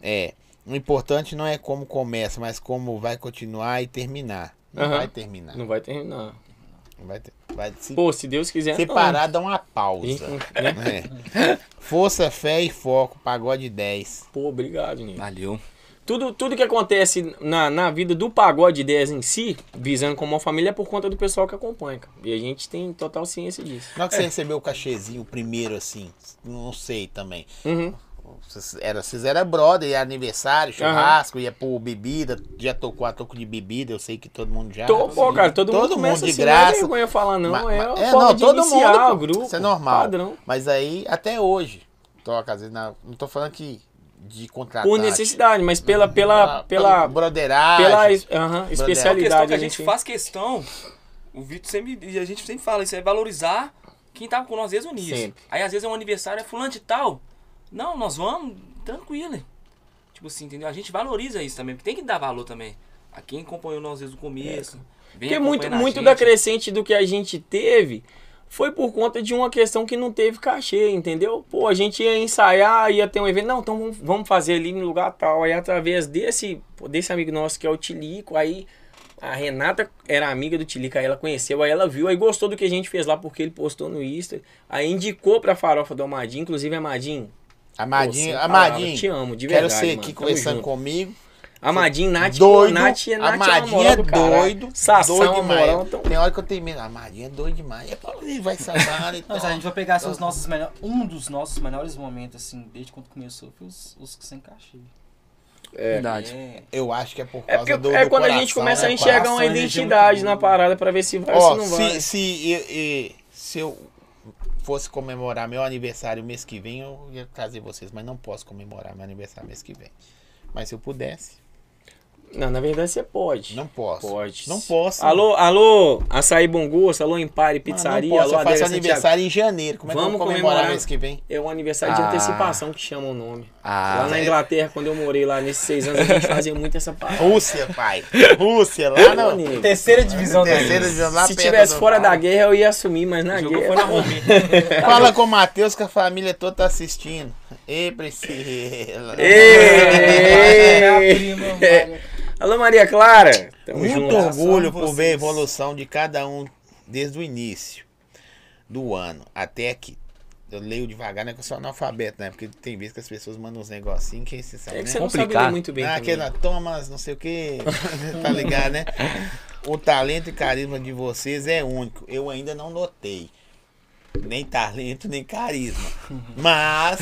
Speaker 2: O importante não é como começa, mas como vai continuar e terminar. Não
Speaker 1: Aham.
Speaker 2: vai terminar.
Speaker 1: Não vai terminar.
Speaker 2: Não vai, vai se,
Speaker 1: Pô, se Deus quiser.
Speaker 2: se
Speaker 1: não.
Speaker 2: parar, dá uma
Speaker 1: A
Speaker 2: pausa.
Speaker 1: gente não- né?
Speaker 2: Força, fé e foco, pagode 10.
Speaker 1: Pô, obrigado, Nico.
Speaker 4: Valeu.
Speaker 1: Tudo que acontece na vida do pagode 10 em si, visando como uma família, é por conta do pessoal que acompanha, cara. E a gente tem total ciência disso.
Speaker 2: Na hora que você recebeu o cachezinho, o primeiro assim, não sei também.
Speaker 1: Uhum.
Speaker 2: Vocês eram brother, ia aniversário, churrasco, ia por bebida, já tocou a toco de bebida, eu sei que todo mundo já.
Speaker 1: Pô, cara, todo mundo começa
Speaker 2: mundo de
Speaker 1: assim,
Speaker 2: graça.
Speaker 1: Não é vergonha falar, não.
Speaker 2: Ma-
Speaker 1: é
Speaker 2: ma-
Speaker 1: uma forma de iniciar
Speaker 2: pô,
Speaker 1: o grupo.
Speaker 2: isso é normal.
Speaker 1: Padrão.
Speaker 2: Mas aí, até hoje, toca, às vezes, não tô falando que de contratar.
Speaker 1: Por necessidade, mas pela
Speaker 2: broderagem.
Speaker 1: aham,
Speaker 4: A
Speaker 1: especialidade.
Speaker 4: questão que a
Speaker 1: a
Speaker 4: gente faz questão, o Vitor sempre, e a gente sempre fala isso, é valorizar quem tava com nós desde o início.
Speaker 1: Sempre.
Speaker 4: Aí às vezes é um aniversário, é fulano de tal. Não, nós vamos, tranquilo. Tipo assim, entendeu? A gente valoriza isso também, porque tem que dar valor também. A quem acompanhou nós desde o começo. vem
Speaker 1: Porque muito
Speaker 4: acompanhando a gente.
Speaker 1: da crescente do que a gente teve foi por conta de uma questão que não teve cachê, entendeu? Pô, a gente ia ensaiar, ia ter um evento, não, então vamos fazer ali no lugar tal. Aí através desse amigo nosso que é o Tilico, aí a Renata era amiga do Tilico, aí ela conheceu, aí ela viu, aí gostou do que a gente fez lá porque ele postou no Insta. Aí indicou pra farofa do Amadinho, inclusive Amadinho.
Speaker 2: Amadinho,
Speaker 1: Pô, sem
Speaker 2: Amadinho,
Speaker 1: palavra, te amo, de
Speaker 2: quero
Speaker 1: verdade,
Speaker 2: ser
Speaker 1: mano,
Speaker 2: aqui
Speaker 1: tamo
Speaker 2: conversando
Speaker 1: junto.
Speaker 2: comigo.
Speaker 1: Amadinho, Nath,
Speaker 2: Doido,
Speaker 1: Nath é uma
Speaker 2: Amadinho
Speaker 1: moral
Speaker 2: é
Speaker 1: do caralho.
Speaker 2: doido,
Speaker 1: Sassão,
Speaker 2: doido
Speaker 1: uma
Speaker 2: demais.
Speaker 1: moral, então...
Speaker 2: Tem hora que eu tenho medo, Amadinho é doido demais. É pra ele vai salvar e tal.
Speaker 3: Mas a gente vai pegar assim, um dos nossos melhores momentos, assim, desde quando começou, foi os sem cachê.
Speaker 4: Verdade.
Speaker 3: É.
Speaker 2: Eu acho que é por
Speaker 1: É
Speaker 2: causa
Speaker 1: porque
Speaker 2: do
Speaker 1: é quando a
Speaker 2: coração,
Speaker 1: gente começa a
Speaker 2: né,
Speaker 1: enxergar
Speaker 3: coração,
Speaker 1: uma
Speaker 3: energia
Speaker 1: identidade
Speaker 3: muito
Speaker 1: na
Speaker 3: boa.
Speaker 1: parada pra ver se vai
Speaker 2: Ó,
Speaker 1: ou se não vai.
Speaker 2: se eu fosse comemorar meu aniversário mês que vem, eu ia trazer vocês, mas não posso comemorar meu aniversário mês que vem. Mas se eu pudesse,
Speaker 1: Não, na verdade você pode.
Speaker 2: não posso.
Speaker 1: Pode.
Speaker 2: Não posso.
Speaker 1: Alô, Açaí Bom Gosto, alô, Empire
Speaker 2: Mano,
Speaker 1: Pizzaria,
Speaker 2: não posso,
Speaker 1: alô,
Speaker 2: eu faço
Speaker 1: Adega Santiago.
Speaker 2: aniversário em janeiro. Como é que eu
Speaker 1: Vamos
Speaker 2: vou comemorar
Speaker 1: comemorar.
Speaker 2: mês que vem?
Speaker 1: É um aniversário de
Speaker 4: Ah.
Speaker 1: antecipação que chama o nome.
Speaker 4: Ah,
Speaker 1: Lá na Inglaterra, quando eu morei lá nesses 6 anos, a gente fazia muito essa parada.
Speaker 2: Rússia, pai. Rússia, lá
Speaker 1: Ô,
Speaker 2: não.
Speaker 1: nego,
Speaker 3: Terceira divisão da
Speaker 2: Terceira divisão lá
Speaker 1: se
Speaker 2: perto
Speaker 1: tivesse
Speaker 2: do-
Speaker 1: fora da guerra, eu ia assumir, mas na
Speaker 4: jogou
Speaker 1: guerra...
Speaker 4: foi na Romênia.
Speaker 2: Fala com o Matheus que a família toda tá assistindo. Ei, Priscila.
Speaker 3: minha
Speaker 1: Ei!
Speaker 3: prima, Maria.
Speaker 1: Alô, Maria Clara. Tamo
Speaker 2: Muito
Speaker 1: junto.
Speaker 2: orgulho
Speaker 3: Vocês.
Speaker 2: por ver a evolução de cada um desde o início do ano até aqui. leio devagar, né? Que eu sou analfabeto, né? Porque tem vezes que as pessoas mandam uns negocinhos que você sabe,
Speaker 1: É que
Speaker 2: né?
Speaker 1: você não sabe
Speaker 4: Complicado.
Speaker 1: ler muito bem.
Speaker 2: Ah,
Speaker 1: também.
Speaker 2: aquela Thomas, não sei o que, tá ligado, né? O talento e carisma de vocês é único. Eu ainda não notei. Nem talento, nem carisma. Mas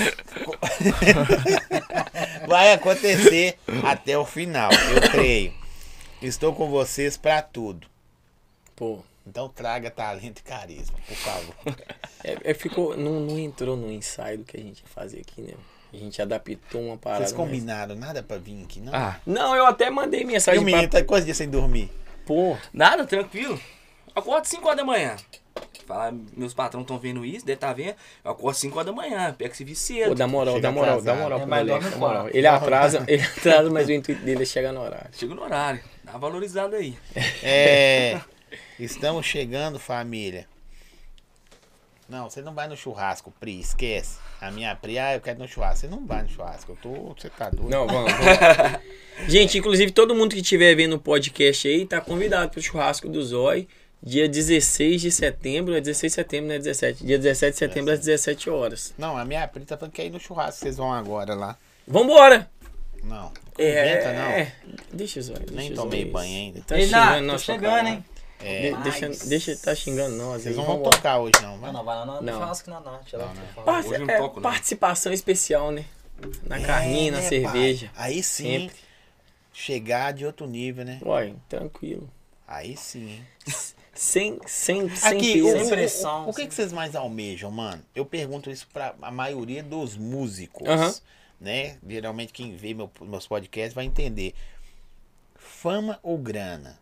Speaker 2: vai acontecer até o final, eu creio. Estou com vocês pra tudo.
Speaker 1: Pô,
Speaker 2: Então traga talento e carisma, por favor.
Speaker 1: ficou, não entrou no ensaio do que a gente ia fazer aqui, né? A gente adaptou uma parada.
Speaker 2: Vocês combinaram nada pra vir aqui, não?
Speaker 4: Ah,
Speaker 1: Não, eu até mandei
Speaker 2: E
Speaker 1: mensagem
Speaker 2: o menino tá quantos dias sem dormir?
Speaker 1: Pô,
Speaker 4: nada, tranquilo. Acordo 5 horas da manhã. Fala, meus patrões estão vendo isso, deve estar vendo. Eu acordo 5 horas da manhã, pega esse vício cedo.
Speaker 1: pô, dá moral
Speaker 2: Chega
Speaker 1: pro
Speaker 2: atrasado.
Speaker 3: Mas
Speaker 1: moleque,
Speaker 3: dorme
Speaker 1: dá moral.
Speaker 3: quatro.
Speaker 1: Ele atrasa, mas o intuito dele é chegar no horário.
Speaker 4: Chega no horário, dá uma valorizada aí.
Speaker 2: Estamos chegando, família. Não, você não vai no churrasco, Pri, esquece. A minha Pri, eu quero ir no churrasco. Você não vai no churrasco, você tá doido.
Speaker 1: Não, vamos. Gente, inclusive todo mundo que estiver vendo o podcast aí tá convidado pro churrasco do Zói, dia 16 de setembro, é 16 de setembro, não é 17. Dia 17 de setembro às 17 horas.
Speaker 2: Não, a minha Pri tá falando que é ir no churrasco, vocês vão agora lá.
Speaker 1: Vambora!
Speaker 2: Não, não inventa não.
Speaker 1: Deixa o Zói.
Speaker 2: Nem
Speaker 1: deixa o
Speaker 2: tomei
Speaker 1: Zói.
Speaker 2: banho ainda.
Speaker 1: Tá
Speaker 3: Ei,
Speaker 1: xingando
Speaker 3: Nath, tô
Speaker 1: nós pra
Speaker 3: chegando,
Speaker 1: caralho.
Speaker 3: hein?
Speaker 1: Deixa tá xingando nós.
Speaker 2: Vocês
Speaker 1: aí,
Speaker 2: não vão
Speaker 1: vambora.
Speaker 2: tocar hoje não, vai?
Speaker 3: Não, vai lá no
Speaker 1: Não.
Speaker 3: churrasco na Nath. Ela
Speaker 2: Não, né?
Speaker 3: fala.
Speaker 4: Hoje eu não toco, não.
Speaker 1: Participação especial, né? Na carninha, na
Speaker 2: né,
Speaker 1: cerveja.
Speaker 2: pai? Aí sim,
Speaker 1: Sempre.
Speaker 2: chegar de outro nível, né?
Speaker 1: Uai, tranquilo.
Speaker 2: Aí sim, hein?
Speaker 1: Sem
Speaker 2: Aqui,
Speaker 1: peso.
Speaker 3: sem pressão,
Speaker 2: o que vocês mais almejam, mano? Eu pergunto isso pra a maioria dos músicos,
Speaker 1: Aham.
Speaker 2: né? Geralmente quem vê meus podcasts vai entender. Fama ou grana?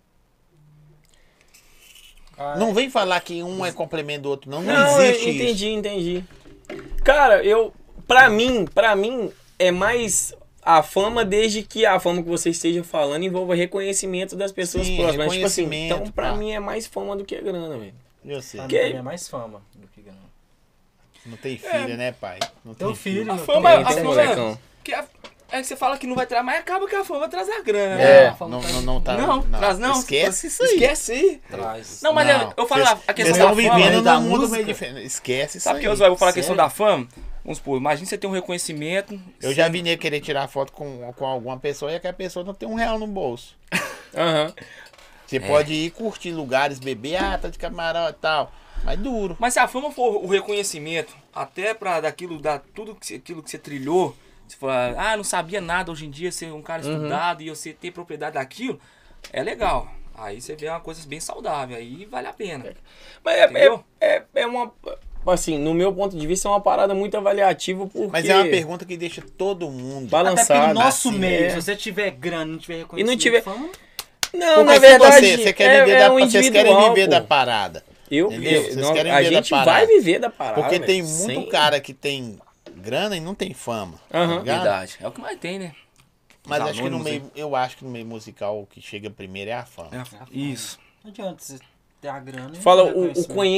Speaker 2: Não vem falar que um é complemento do outro, não. Não existe isso.
Speaker 1: Entendi. Cara, pra mim, é mais a fama, desde que a fama que você esteja falando envolva reconhecimento das pessoas
Speaker 2: Sim,
Speaker 1: próximas. Tipo assim,
Speaker 2: reconhecimento,
Speaker 1: então pra
Speaker 2: pá.
Speaker 1: mim é mais fama do que grana, velho.
Speaker 2: Eu sei.
Speaker 3: Pra mim
Speaker 1: Que-
Speaker 3: também é mais fama do que grana.
Speaker 2: Não tem filho, né, pai? Não
Speaker 3: Teu
Speaker 2: tem
Speaker 3: filho,
Speaker 4: A
Speaker 3: meu,
Speaker 4: fama,
Speaker 1: Tem,
Speaker 4: a
Speaker 1: tem,
Speaker 4: fama
Speaker 1: molecão.
Speaker 4: que é que você fala que não vai trazer, mas acaba que a fama traz a grana, né?
Speaker 1: É.
Speaker 3: a fama
Speaker 2: Não tá.
Speaker 4: Não, traz não.
Speaker 2: Esquece isso aí.
Speaker 4: Esquece aí.
Speaker 3: traz.
Speaker 4: Não, mas eu falo a questão
Speaker 2: Vocês
Speaker 4: da
Speaker 2: estão
Speaker 4: fama.
Speaker 2: vivendo
Speaker 3: da
Speaker 2: num mundo
Speaker 3: música.
Speaker 2: meio diferente. Esquece isso
Speaker 4: Sabe o
Speaker 2: aí.
Speaker 4: que eu vou falar a
Speaker 2: Sério.
Speaker 4: questão da fama? Vamos supor, imagina você ter um reconhecimento.
Speaker 2: Eu já vi nego querer tirar foto com alguma pessoa e que a pessoa não tem R$1 no bolso.
Speaker 1: Aham.
Speaker 2: Você pode ir curtir lugares, beber, tá de camarote e tal. Mas duro.
Speaker 4: Mas se a fama for o reconhecimento, até pra aquilo que você trilhou, você falar, não sabia nada hoje em dia, ser um cara estudado e você ter propriedade daquilo, é legal. Aí você vê uma coisa bem saudável, aí vale a pena.
Speaker 1: Mas
Speaker 4: Entendeu?
Speaker 1: é uma. Assim, no meu ponto de vista, é uma parada muito avaliativa, porque.
Speaker 2: Mas é uma pergunta que deixa todo mundo.
Speaker 1: Balançado.
Speaker 3: Até porque no nosso
Speaker 2: assim,
Speaker 3: meio,
Speaker 1: é.
Speaker 3: se você tiver grana, não tiver reconhecimento,
Speaker 1: E não tiver-
Speaker 3: fama,
Speaker 1: Não,
Speaker 2: Porque
Speaker 1: na
Speaker 2: se
Speaker 1: verdade.
Speaker 2: você quer viver
Speaker 1: é
Speaker 2: da,
Speaker 1: um
Speaker 2: vocês querem
Speaker 1: individual,
Speaker 2: viver
Speaker 1: pô.
Speaker 2: da parada. Entendeu? Vocês querem
Speaker 1: A
Speaker 2: viver da
Speaker 1: gente
Speaker 2: parada.
Speaker 1: vai viver da parada.
Speaker 2: Porque tem
Speaker 1: velho,
Speaker 2: muito
Speaker 1: sem-
Speaker 2: cara que tem grana e não tem fama.
Speaker 1: Aham.
Speaker 2: Tá ligado?
Speaker 4: Verdade. É o que mais tem, né?
Speaker 2: Mas
Speaker 4: Os
Speaker 2: acho que no
Speaker 4: anônimos
Speaker 2: meio, eu acho que no meio musical o que chega primeiro é a fama.
Speaker 4: Isso.
Speaker 3: não adianta você ter a grana. e
Speaker 1: Fala
Speaker 3: não ter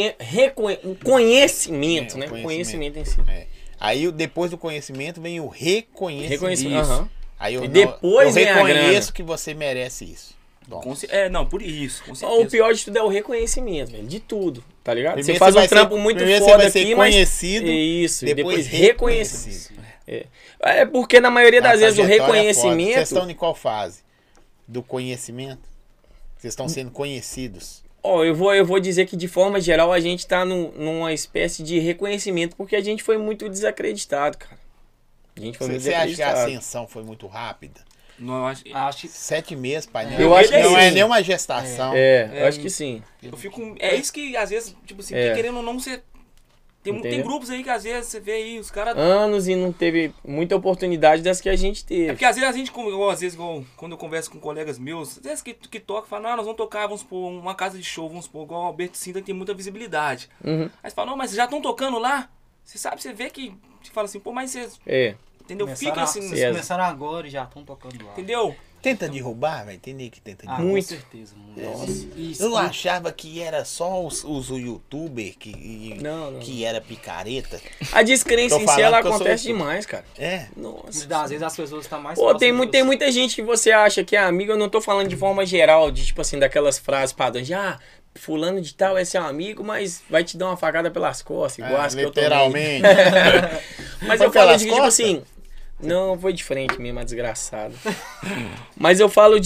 Speaker 1: o conhecimento,
Speaker 2: É,
Speaker 1: né?
Speaker 2: o
Speaker 1: O
Speaker 2: conhecimento.
Speaker 1: conhecimento em si.
Speaker 2: É. Aí depois do conhecimento vem o reconhecimento.
Speaker 1: Reconhecimento.
Speaker 4: Isso.
Speaker 1: Aham.
Speaker 2: Aí eu,
Speaker 1: E depois
Speaker 2: eu
Speaker 1: vem a
Speaker 2: reconheço
Speaker 1: grana.
Speaker 2: que você merece isso. Bom,
Speaker 4: Não, por isso, com certeza.
Speaker 1: O pior de tudo é o reconhecimento, velho. De tudo, tá ligado?
Speaker 2: primeiro
Speaker 1: Você faz
Speaker 2: vai
Speaker 1: um trampo
Speaker 2: ser-
Speaker 1: muito
Speaker 2: primeiro
Speaker 1: foda
Speaker 2: você vai ser
Speaker 1: aqui, mas.
Speaker 2: conhecido,
Speaker 1: Isso, e
Speaker 2: depois
Speaker 1: reconhecido. É porque na maioria das vezes o reconhecimento.
Speaker 2: Vocês estão em qual fase? Do conhecimento? Vocês estão sendo conhecidos.
Speaker 1: Ó, eu vou dizer que de forma geral a gente tá numa espécie de reconhecimento porque a gente foi muito desacreditado, cara. A gente foi muito
Speaker 2: Você acha que a
Speaker 1: desacreditado.
Speaker 2: ascensão foi muito rápida?
Speaker 4: Não, eu acho,
Speaker 3: Acho que
Speaker 2: 7 meses, pai. Né?
Speaker 1: Eu acho que
Speaker 2: não é
Speaker 1: sim.
Speaker 2: nenhuma gestação.
Speaker 1: Eu acho que sim.
Speaker 4: eu fico. É isso que às vezes, tipo assim,
Speaker 1: É.
Speaker 4: querendo ou não, você. Tem
Speaker 1: Entendeu?
Speaker 4: grupos aí que às vezes você vê aí, os caras.
Speaker 1: Anos e não teve muita oportunidade das que a gente
Speaker 4: É
Speaker 1: teve.
Speaker 4: porque às vezes a gente, igual, quando eu converso com colegas meus, às vezes que tocam, falam, nós vamos tocar, vamos supor, uma casa de show, vamos supor, igual o Alberto Sintra, que tem muita visibilidade.
Speaker 1: Uhum.
Speaker 4: Aí você fala, não, mas já estão tocando lá? Você sabe, você vê que, você fala assim, pô, mas você,
Speaker 1: É.
Speaker 4: entendeu? Fica assim,
Speaker 3: vocês começaram agora e já estão tocando lá.
Speaker 4: entendeu?
Speaker 2: Tenta derrubar, velho. Tem nego que tenta derrubar.
Speaker 1: Muito.
Speaker 3: Com certeza, mano. Isso.
Speaker 2: Eu achava que era só os youtubers
Speaker 1: Não.
Speaker 2: que era picareta.
Speaker 1: A descrença
Speaker 2: Tô
Speaker 1: em si,
Speaker 2: falando
Speaker 1: ela
Speaker 2: que eu sou
Speaker 1: acontece
Speaker 2: youtuber.
Speaker 1: demais, cara.
Speaker 2: É.
Speaker 1: Nossa.
Speaker 3: Muitas das vezes as pessoas estão mais
Speaker 1: Pô, tem
Speaker 3: próximas de
Speaker 1: tem
Speaker 3: você.
Speaker 1: muita gente que você acha que é amigo, eu não tô falando de forma geral, de tipo assim, daquelas frases padrões de fulano de tal é seu amigo, mas vai te dar uma facada pelas costas, igual as que eu tomei.
Speaker 2: Literalmente.
Speaker 1: Mas
Speaker 2: Foi
Speaker 1: eu falo
Speaker 2: pelas
Speaker 1: de tipo
Speaker 2: costas?
Speaker 1: assim, não, foi de frente mesmo, a desgraçada. Mas eu falo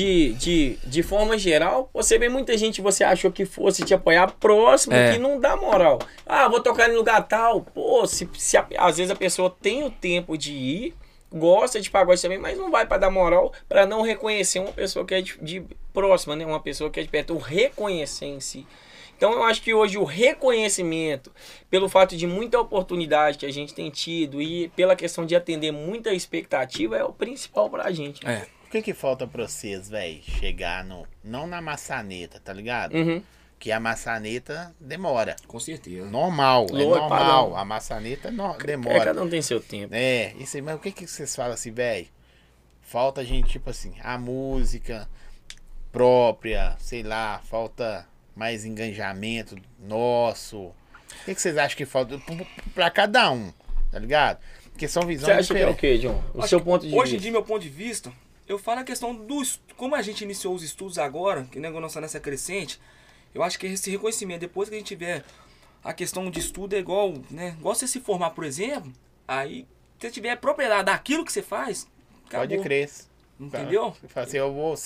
Speaker 1: de forma geral, você vê muita gente, você achou que fosse te apoiar próximo, que não dá moral. Ah, vou tocar em lugar tal. Pô, às vezes a pessoa tem o tempo de ir, gosta de pagode também, mas não vai pra dar moral, pra não reconhecer uma pessoa que é de próxima, né? Uma pessoa que é de perto, o reconhecer em si. Então eu acho que hoje o reconhecimento, pelo fato de muita oportunidade que a gente tem tido e pela questão de atender muita expectativa, é o principal pra gente.
Speaker 4: É.
Speaker 2: O que falta pra vocês, velho? Chegar no... Não na maçaneta, tá ligado?
Speaker 1: Uhum.
Speaker 2: Que a maçaneta demora.
Speaker 4: Com certeza.
Speaker 2: Normal, é
Speaker 1: Lógico,
Speaker 2: normal.
Speaker 1: padrão.
Speaker 2: A maçaneta
Speaker 1: É,
Speaker 2: demora.
Speaker 1: cada um tem seu tempo.
Speaker 2: É, isso aí, mas o que vocês falam assim, velho? Falta a gente, tipo assim, a música própria, sei lá, falta mais engajamento nosso. O que vocês acham que falta pra cada um, tá ligado? Porque são
Speaker 1: Você
Speaker 2: visões
Speaker 1: acha que é o
Speaker 2: diferentes.
Speaker 1: quê, John? O
Speaker 4: Acho
Speaker 1: seu
Speaker 4: que
Speaker 1: ponto de
Speaker 4: hoje em
Speaker 1: vista.
Speaker 4: dia, meu ponto de vista, eu falo a questão como a gente iniciou os estudos agora, que negócio está nessa crescente, eu acho que esse reconhecimento, depois que a gente tiver a questão de estudo, é igual, né? Igual você se formar, por exemplo, aí você tiver propriedade daquilo que você faz, acabou.
Speaker 2: Pode crer.
Speaker 4: Entendeu?
Speaker 2: Você fala assim,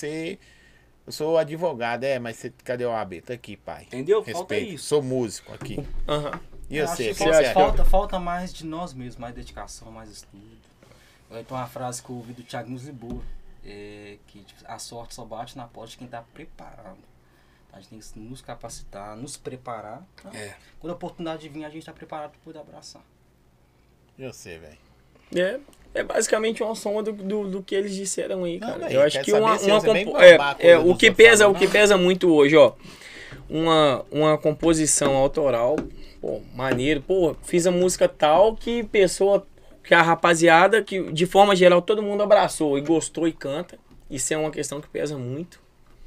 Speaker 2: eu sou advogado, mas cadê o AB? Tá aqui, pai.
Speaker 4: Entendeu?
Speaker 2: Respeito.
Speaker 4: Falta isso.
Speaker 2: Sou músico aqui.
Speaker 1: Aham.
Speaker 2: E
Speaker 3: Eu
Speaker 2: você?
Speaker 3: acho
Speaker 2: O
Speaker 3: que
Speaker 2: que você acha?
Speaker 3: falta mais de nós mesmos, mais dedicação, mais estudo. Vai ter uma frase que eu ouvi do Thiago Lisboa, que tipo, a sorte só bate na porta de quem tá preparado. A gente tem que nos capacitar, nos preparar. Tá? Quando a oportunidade vir, a gente tá preparado para poder abraçar.
Speaker 2: E você, velho?
Speaker 1: É basicamente uma soma do que eles disseram aí,
Speaker 2: Não,
Speaker 1: cara.
Speaker 2: velho,
Speaker 1: Eu acho
Speaker 2: quero
Speaker 1: que
Speaker 2: saber se você vem
Speaker 1: compo-
Speaker 2: babar a coisa
Speaker 1: o
Speaker 2: dos
Speaker 1: que
Speaker 2: outros
Speaker 1: pesa,
Speaker 2: falando,
Speaker 1: o que
Speaker 2: não.
Speaker 1: pesa muito hoje, ó, uma composição autoral, pô, maneiro, pô, fiz a música tal que a rapaziada, que de forma geral todo mundo abraçou e gostou e canta. Isso é uma questão que pesa muito.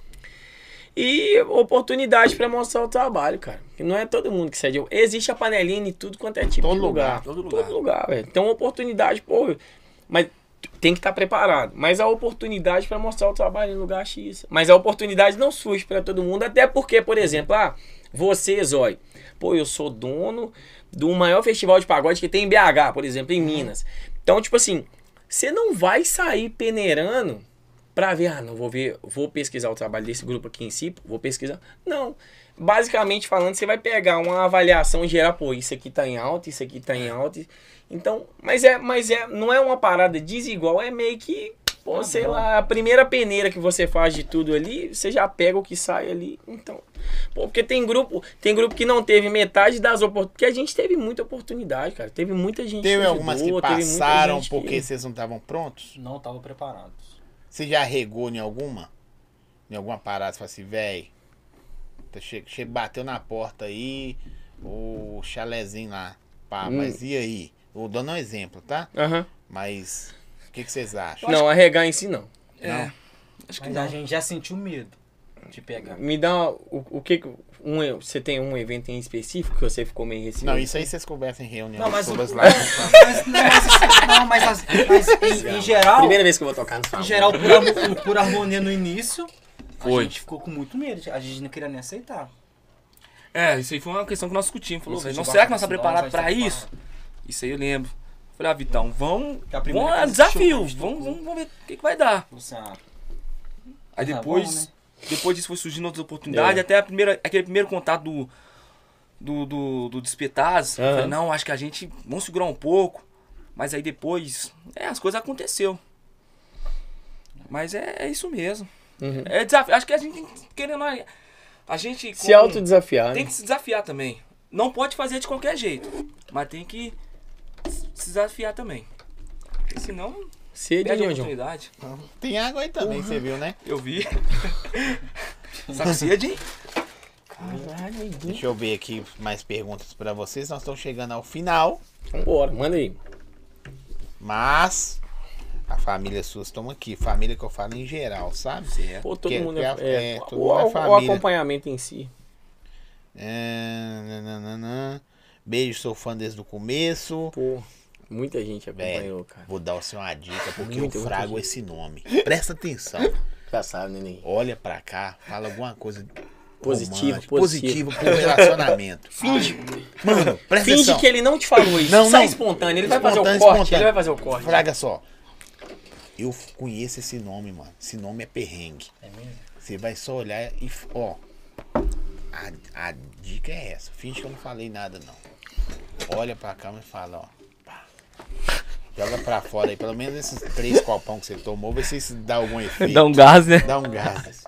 Speaker 1: E oportunidade pra mostrar o trabalho, cara. Que não é todo mundo que cede. Existe a panelinha em tudo quanto é tipo
Speaker 2: Todo
Speaker 1: de lugar.
Speaker 4: todo lugar.
Speaker 1: Todo lugar, velho. Então, oportunidade, pô. Mas tem que estar preparado. Mas a oportunidade pra mostrar o trabalho em lugar X. Mas a oportunidade não surge pra todo mundo. Até porque, por exemplo, você, Zói. Pô, eu sou dono do maior festival de pagode que tem em BH, por exemplo, em Minas. Então, tipo assim, você não vai sair peneirando pra ver, não vou pesquisar o trabalho desse grupo aqui em si, vou pesquisar. Não. Basicamente falando, você vai pegar uma avaliação geral, pô, isso aqui tá em alta, isso aqui tá em alta. Então, mas não é uma parada desigual, é meio que, pô, sei lá, a primeira peneira que você faz de tudo ali, você já pega o que sai ali. Então, pô, porque tem grupo que não teve metade das oportunidades, porque a gente teve muita oportunidade, cara. Teve muita gente
Speaker 2: Teve
Speaker 1: que
Speaker 2: algumas que
Speaker 1: ajudou, teve muita
Speaker 2: passaram
Speaker 1: gente
Speaker 2: porque
Speaker 1: que...
Speaker 2: vocês não estavam prontos?
Speaker 3: Não estavam preparados.
Speaker 2: Você já regou em alguma? Em alguma parada? Você fala assim, velho, bateu na porta aí, o chalezinho lá. Pá, mas e aí? Eu dando um exemplo, tá?
Speaker 1: Aham.
Speaker 2: Mas o que vocês acham?
Speaker 1: Não, arregar em si não.
Speaker 2: Não?
Speaker 4: Acho que
Speaker 3: Mas
Speaker 4: não.
Speaker 3: a gente já sentiu medo de pegar.
Speaker 1: Me dá o que você tem um evento em específico que você ficou meio receoso?
Speaker 2: Não, isso aí vocês conversam em reunião.
Speaker 3: Não, mas
Speaker 2: sobre
Speaker 3: o-
Speaker 2: as lives.
Speaker 3: Mas em geral,
Speaker 1: Primeira vez que eu vou tocar no salão.
Speaker 3: em geral por harmonia no início,
Speaker 4: Foi.
Speaker 3: a gente ficou com muito medo. A gente não queria nem aceitar.
Speaker 4: Isso aí foi uma questão que nós discutimos. Falou, velho,
Speaker 3: Discutiu
Speaker 4: será que nós
Speaker 3: bastante,
Speaker 4: estamos preparados
Speaker 3: nós
Speaker 4: pra
Speaker 3: estamos
Speaker 4: isso? Isso aí eu lembro. Falei, Vitão, vamos.
Speaker 3: Que a primeira
Speaker 4: É
Speaker 3: coisa
Speaker 4: desafio.
Speaker 3: que chocou,
Speaker 4: Vamos ver o que vai dar.
Speaker 3: Você,
Speaker 4: Aí
Speaker 3: tá
Speaker 4: depois,
Speaker 3: bom, né?
Speaker 4: depois disso foi surgindo outras oportunidades. Até aquele primeiro contato do Despetaz.
Speaker 1: Aham.
Speaker 4: Falei, não, acho que a gente. Vamos segurar um pouco. Mas aí depois. As coisas aconteceu. Mas é isso mesmo.
Speaker 1: Uhum.
Speaker 4: É desafio. Acho que a gente tem que, querendo. A gente.
Speaker 1: Se autodesafiar,
Speaker 4: Tem
Speaker 1: né?
Speaker 4: que se desafiar também. Não pode fazer de qualquer jeito. Mas tem que se desafiar também. Porque senão,
Speaker 1: Ser de
Speaker 4: perde a
Speaker 1: onde, John?
Speaker 4: oportunidade.
Speaker 2: Tem água aí também, você viu, né?
Speaker 4: Eu vi. Saco sede, hein?
Speaker 2: Deixa eu ver aqui mais perguntas pra vocês. Nós estamos chegando ao final,
Speaker 1: Vambora, manda aí.
Speaker 2: mas a família sua estão aqui. Família que eu falo em geral, sabe?
Speaker 1: Pô, todo
Speaker 2: Que-
Speaker 1: mundo
Speaker 2: que todo
Speaker 1: o
Speaker 2: mundo é família.
Speaker 1: acompanhamento em si.
Speaker 2: Nananana. Beijo, sou fã desde o começo.
Speaker 1: Pô, muita gente acompanhou, cara.
Speaker 2: Vou dar você uma dica porque
Speaker 1: Muita
Speaker 2: eu frago
Speaker 1: gente.
Speaker 2: esse nome. Presta atenção.
Speaker 1: Já sabe, neném.
Speaker 2: Olha pra cá, fala alguma coisa
Speaker 1: Positivo.
Speaker 2: Positivo pro relacionamento.
Speaker 1: Finge,
Speaker 2: Mano, presta
Speaker 1: finge
Speaker 2: atenção.
Speaker 1: que ele não te falou isso.
Speaker 2: Não,
Speaker 1: Sai
Speaker 2: não.
Speaker 1: espontâneo. Ele vai fazer o
Speaker 2: Espontâneo,
Speaker 1: corte.
Speaker 2: espontâneo.
Speaker 1: Ele vai fazer o corte.
Speaker 2: Fraga só. Eu conheço esse nome, mano. Esse nome é perrengue.
Speaker 3: É mesmo?
Speaker 2: Você vai só olhar e... Ó. A dica é essa. Finge que eu não falei nada, não. Olha pra câmera e fala, ó. Pá. Joga pra fora aí. Pelo menos esses 3 copão que você tomou, vê se isso dá algum efeito.
Speaker 4: Dá um gás, né?
Speaker 2: Dá um gás.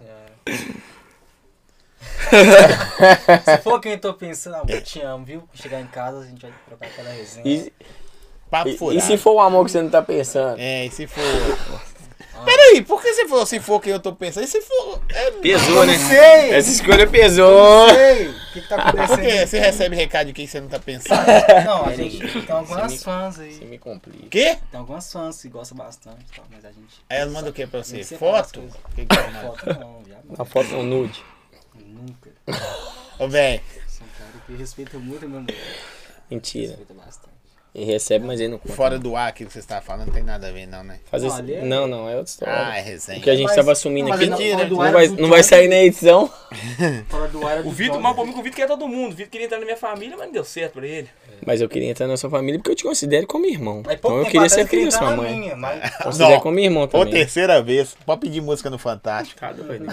Speaker 3: Se for quem eu tô pensando, amor, eu te amo, viu? Chegar em casa, a gente vai trocar aquela resenha.
Speaker 1: E,
Speaker 2: Papo
Speaker 1: e
Speaker 2: furado.
Speaker 1: se for o amor que você não tá pensando?
Speaker 2: É, e se for... Peraí, por que você falou se for quem eu tô pensando? E se for...
Speaker 1: Pesou, né?
Speaker 5: Sei!
Speaker 1: Essa escolha pesou.
Speaker 5: Sei! O que tá
Speaker 2: Por que
Speaker 5: acontecendo?
Speaker 2: você recebe recado de quem você não tá pensando?
Speaker 3: Não, a gente tem algumas fãs
Speaker 1: Você
Speaker 3: aí.
Speaker 1: me complica.
Speaker 2: Quê?
Speaker 3: Tem algumas fãs que gostam bastante, tá? Mas a gente.
Speaker 2: Aí ela manda o que pra você?
Speaker 3: Tem que separar as
Speaker 2: Foto?
Speaker 3: coisas.
Speaker 2: O que ela manda?
Speaker 3: Foto não, já
Speaker 1: A foto não nude.
Speaker 3: nunca.
Speaker 2: Ô, velho,
Speaker 3: Sou um cara que respeita muito a minha mulher.
Speaker 1: Mentira.
Speaker 3: Respeita bastante.
Speaker 1: Ele recebe, mas ele não conta.
Speaker 2: fora do ar aquilo que você estava falando não tem nada a ver, não, né?
Speaker 1: Fazer
Speaker 3: Não, ali é-
Speaker 1: Não, é outra história.
Speaker 2: Ah, é resenha.
Speaker 1: O que a gente
Speaker 5: Mas-
Speaker 1: tava assumindo
Speaker 5: mas
Speaker 1: aqui
Speaker 5: não-
Speaker 2: mentira,
Speaker 5: do
Speaker 1: não
Speaker 5: ar
Speaker 1: vai,
Speaker 5: do
Speaker 1: não vai
Speaker 5: Johnny-
Speaker 1: sair na edição.
Speaker 5: Fora do ar
Speaker 4: O Vitor, mas por mim, o Vitor queria todo mundo. O Vitor queria entrar na minha família, mas não deu certo pra ele.
Speaker 1: Mas eu queria entrar na sua família porque eu te considero como irmão.
Speaker 3: Aí,
Speaker 1: Então
Speaker 3: pouco
Speaker 1: eu
Speaker 3: tempo
Speaker 1: queria
Speaker 3: atrás
Speaker 1: ser filho da
Speaker 3: entrar
Speaker 1: sua
Speaker 3: na
Speaker 1: mãe.
Speaker 3: minha, mas
Speaker 1: Considero
Speaker 2: Não.
Speaker 1: como irmão
Speaker 2: Ou
Speaker 1: também.
Speaker 2: terceira vez. Pode pedir música no Fantástico.
Speaker 1: Tá doido.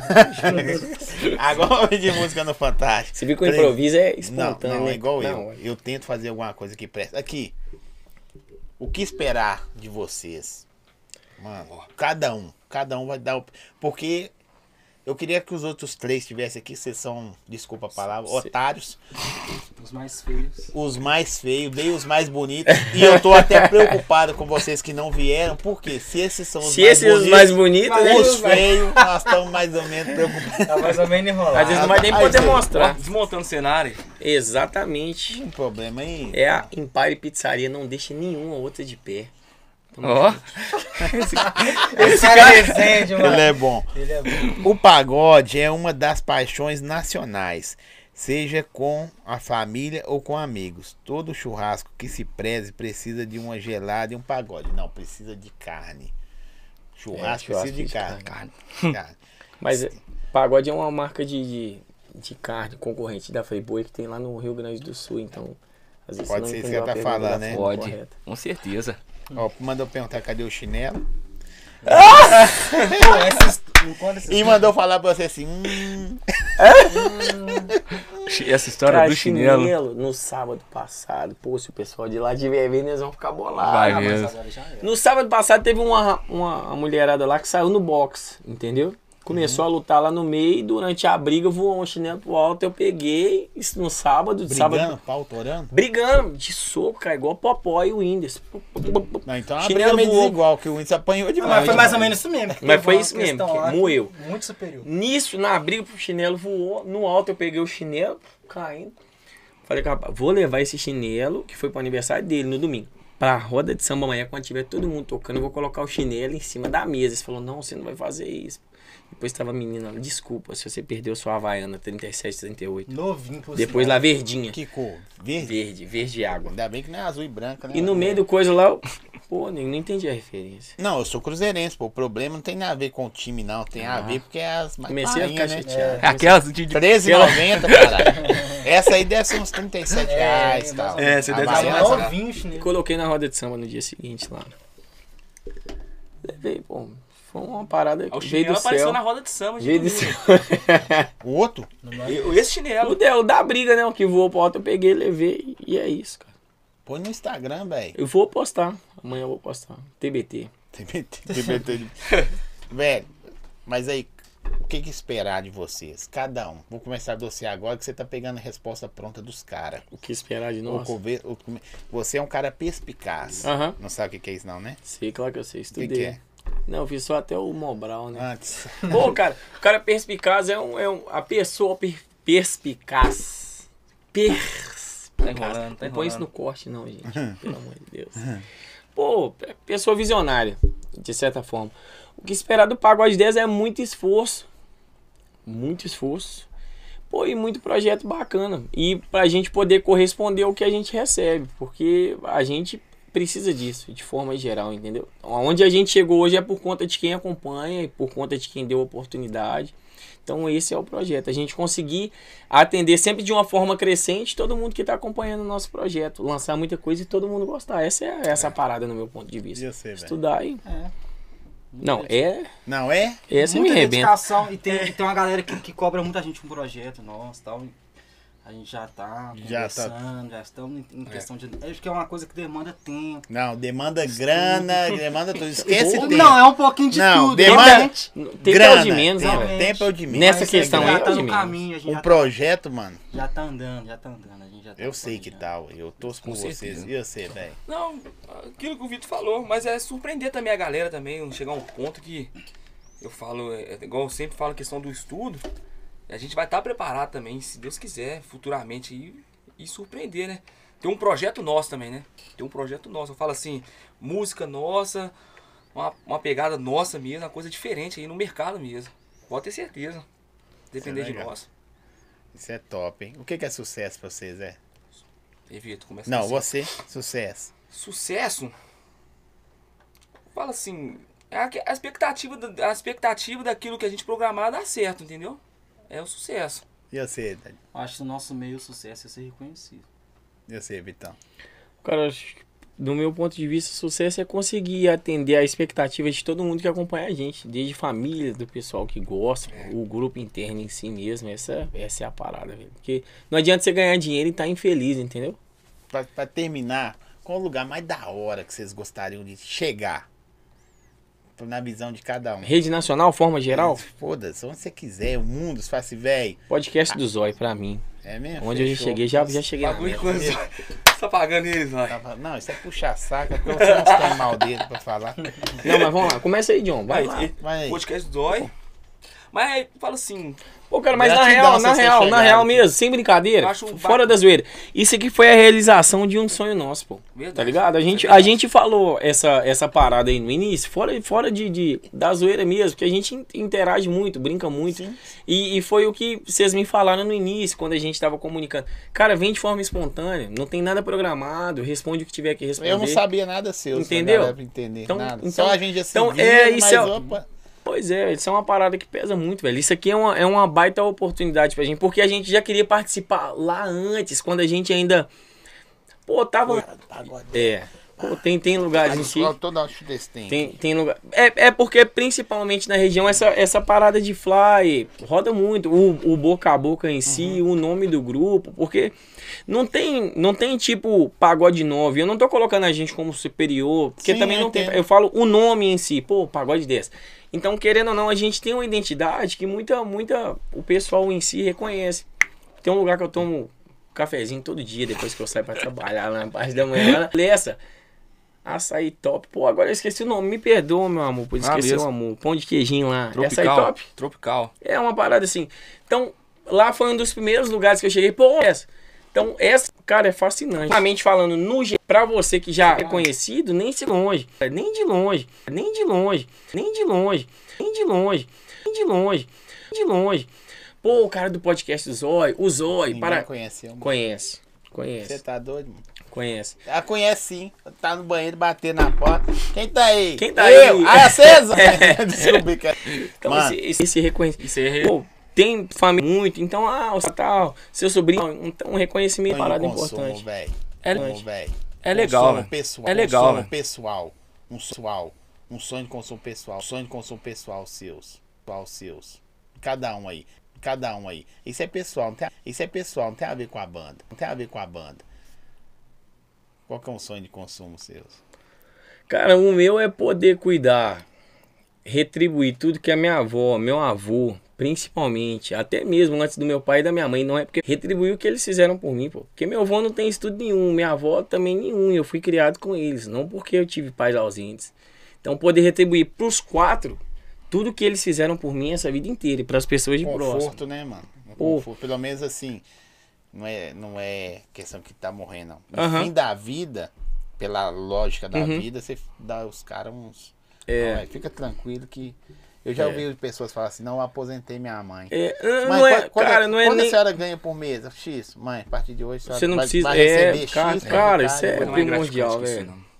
Speaker 2: Agora eu vou pedir música no Fantástico.
Speaker 1: Você viu que o improviso é
Speaker 2: Não,
Speaker 1: espontâneo,
Speaker 2: não,
Speaker 1: né?
Speaker 2: é igual
Speaker 1: Não,
Speaker 2: eu. Eu tento fazer alguma coisa que presta. Aqui. O que esperar de vocês? Mano, cada um vai dar. Porque eu queria que os outros 3 estivessem aqui. Vocês são, desculpa a palavra, otários.
Speaker 3: os mais feios.
Speaker 2: Os mais feios, dei os mais bonitos. E eu tô até preocupado com vocês que não vieram. Porque se esses são os
Speaker 1: Se
Speaker 2: mais
Speaker 1: esses
Speaker 2: bonitos,
Speaker 1: os mais bonitos, né?
Speaker 2: os feios, nós estamos mais ou menos preocupados.
Speaker 3: Tá mais ou menos enrolado.
Speaker 1: Às vezes não vai nem
Speaker 2: Aí,
Speaker 1: poder
Speaker 2: Zé,
Speaker 1: mostrar.
Speaker 4: Desmontando o cenário.
Speaker 1: Exatamente.
Speaker 2: Um problema aí.
Speaker 1: É a Empire Pizzaria, não deixa nenhuma outra de pé.
Speaker 4: Ó.
Speaker 3: Esse cara é resenha demais.
Speaker 2: Ele é bom.
Speaker 3: Ele é bom.
Speaker 2: O pagode é uma das paixões nacionais, seja com a família ou com amigos. Todo churrasco que se preze precisa de uma gelada e um pagode. Não, precisa de carne. Churrasco
Speaker 1: churrasco
Speaker 2: precisa de
Speaker 1: de
Speaker 2: carne. Carne.
Speaker 1: Mas pagode é uma marca de carne concorrente da Friboi que tem lá no Rio Grande do Sul, então às vezes
Speaker 2: Pode
Speaker 1: você
Speaker 2: ser
Speaker 1: não
Speaker 2: isso que
Speaker 1: entendeu
Speaker 2: ela
Speaker 1: a
Speaker 2: tá
Speaker 1: pergunta
Speaker 2: falando,
Speaker 1: da
Speaker 2: né?
Speaker 1: forma
Speaker 4: Pode.
Speaker 1: correta.
Speaker 4: Com certeza.
Speaker 2: Ó, mandou perguntar cadê o chinelo.
Speaker 3: Pô, enquanto esses
Speaker 2: E mandou falar pra você assim.
Speaker 4: Essa história
Speaker 1: Cara,
Speaker 4: do chinelo.
Speaker 1: no sábado passado, pô, se o pessoal de lá tiver vendo, eles vão ficar bolados.
Speaker 4: Vai
Speaker 3: mas
Speaker 4: mesmo.
Speaker 3: agora já era.
Speaker 1: No sábado passado teve uma mulherada lá que saiu no box, entendeu? Começou a lutar lá no meio e durante a briga voou um chinelo pro alto, eu peguei isso no sábado,
Speaker 2: Brigando, pau torando.
Speaker 1: brigando de soco, cara, igual o Popó e o Whindersson.
Speaker 2: Não, então é uma
Speaker 1: Chinelo
Speaker 2: briga meio
Speaker 1: voou.
Speaker 2: desigual, que o Whindersson apanhou demais.
Speaker 3: Mas foi mais ou menos isso mesmo.
Speaker 1: Mas
Speaker 3: Teve
Speaker 1: foi
Speaker 3: uma
Speaker 1: isso mesmo,
Speaker 3: questão
Speaker 1: que
Speaker 3: lá
Speaker 1: moeu.
Speaker 3: Muito superior.
Speaker 1: Nisso, na briga pro chinelo voou, no alto eu peguei o chinelo, caindo. Falei, rapaz, vou levar esse chinelo, que foi pro aniversário dele no domingo, pra roda de samba amanhã, quando tiver todo mundo tocando, eu vou colocar o chinelo em cima da mesa. Ele falou, não, você não vai fazer isso. Depois tava a menina, desculpa se você perdeu sua Havaiana 37, 38.
Speaker 3: Novinho por
Speaker 1: Depois lá verdinha.
Speaker 2: Que cor? Verde?
Speaker 1: Verde água.
Speaker 2: Ainda bem que não é azul e branca, né?
Speaker 1: E no meio do coisa lá, eu, pô, nem não entendi a referência.
Speaker 2: Não, eu sou cruzeirense, pô. O problema não tem nada a ver com o time, não. Tem a ver porque é as mais
Speaker 1: Comecei a ficar
Speaker 2: painhas, né?
Speaker 1: chateado.
Speaker 4: Aquelas de.
Speaker 2: R$13,90, cara. Essa aí deve ser uns R$37 e tal.
Speaker 4: É, você deve ser
Speaker 2: Havaiana,
Speaker 4: mais-
Speaker 2: sabe?
Speaker 3: Novinho, chinelo.
Speaker 1: Coloquei na roda de samba no dia seguinte lá. Levei, pô. Foi uma parada que
Speaker 4: O
Speaker 1: veio
Speaker 4: chinelo
Speaker 1: do
Speaker 4: apareceu
Speaker 1: céu.
Speaker 4: na roda de samba.
Speaker 1: Veio do
Speaker 4: De
Speaker 1: céu.
Speaker 2: O outro?
Speaker 4: Esse chinelo.
Speaker 1: O da briga, né? O que voou pro alto, eu peguei, levei. E é isso, cara.
Speaker 2: Põe no Instagram, velho.
Speaker 1: Eu vou postar. Amanhã eu vou postar. TBT.
Speaker 2: Velho, mas aí, o que esperar de vocês? Cada um. Vou começar a você agora que você tá pegando a resposta pronta dos caras.
Speaker 1: O que esperar de nós?
Speaker 2: Você é um cara perspicaz.
Speaker 1: Aham.
Speaker 2: Não sabe o que é isso, não, né?
Speaker 1: Sei, claro que eu sei.
Speaker 2: O
Speaker 1: Estudei.
Speaker 2: que é?
Speaker 1: Não, eu fiz só até o Mobral, né?
Speaker 2: Antes.
Speaker 1: Pô, cara, o cara perspicaz a pessoa perspicaz.
Speaker 4: Tá enrolando, tá
Speaker 1: Não põe isso
Speaker 4: enrolando.
Speaker 1: no corte, não, gente. Pelo amor de Deus. Pô, pessoa visionária, de certa forma. O que esperar do Pagode 10 é muito esforço. Muito esforço. Pô, e muito projeto bacana. E pra gente poder corresponder ao que a gente recebe. Porque a gente precisa disso, de forma geral, entendeu? Onde a gente chegou hoje é por conta de quem acompanha e por conta de quem deu oportunidade. Então esse é o projeto, a gente conseguir atender sempre de uma forma crescente todo mundo que está acompanhando o nosso projeto, lançar muita coisa e todo mundo gostar. Essa é essa parada no meu ponto de vista.
Speaker 2: Eu sei, velho.
Speaker 1: Estudar e... Não,
Speaker 2: Não é?
Speaker 1: essa me
Speaker 3: Muita
Speaker 1: arrebenta.
Speaker 3: dedicação e tem uma galera que cobra muita gente com um projeto nosso e tal. A gente já tá conversando, já estamos em questão de... Acho que é uma coisa que demanda tempo.
Speaker 2: Não, demanda grana, demanda tudo. Esquece tempo.
Speaker 3: Não, é um pouquinho de
Speaker 2: Não,
Speaker 3: tudo.
Speaker 2: demanda-
Speaker 1: Tempo é
Speaker 2: grana,
Speaker 1: o de menos, né,
Speaker 2: tempo,
Speaker 1: velho?
Speaker 2: tempo é o de menos.
Speaker 1: Nessa
Speaker 2: Mas é
Speaker 1: questão
Speaker 2: grana.
Speaker 1: aí,
Speaker 3: já tá
Speaker 1: de
Speaker 3: no
Speaker 1: menos.
Speaker 3: caminho, a gente
Speaker 2: Um projeto, mano,
Speaker 3: já tá andando, a gente já tá
Speaker 2: eu sei que
Speaker 3: planejando.
Speaker 2: tal. Eu torço por
Speaker 4: Com
Speaker 2: vocês.
Speaker 4: certeza.
Speaker 2: E você, velho?
Speaker 4: Não, aquilo que o Vitor falou, mas é surpreender também a galera também, chegar a um ponto que eu falo, igual eu sempre falo, a questão do estudo, a gente vai estar preparado também, se Deus quiser, futuramente, e surpreender, né? Tem um projeto nosso também, né? Tem um projeto nosso, eu falo assim, música nossa, uma pegada nossa mesmo, uma coisa diferente aí no mercado mesmo. Pode ter certeza, depender de
Speaker 2: legal.
Speaker 4: nós.
Speaker 2: Isso é top, hein? O que é sucesso pra vocês, é?
Speaker 4: E Vitor, começa
Speaker 2: Não,
Speaker 4: assim.
Speaker 2: você, sucesso.
Speaker 4: Sucesso, fala assim, a expectativa daquilo que a gente programar dar certo, entendeu? É o sucesso.
Speaker 2: E você, Dani?
Speaker 3: Acho que o nosso meio o sucesso é ser reconhecido.
Speaker 2: E você, Vitão?
Speaker 1: Cara, acho que, do meu ponto de vista, sucesso é conseguir atender a expectativa de todo mundo que acompanha a gente, desde família, do pessoal que gosta, o grupo interno em si mesmo, essa é a parada, velho. Porque não adianta você ganhar dinheiro e estar infeliz, entendeu?
Speaker 2: Pra terminar, qual o lugar mais da hora que vocês gostariam de chegar? Na visão de cada um.
Speaker 1: Rede nacional, forma geral,
Speaker 2: Foda-se, onde você quiser, o mundo, se faz velho.
Speaker 1: podcast do Zói, pra mim.
Speaker 2: É mesmo?
Speaker 1: Onde eu já
Speaker 2: Fechou.
Speaker 1: cheguei, já cheguei na
Speaker 4: Bagulho
Speaker 1: meta.
Speaker 4: quando você tá pagando eles, vai.
Speaker 2: Não, isso é puxar saco, é porque você não tem mal dedo pra falar.
Speaker 1: Não, mas vamos lá, começa aí, John, vai lá.
Speaker 2: Vai aí.
Speaker 4: Podcast dói. Mas fala assim,
Speaker 1: Pô, cara, mas
Speaker 2: Gratidão
Speaker 1: na
Speaker 2: se você
Speaker 1: real
Speaker 2: chegar.
Speaker 1: mesmo, sem brincadeira,
Speaker 4: Eu acho
Speaker 1: fora da zoeira. Isso aqui foi a realização de um sonho nosso, pô.
Speaker 4: Verdade.
Speaker 1: Tá ligado? A gente,
Speaker 4: É verdade.
Speaker 1: a gente falou essa parada aí no início, fora da zoeira mesmo, porque a gente interage muito, brinca muito. E foi o que vocês me falaram no início, quando a gente tava comunicando. Cara, vem de forma espontânea, não tem nada programado, responde o que tiver que responder.
Speaker 2: Eu não sabia nada seu,
Speaker 1: Entendeu?
Speaker 2: Pra entender
Speaker 1: Então-
Speaker 2: nada.
Speaker 1: então-
Speaker 2: Só a gente assim,
Speaker 1: então,
Speaker 2: via,
Speaker 1: isso
Speaker 2: mas
Speaker 1: é-
Speaker 2: opa.
Speaker 1: Pois é, isso é uma parada que pesa muito, velho. Isso aqui é uma baita oportunidade pra gente, porque a gente já queria participar lá antes, quando a gente ainda... Pô, tava... É. Pô, tem lugares em si...
Speaker 2: Toda hora desse tempo.
Speaker 1: Tem lugar... É porque principalmente na região essa parada de fly roda muito. O boca a boca em si, o nome do grupo, porque não tem tipo pagode 9. Eu não tô colocando a gente como superior, porque
Speaker 2: Sim,
Speaker 1: também
Speaker 2: eu
Speaker 1: não tem.
Speaker 2: entendo.
Speaker 1: Eu falo o nome em si, pô, pagode 10. Então, querendo ou não, a gente tem uma identidade que muita o pessoal em si reconhece. Tem um lugar que eu tomo cafezinho todo dia depois que eu saio pra trabalhar lá na parte da manhã. Essa. Açaí top. Pô, agora eu esqueci o nome. Me perdoa, meu amor, por esquecer
Speaker 4: mesmo.
Speaker 1: o amor. Pão de queijinho lá. Açaí
Speaker 4: tropical.
Speaker 1: top.
Speaker 4: Tropical.
Speaker 1: É uma parada assim. Então, lá foi um dos primeiros lugares que eu cheguei. Pô, essa. Então, essa, cara, é fascinante. Realmente falando, no geral, pra você que já é conhecido, nem de longe. Nem de longe. Nem de longe. Nem de longe. Nem de longe. Nem de longe. Nem de longe. Pô, o cara do podcast do Zói. O Zói.
Speaker 2: Ninguém
Speaker 1: Para...
Speaker 2: conheceu.
Speaker 1: Conhece.
Speaker 2: Você
Speaker 1: Conhece.
Speaker 2: tá doido, mano?
Speaker 1: Conhece.
Speaker 2: Ela conhece sim. Tá no banheiro batendo na porta. Quem tá aí?
Speaker 1: Quem tá
Speaker 2: Eu.
Speaker 1: aí?
Speaker 2: Ah, acesa! Desculpa, cara.
Speaker 1: Então,
Speaker 2: Mano.
Speaker 1: esse reconhecimento.
Speaker 4: Isso aí é
Speaker 1: Pô, tem família muito, então, o tal, seu sobrinho, então, um reconhecimento
Speaker 2: Sonho
Speaker 1: parada
Speaker 2: de consumo,
Speaker 1: importante.
Speaker 2: velho.
Speaker 4: É-
Speaker 2: Consumo, velho.
Speaker 4: É legal,
Speaker 2: Consumo
Speaker 4: velho.
Speaker 2: pessoal.
Speaker 4: É legal,
Speaker 2: Consumo
Speaker 4: velho.
Speaker 2: pessoal. Um sonho de consumo pessoal. Um sonho de consumo pessoal seus. Cada um aí. Isso é pessoal, não tem a ver com a banda. Não tem a ver com a banda. Qual que é um sonho de consumo seus?
Speaker 1: Cara, o meu é poder cuidar, retribuir tudo que a minha avó, meu avô, principalmente, até mesmo antes do meu pai e da minha mãe, não é porque retribuir o que eles fizeram por mim, pô. Porque meu avô não tem estudo nenhum, minha avó também nenhum, e eu fui criado com eles, não porque eu tive pais ausentes. Então, poder retribuir pros 4 tudo que eles fizeram por mim essa vida inteira e pras pessoas de próximo.
Speaker 2: Conforto, né, mano? Um
Speaker 1: Pô.
Speaker 2: conforto. Pelo menos assim, não é questão que tá morrendo, não. No
Speaker 1: Aham.
Speaker 2: fim da vida, pela lógica da vida, você dá os caras uns...
Speaker 1: É.
Speaker 2: Não, fica tranquilo que... Eu já ouvi pessoas falar assim, não, eu aposentei minha mãe.
Speaker 1: Não é, cara, não é
Speaker 2: quando
Speaker 1: nem...
Speaker 2: a senhora ganha por mês? X, mãe, a partir de hoje a senhora
Speaker 1: Você não
Speaker 2: vai,
Speaker 1: precisa...
Speaker 2: vai receber
Speaker 1: cara,
Speaker 2: X.
Speaker 1: cara,
Speaker 2: né,
Speaker 1: isso é
Speaker 2: cara?
Speaker 4: Não é
Speaker 1: primordial,
Speaker 4: gratificante isso,
Speaker 1: velho.
Speaker 4: não.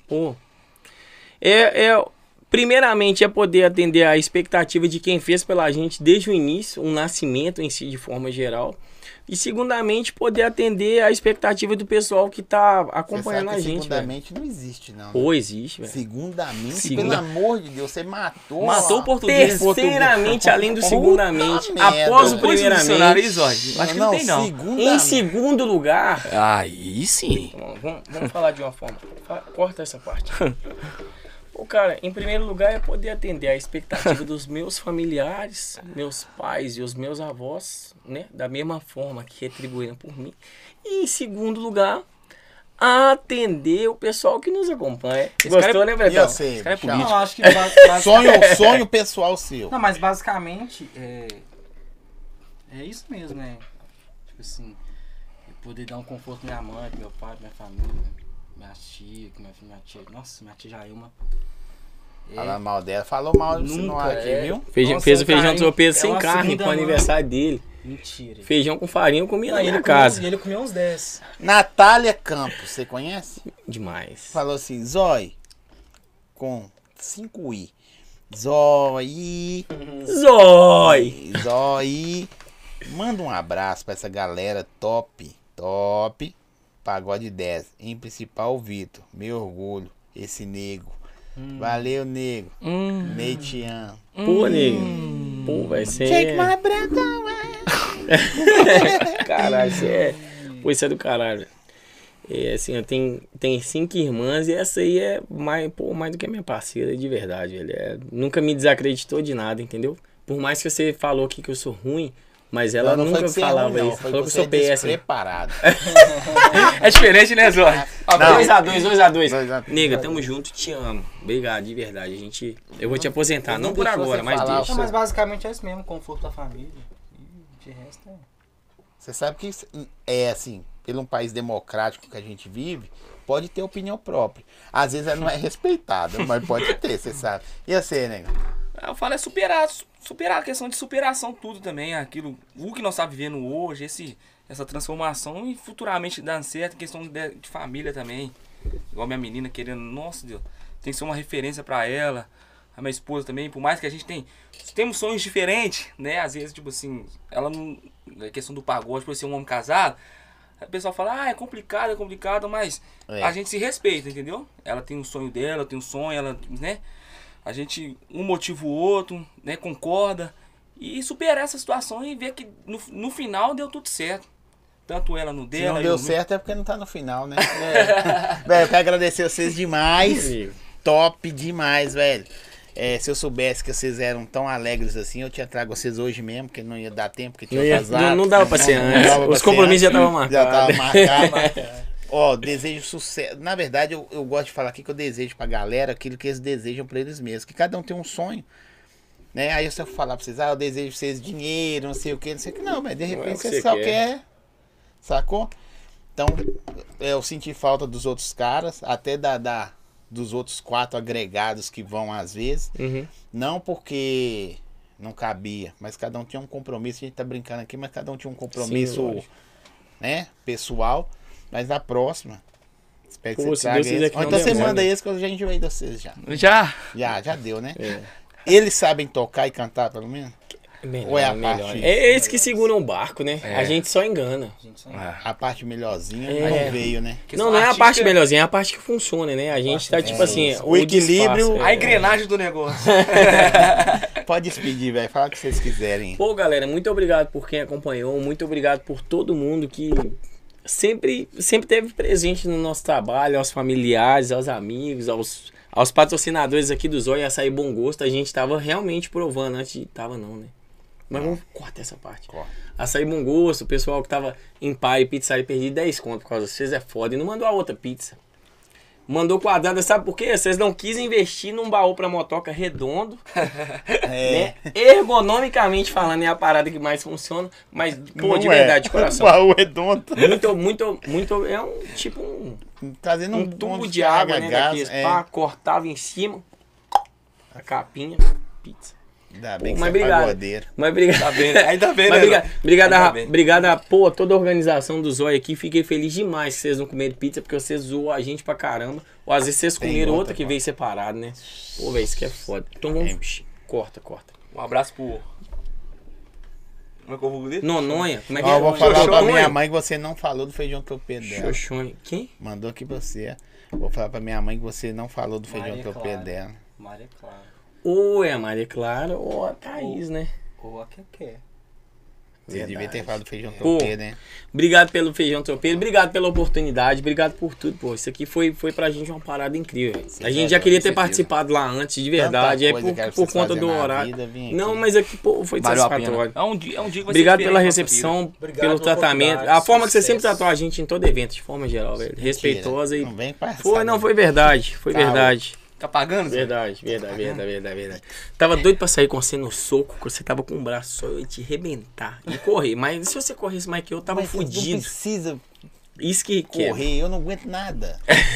Speaker 1: Pô, primeiramente é poder atender a expectativa de quem fez pela gente desde o início, um nascimento em si de forma geral. E segundamente poder atender a expectativa do pessoal que tá acompanhando a gente, velho.
Speaker 2: Segundamente não existe, não.
Speaker 1: Pô, existe, velho.
Speaker 2: Segundamente, pelo amor de Deus, você matou.
Speaker 4: Matou o português.
Speaker 1: Terceiramente, além do segundamente,
Speaker 2: merda.
Speaker 1: após o
Speaker 2: Depois
Speaker 4: do dicionário,
Speaker 1: primeiramente.
Speaker 4: Jorge. Acho que não tem, não.
Speaker 2: segundamente.
Speaker 1: Em segundo lugar,
Speaker 4: Aí sim.
Speaker 1: vamos falar de uma forma. Corta essa parte. Pô, cara, em primeiro lugar é poder atender a expectativa dos meus familiares, meus pais e os meus avós, né? Da mesma forma que retribuíram por mim. E em segundo lugar, atender o pessoal que nos acompanha. Gostou, né,
Speaker 2: E
Speaker 1: Bretão?
Speaker 2: eu sei,
Speaker 4: cara é
Speaker 2: Michel.
Speaker 3: Não, acho que
Speaker 2: Sonho pessoal seu.
Speaker 3: Não, mas basicamente é isso mesmo, né? Tipo assim, eu poder dar um conforto pra minha mãe, pro meu pai, pra minha família, minha tia, minha tia. Nossa, minha tia Jailma.
Speaker 2: Falando mal dela, falou mal de você no ar aqui, viu?
Speaker 1: Fez
Speaker 3: Nossa,
Speaker 1: o feijão
Speaker 3: carinho.
Speaker 1: tropeço
Speaker 3: É
Speaker 1: sem
Speaker 3: uma
Speaker 1: carne
Speaker 3: segunda
Speaker 1: pro
Speaker 3: mãe.
Speaker 1: aniversário dele.
Speaker 3: Mentira.
Speaker 1: Feijão com farinha eu comi na minha
Speaker 3: Ele
Speaker 1: casa.
Speaker 3: comeu uns 10.
Speaker 2: Natália Campos, você conhece?
Speaker 1: Demais.
Speaker 2: Falou assim, Zói, com 5i. Zói,
Speaker 1: Zói!
Speaker 2: manda um abraço pra essa galera top, Pagode 10. Em principal o Vitor, meu orgulho, esse nego. Valeu, nego. Ney te amo.
Speaker 1: Pô, nego. Pô, vai ser.
Speaker 2: Take my breath away.
Speaker 1: Caralho, isso é. Pô, isso é do caralho. É assim, eu tenho 5 irmãs e essa aí é mais do que a minha parceira, de verdade, velho. Nunca me desacreditou de nada, entendeu? Por mais que você falou aqui que eu sou ruim, mas ela
Speaker 2: Não, não foi
Speaker 1: nunca
Speaker 2: que você é
Speaker 1: falava
Speaker 2: ruim, não.
Speaker 1: isso.
Speaker 2: Foi
Speaker 1: Falou
Speaker 2: que
Speaker 1: que
Speaker 2: você
Speaker 1: eu sou péssimo.
Speaker 2: despreparado.
Speaker 4: É diferente, né, Jorge?
Speaker 1: 2x2.
Speaker 2: 2x2.
Speaker 1: Nega, tamo junto, te amo. Obrigado, de verdade. Eu vou te aposentar, não por
Speaker 2: deixou
Speaker 1: agora,
Speaker 2: você
Speaker 1: mas
Speaker 2: falar,
Speaker 1: deixa.
Speaker 3: Não, mas basicamente é isso mesmo, conforto da família. E de resto é.
Speaker 2: Você sabe que é assim, pelo um país democrático que a gente vive, pode ter opinião própria. Às vezes ela não é respeitada, mas pode ter, você sabe. E você, nego?
Speaker 4: Eu falo é superar a questão de superação, tudo também, aquilo, o que nós estamos vivendo hoje, essa transformação e futuramente dando certo, questão de família também. Igual minha menina querendo, nossa Deus, tem que ser uma referência pra ela, a minha esposa também, por mais que a gente temos sonhos diferentes, né, às vezes, tipo assim, ela não, a questão do pagode, por ser um homem casado, o pessoal fala, é complicado, mas a gente se respeita, entendeu? Ela tem um sonho dela, tem um sonho, ela, né? A gente, um motiva o outro, né? Concorda. E superar essa situação e ver que no final deu tudo certo. Tanto ela no dela.
Speaker 2: Se não deu certo é porque não tá no final, né? Velho, eu quero agradecer vocês demais. Top demais, velho. Se eu soubesse que vocês eram tão alegres assim, eu tinha trago vocês hoje mesmo, porque não ia dar tempo, porque tinha vazado.
Speaker 1: Não dava pra ser antes. Os compromissos já estavam marcados.
Speaker 2: Ó, desejo sucesso. Na verdade, eu gosto de falar aqui que eu desejo pra galera aquilo que eles desejam pra eles mesmos. Que cada um tem um sonho. Né? Aí se eu falar pra vocês, eu desejo pra vocês dinheiro, não sei o que, não sei o que. Não, mas de repente você só quer. Sacou? Então, eu senti falta dos outros caras, até dos outros 4 agregados que vão às vezes. Não porque não cabia, mas cada um tinha um compromisso. A gente tá brincando aqui, mas cada um tinha um compromisso, né, pessoal. Mas na próxima, espero que você traga esse. Ou então você manda esse que eu já enjoei de vocês já. Já deu, né? Eles sabem tocar e cantar, pelo menos?
Speaker 1: Melhor,
Speaker 2: Ou é a
Speaker 1: melhor.
Speaker 2: parte...
Speaker 1: É eles que seguram o barco, né? A gente só engana.
Speaker 2: A parte melhorzinha não veio, né?
Speaker 1: Não é a parte melhorzinha, é a parte que funciona, né? A gente tá tipo assim...
Speaker 2: O equilíbrio...
Speaker 4: A engrenagem do negócio.
Speaker 2: Pode despedir, velho. Fala o que vocês quiserem.
Speaker 1: Pô, galera, muito obrigado por quem acompanhou. Muito obrigado por todo mundo que... Sempre teve presente no nosso trabalho, aos familiares, aos amigos, aos patrocinadores aqui do Zóio Açaí Bom Gosto. A gente tava realmente provando antes de... Tava não, né? Mas vamos cortar essa parte. Açaí Bom Gosto, o pessoal que tava em Pai Pizzaria perdi 10 conto por causa de vocês, é foda. E não mandou a outra pizza. Mandou quadrada, sabe por quê? Vocês não quis investir num baú pra motoca redondo. Né? Ergonomicamente falando, é a parada que mais funciona. Mas, pô,
Speaker 2: não
Speaker 1: de verdade, de coração.
Speaker 2: Baú redondo.
Speaker 1: Muito. É um tipo
Speaker 2: Trazendo
Speaker 1: um tubo de água, né?
Speaker 2: gás,
Speaker 1: Daqueles, pá, cortava em cima. A capinha, pizza.
Speaker 2: Ainda bem que
Speaker 1: Mas
Speaker 2: você é
Speaker 1: obrigado.
Speaker 2: pagodeiro.
Speaker 1: Mas obrigado.
Speaker 4: Tá bem, ainda bem,
Speaker 1: Mas
Speaker 4: né?
Speaker 1: obrigado, pô, toda a organização do Zóio aqui. Fiquei feliz demais que vocês não comeram pizza, porque vocês zoam a gente pra caramba. Ou às vezes vocês
Speaker 2: Tem
Speaker 1: comeram
Speaker 2: outra,
Speaker 1: outra que
Speaker 2: pô.
Speaker 1: veio separado, né? Pô, velho, isso que é foda. Então vamos. Corta.
Speaker 4: Um abraço pro... Como é que eu vou dizer?
Speaker 1: Nononha, como é que
Speaker 2: Ó,
Speaker 1: é?
Speaker 2: eu vou falar pra
Speaker 1: Xoxonha.
Speaker 2: minha mãe que você não falou do feijão tropeiro dela.
Speaker 1: Xoxonha. Quem?
Speaker 2: Mandou aqui pra você. Vou falar pra minha mãe que você não falou do feijão
Speaker 3: Maria
Speaker 2: tropeiro
Speaker 3: Clara.
Speaker 2: dela.
Speaker 3: Maria Clara.
Speaker 1: Ou é a Maria Clara ou a Thaís, né?
Speaker 3: Ou a Keké.
Speaker 2: Você devia ter falado do feijão
Speaker 1: Pô.
Speaker 2: tropeiro, né?
Speaker 1: Obrigado pelo feijão tropeiro, obrigado pela oportunidade, obrigado por tudo, pô. Isso aqui foi pra gente uma parada incrível. A gente já queria ter participado lá antes, de verdade. É
Speaker 2: Tanta coisa que era pra
Speaker 1: por
Speaker 2: vocês
Speaker 1: conta
Speaker 2: fazerem
Speaker 1: do
Speaker 2: na
Speaker 1: horário.
Speaker 2: vida, vim
Speaker 1: Não,
Speaker 2: aqui.
Speaker 1: mas aqui, pô, foi
Speaker 4: Valeu a
Speaker 1: satisfatório.
Speaker 4: pena. É um dia que vai ser
Speaker 1: Obrigado pela
Speaker 4: diferente na nossa vida.
Speaker 1: recepção,
Speaker 5: Obrigado
Speaker 1: pelo
Speaker 5: pela
Speaker 1: tratamento.
Speaker 5: oportunidade,
Speaker 1: A forma que você sempre
Speaker 5: sucesso.
Speaker 1: tratou a gente em todo evento, de forma geral, velho. Respeitosa e.
Speaker 2: Não vem passar.
Speaker 1: Foi, não, foi verdade. Foi
Speaker 2: Calma.
Speaker 1: verdade.
Speaker 4: Tá pagando, Zé?
Speaker 1: Verdade. Tava doido pra sair com você no soco, que você tava com o braço só, eu ia te arrebentar e correr. Mas se você corresse mais que eu tava
Speaker 2: Mas você Não
Speaker 1: fudido.
Speaker 2: precisa
Speaker 1: Isso que é.
Speaker 2: correr, eu não aguento nada.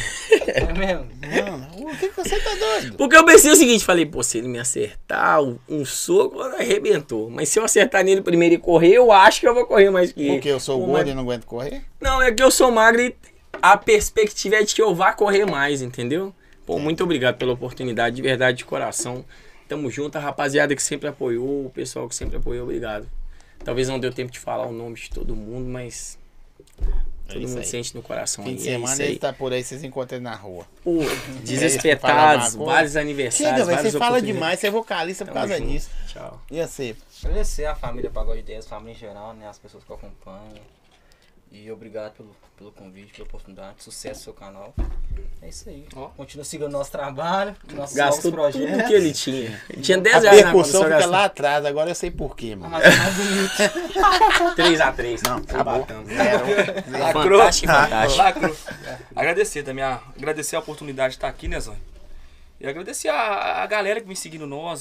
Speaker 3: É mesmo?
Speaker 2: Mano, o que você tá doido?
Speaker 1: Porque eu pensei o seguinte, falei, pô, se ele me acertar um soco, arrebentou. Mas se eu acertar nele primeiro e correr, eu acho que eu vou correr mais que ele.
Speaker 2: Porque eu sou
Speaker 1: Pô,
Speaker 2: gordo
Speaker 1: mas-
Speaker 2: e não aguento correr?
Speaker 1: Não, é que eu sou magro e a perspectiva é de que eu vá correr mais, entendeu? Pô, muito obrigado pela oportunidade, de verdade, de coração. Tamo junto, a rapaziada que sempre apoiou, o pessoal que sempre apoiou, obrigado. Talvez não deu tempo de falar o nome de todo mundo, mas todo
Speaker 2: isso
Speaker 1: mundo
Speaker 2: aí.
Speaker 1: sente no coração.
Speaker 2: Fim de
Speaker 1: aí, é
Speaker 2: semana
Speaker 1: isso
Speaker 2: ele
Speaker 1: aí.
Speaker 2: tá por aí, vocês encontram ele na rua.
Speaker 1: Pô,
Speaker 2: Fala
Speaker 1: desespetados,
Speaker 2: alguma coisa.
Speaker 1: vários aniversários,
Speaker 2: Chega, velho,
Speaker 1: várias
Speaker 2: você fala
Speaker 1: oportunidades.
Speaker 2: demais, você é vocalista por
Speaker 1: Tamo
Speaker 2: causa
Speaker 1: junto.
Speaker 2: disso.
Speaker 1: Tchau.
Speaker 2: E você?
Speaker 3: Agradecer a família Pagode 10, a família em geral, né? As pessoas que acompanham. E obrigado pelo convite, pela oportunidade. Sucesso no seu canal. É isso aí.
Speaker 4: Ó.
Speaker 3: Continua seguindo nosso trabalho, nossos
Speaker 1: Gastou
Speaker 3: novos
Speaker 1: tudo
Speaker 3: projetos.
Speaker 1: que ele tinha. Ele tinha 10
Speaker 2: A
Speaker 1: reais na conta,
Speaker 2: percussão
Speaker 1: só
Speaker 2: fica
Speaker 1: gastou
Speaker 2: lá atrás, agora eu sei por quê, mano.
Speaker 3: Mas é mais bonito.
Speaker 1: 3x3.
Speaker 2: Não, acabou.
Speaker 1: Fantástico, fantástico.
Speaker 4: Lacro. Agradecer também, agradecer a oportunidade de estar aqui, né, Zóio? E agradecer a galera que vem seguindo nós.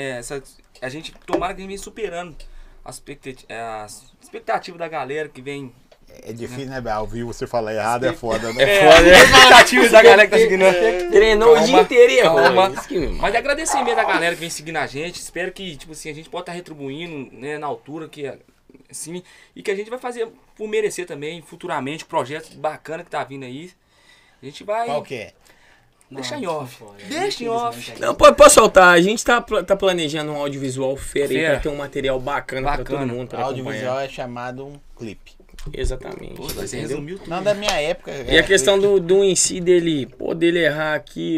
Speaker 4: A gente, tomara que a gente venha superando as expectativas da galera que vem.
Speaker 2: É difícil, né, Ao vivo você falar errado é foda, né?
Speaker 1: É foda, né?
Speaker 4: As expectativas da galera que tá seguindo nós.
Speaker 1: Treinou o dia inteiro e errou.
Speaker 4: calma.
Speaker 1: Isso que me mata.
Speaker 4: Mas agradecer mesmo a galera que vem seguindo a gente. Espero que, tipo assim, a gente possa estar retribuindo, né, na altura que assim, e que a gente vai fazer por merecer também, futuramente, projetos bacanas que tá vindo aí. A gente vai
Speaker 2: Qual que é?
Speaker 4: deixar em
Speaker 3: Não,
Speaker 4: off.
Speaker 3: não pode.
Speaker 4: Deixa em off.
Speaker 1: Não, pode soltar. A gente tá planejando um audiovisual fera aí
Speaker 4: Fera.
Speaker 1: pra ter um material bacana pra todo
Speaker 4: Bacana.
Speaker 1: mundo. Pra
Speaker 2: Audiovisual
Speaker 1: acompanhar.
Speaker 2: é chamado um clipe.
Speaker 1: Exatamente.
Speaker 4: Pô, você
Speaker 1: entendeu?
Speaker 4: resumiu tudo.
Speaker 2: Não da minha época.
Speaker 1: E a questão do em si dele errar aqui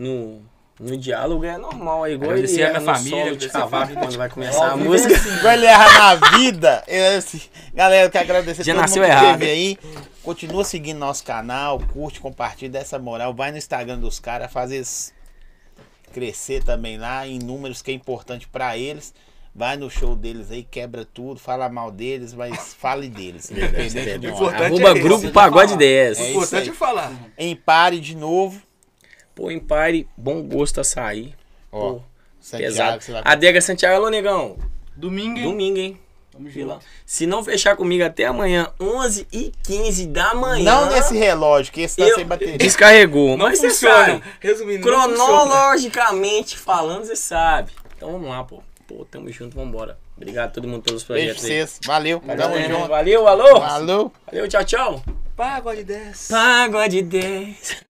Speaker 1: no diálogo é normal. É igual
Speaker 4: Agradecer
Speaker 1: ele
Speaker 4: a
Speaker 1: erra
Speaker 4: minha
Speaker 1: no
Speaker 4: família,
Speaker 1: solo de
Speaker 4: agradecer a
Speaker 1: cavaco
Speaker 4: família.
Speaker 1: quando vai começar a
Speaker 3: Óbvio,
Speaker 1: música.
Speaker 2: Vai ele errar na vida. Galera, eu quero agradecer
Speaker 1: Já
Speaker 2: todo
Speaker 1: nasceu
Speaker 2: mundo que
Speaker 1: errado.
Speaker 2: esteve aí. Continua seguindo nosso canal, curte, compartilha dessa moral. Vai no Instagram dos caras, faz eles crescer também lá em números que é importante pra eles. Vai no show deles aí, quebra tudo, fala mal deles, mas fale deles. Independente de onde.
Speaker 4: Importante
Speaker 1: Arroba
Speaker 4: é esse.
Speaker 1: Grupo Pagode 10.
Speaker 4: O
Speaker 2: É
Speaker 4: importante
Speaker 2: isso
Speaker 4: é
Speaker 2: aí.
Speaker 4: falar.
Speaker 2: Empare de novo.
Speaker 1: Pô, Empire, bom gosto açaí.
Speaker 2: Ó,
Speaker 1: Pô,
Speaker 2: Santiago,
Speaker 1: pesado.
Speaker 2: você vai...
Speaker 1: Adega Santiago, alô, negão.
Speaker 3: Domingo, hein?
Speaker 1: Domingo, hein?
Speaker 3: Vamos
Speaker 1: Vê lá.
Speaker 3: junto.
Speaker 1: Se não fechar comigo até amanhã, 11h15 da manhã.
Speaker 2: Não nesse relógio, que esse tá sem bateria.
Speaker 1: Descarregou.
Speaker 4: Não
Speaker 1: Mas você
Speaker 4: funciona.
Speaker 1: sabe.
Speaker 4: Resumindo, não funciona.
Speaker 1: Cronologicamente falando, você sabe. Então vamos lá, pô. Pô, tamo junto, vambora. Obrigado a todo mundo pelos
Speaker 2: Beijo pra
Speaker 1: projetos aí.
Speaker 2: vocês. Valeu. Tamo junto.
Speaker 1: Valeu, alô.
Speaker 2: Falou.
Speaker 1: Valeu, tchau, tchau.
Speaker 4: Pagode 10.
Speaker 1: Pagode 10.